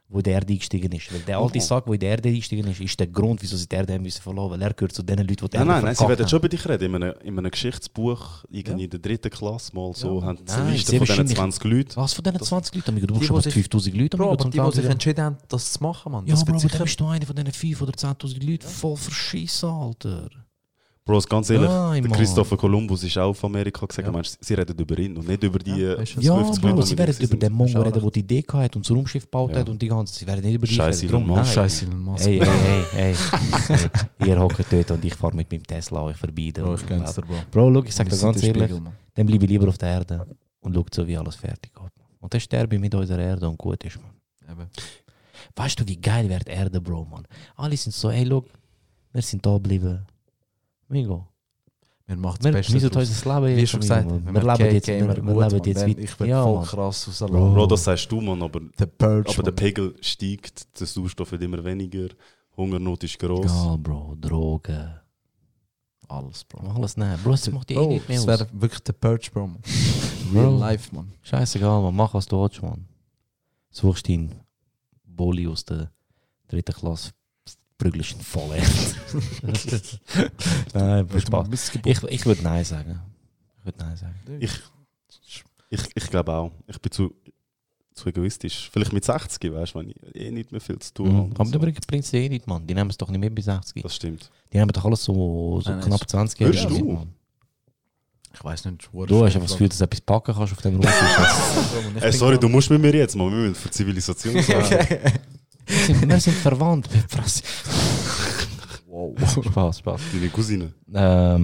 Speaker 3: wo in die Erde eingestiegen ist. Weil der alte Sack, der in die Erde eingestiegen ist der Grund, wieso sie die Erde haben müssen verlassen. Weil er gehört zu den Leuten, die die Erde
Speaker 4: Nein, sie
Speaker 3: verkackt
Speaker 4: werden
Speaker 3: haben.
Speaker 4: schon über dich reden. In einem Geschichtsbuch, irgendwie in der 3. Klasse mal so, haben sie eine
Speaker 3: Nein,
Speaker 4: Liste
Speaker 3: sehr
Speaker 4: von diesen
Speaker 3: wahrscheinlich.
Speaker 4: 20 Leuten.
Speaker 3: Was von diesen 20 Leuten? Amigo? Du brauchst
Speaker 5: Die,
Speaker 3: aber
Speaker 5: die sich-
Speaker 3: 5000 Leute.
Speaker 5: Bro,
Speaker 3: Amigo,
Speaker 5: aber
Speaker 3: zum
Speaker 5: die, die sich
Speaker 3: Fernsehen.
Speaker 5: entschieden haben, das zu machen, Mann.
Speaker 3: Ja,
Speaker 5: Das
Speaker 3: Bro,
Speaker 5: wird
Speaker 3: aber dann
Speaker 5: sicher...
Speaker 3: bist du einer von diesen 5 oder 10'000 Leuten voll verschissen, Alter.
Speaker 4: Bro, ganz ehrlich,
Speaker 3: Nein,
Speaker 4: der
Speaker 3: Mann.
Speaker 4: Christopher Columbus ist auch auf Amerika gesagt, meinst, sie reden über ihn und nicht über die
Speaker 5: Ja, weißt du,
Speaker 3: Ja,
Speaker 4: 50
Speaker 3: Bro,
Speaker 4: Leute,
Speaker 3: sie
Speaker 4: die
Speaker 3: werden
Speaker 4: mit
Speaker 3: über
Speaker 4: ihm
Speaker 3: den Mongo
Speaker 5: Schau
Speaker 3: reden, der die Idee hat und das Raumschiff gebaut
Speaker 4: Ja.
Speaker 3: hat und die ganze. Sie werden nicht über die
Speaker 4: Scheiß
Speaker 3: reden. Drum,
Speaker 4: Elon Musk.
Speaker 3: nein.
Speaker 5: Scheiße, Elon Musk.
Speaker 3: Hey. Ihr hockt dort und ich fahre mit meinem Tesla euch vorbei.
Speaker 5: Bro, ich gönn's dir, Bro.
Speaker 3: Bro, schau, ich sag dir
Speaker 5: Wir
Speaker 3: ganz
Speaker 5: sind der
Speaker 3: ehrlich,
Speaker 5: Spiegel, Mann.
Speaker 3: dann bleibe ich lieber auf der Erde und schau so, wie alles fertig geht. Und dann sterbe ich mit unserer Erde und gut ist, man.
Speaker 5: Eben.
Speaker 3: Weißt du, wie geil wäre die Erde, Bro, man? Alle sind so, ey, schau, wir sind da geblieben. Migo.
Speaker 5: Wir machen das
Speaker 3: Wir
Speaker 5: Beste
Speaker 3: müssen
Speaker 5: draus.
Speaker 3: unser Leben
Speaker 5: Wie
Speaker 3: jetzt,
Speaker 5: schon
Speaker 3: Amigo,
Speaker 5: gesagt,
Speaker 3: man.
Speaker 5: wenn
Speaker 3: Wir
Speaker 5: wir
Speaker 3: leben jetzt,
Speaker 5: Gamer
Speaker 3: wir
Speaker 5: gut,
Speaker 3: leben
Speaker 5: Mann,
Speaker 3: jetzt
Speaker 5: dann
Speaker 3: mit...
Speaker 5: ich bin
Speaker 3: Ja,
Speaker 5: voll
Speaker 3: Mann.
Speaker 5: krass aus der
Speaker 3: Bro.
Speaker 4: Bro, das sagst du, Mann, aber
Speaker 5: Der Purge,
Speaker 4: der
Speaker 5: Mann.
Speaker 4: Pegel steigt, der Sauerstoff wird immer weniger, Hungernot ist gross.
Speaker 3: Egal, Bro, Drogen.
Speaker 5: Alles, Bro.
Speaker 3: Alles nehmen. Bro, es macht dir eh
Speaker 5: Bro,
Speaker 3: nicht mehr
Speaker 5: das
Speaker 3: aus.
Speaker 5: wäre wirklich der Purge, Bro, Mann.
Speaker 3: Bro.
Speaker 5: Real life, Mann.
Speaker 3: Scheißegal, man, mach was du willst, man. Suchst deinen Boli aus der 3. Klasse, prügelst ihn voll echt. Nein, Spaß. Ich würde Nein sagen.
Speaker 4: Ich glaube auch, ich bin zu egoistisch. Vielleicht mit 60, weißt du, wenn ich eh nicht mehr viel zu tun habe.
Speaker 3: Aber du bringst eh nicht, Mann. Die nehmen es doch nicht mehr bis 60.
Speaker 4: Das stimmt.
Speaker 3: Die nehmen doch alles so
Speaker 5: Nein,
Speaker 3: knapp 20
Speaker 4: Hörst
Speaker 3: Jahre.
Speaker 4: du?
Speaker 3: Mann.
Speaker 5: Ich weiß nicht,
Speaker 3: Du hast einfach das Gefühl, dass du etwas packen kannst auf dem Raumschiff.
Speaker 4: Sorry, du musst mit mir jetzt, man. Wir müssen für Zivilisation sagen.
Speaker 3: Wir sind verwandt. Fresse.
Speaker 5: Wow.
Speaker 3: Spaß.
Speaker 4: Deine Cousine.
Speaker 3: Ja,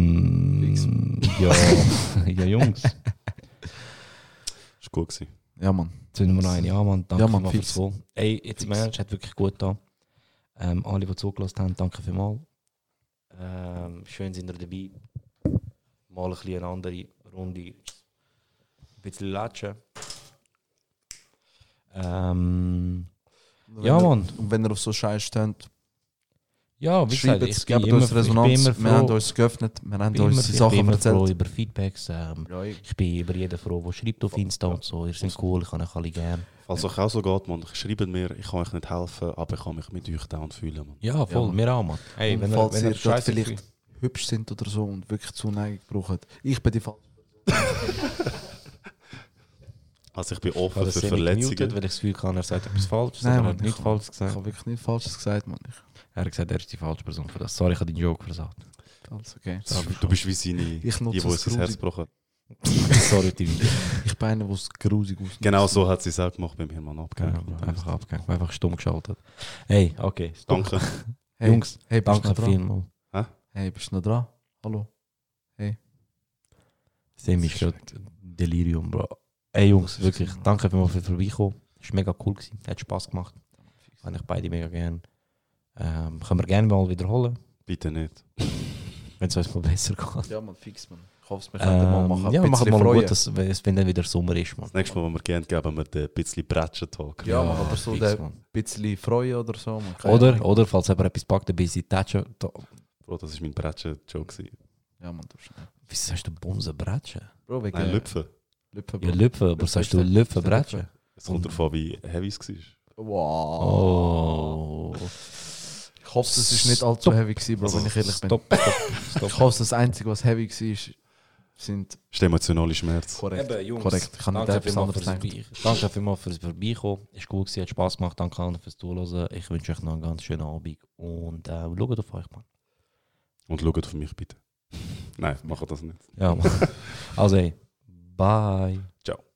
Speaker 3: Jungs.
Speaker 4: Ist gut gewesen.
Speaker 5: Ja, Mann.
Speaker 3: Zu Nummer 1. Ja, Mann, danke
Speaker 5: Ja, Mann,
Speaker 3: mal
Speaker 5: fix.
Speaker 3: fürs Wohl. Ey, jetzt im Ernst, hat wirklich gut da. Alle, die zugelassen haben, danke vielmals. Schön sind ihr dabei. Mal ein bisschen eine andere Runde. Ein bisschen latschen. Ja, Mann.
Speaker 5: Und wenn ihr auf so Scheiß steht,
Speaker 3: Ja, wie gesagt,
Speaker 5: schreibt
Speaker 3: ich
Speaker 5: es,
Speaker 3: bin
Speaker 5: gebt
Speaker 3: immer,
Speaker 5: uns
Speaker 3: ich bin
Speaker 5: Resonanz.
Speaker 3: immer
Speaker 5: Wir haben
Speaker 3: froh.
Speaker 5: uns geöffnet, wir haben
Speaker 3: Ich bin
Speaker 5: uns die
Speaker 3: immer
Speaker 5: Sachen
Speaker 3: froh
Speaker 5: erzählt.
Speaker 3: über Feedbacks. Ich bin über jeden froh, der schreibt auf Insta und so. Ihr seid cool, ich kann euch alle gerne.
Speaker 4: Falls euch auch so geht, man, schreibt mir, ich kann euch nicht helfen, aber ich kann mich mit euch down fühlen, man.
Speaker 3: Ja, voll,
Speaker 5: Ja.
Speaker 3: wir auch, Mann. Hey,
Speaker 5: Und falls ihr gerade vielleicht hübsch sind oder so und wirklich Zuneigung brauchen. Ich bin die falsche
Speaker 4: Also ich bin
Speaker 3: Ich
Speaker 4: offen
Speaker 3: habe
Speaker 4: für
Speaker 3: das
Speaker 4: Verletzungen.
Speaker 3: weil ich das Gefühl habe, er sagt etwas Falsches,
Speaker 5: Nein,
Speaker 3: aber er
Speaker 5: Mann,
Speaker 3: hat nichts Falsches
Speaker 5: Ich
Speaker 3: gesagt.
Speaker 5: habe wirklich nichts Falsches gesagt, Mann.
Speaker 3: Er hat gesagt, er ist die falsche Person für das. Sorry, ich habe den Joke versagt.
Speaker 5: Alles okay.
Speaker 4: Du bist wie seine,
Speaker 5: Ich nutze
Speaker 4: die uns
Speaker 5: es
Speaker 4: das Herz
Speaker 5: grusig.
Speaker 4: gebrochen hat.
Speaker 3: Sorry, Timmy.
Speaker 5: Ich bin einer, der es grusig aussieht.
Speaker 4: Genau so hat sie es auch gemacht bei mir, man.
Speaker 3: Ja,
Speaker 4: Abgehängt.
Speaker 3: einfach abgehängt, einfach stumm geschaltet. Hey, okay. Stop.
Speaker 4: Danke.
Speaker 5: Hey,
Speaker 3: Jungs,
Speaker 5: hey, bist du
Speaker 3: danke
Speaker 5: noch dran?
Speaker 3: vielmals.
Speaker 5: Hey, bist du noch dran? Hallo?
Speaker 3: Semi ist gerade Delirium, Bro. Hey Jungs, wirklich, danke vielmals für vorbeikommen. Es war mega cool gewesen, hat Spass gemacht. Habe ich beide mega gern. Können wir gerne mal wiederholen,
Speaker 4: Bitte nicht.
Speaker 3: wenn es uns mal besser geht.
Speaker 5: Ja, man, fix, man. Ich hoffe, wir können mal machen.
Speaker 3: Ja, wir machen mal
Speaker 5: freuen.
Speaker 3: gut, dass, wenn dann wieder Sommer ist, man.
Speaker 4: Das nächste Mal, wenn wir gehen, geben wir den ein bisschen Bretschen-Talk.
Speaker 5: Ja, man, aber so
Speaker 3: fix,
Speaker 5: der
Speaker 3: Mann.
Speaker 5: bisschen freuen oder so. Man. Keine Ahnung.
Speaker 3: Oder falls jemand etwas packt, ein bisschen Tatschen.
Speaker 4: Bro, das war mein Bretschen-Joke.
Speaker 5: Ja, man, du schnell.
Speaker 3: Wieso sagst du Bumsen Bretschen?
Speaker 5: Bro, wegen
Speaker 4: Nein, Lüpfen.
Speaker 5: Lüpfen,
Speaker 3: Ja,
Speaker 5: Bro.
Speaker 3: Lüpfen, aber sagst du Lüpfen Bretschen?
Speaker 4: Es kommt darauf an, wie heavy es war.
Speaker 5: Wow.
Speaker 3: Oh.
Speaker 5: Ich hoffe, es ist nicht allzu heavy gewesen, Bro, wenn ich ehrlich bin. Ich hoffe, das Einzige, was heavy war, sind
Speaker 4: Das ist der emotionale Schmerz.
Speaker 5: korrekt.
Speaker 3: Eben, Jungs,
Speaker 5: Korrekt. Ich kann nicht
Speaker 3: danke
Speaker 5: etwas
Speaker 3: vielmals
Speaker 5: anderes
Speaker 3: fürs
Speaker 5: denken.
Speaker 3: Danke vielmals fürs Vorbeikommen. Es war gut, gewesen, hat Spass gemacht. Danke allen fürs Zuhören. Ich wünsche euch noch einen ganz schönen Abend. Und schaut auf euch, Mann.
Speaker 4: Und schaut auf mich bitte. Nein, mach das nicht.
Speaker 3: Ja, Mann. Also, hey, bye.
Speaker 4: Ciao.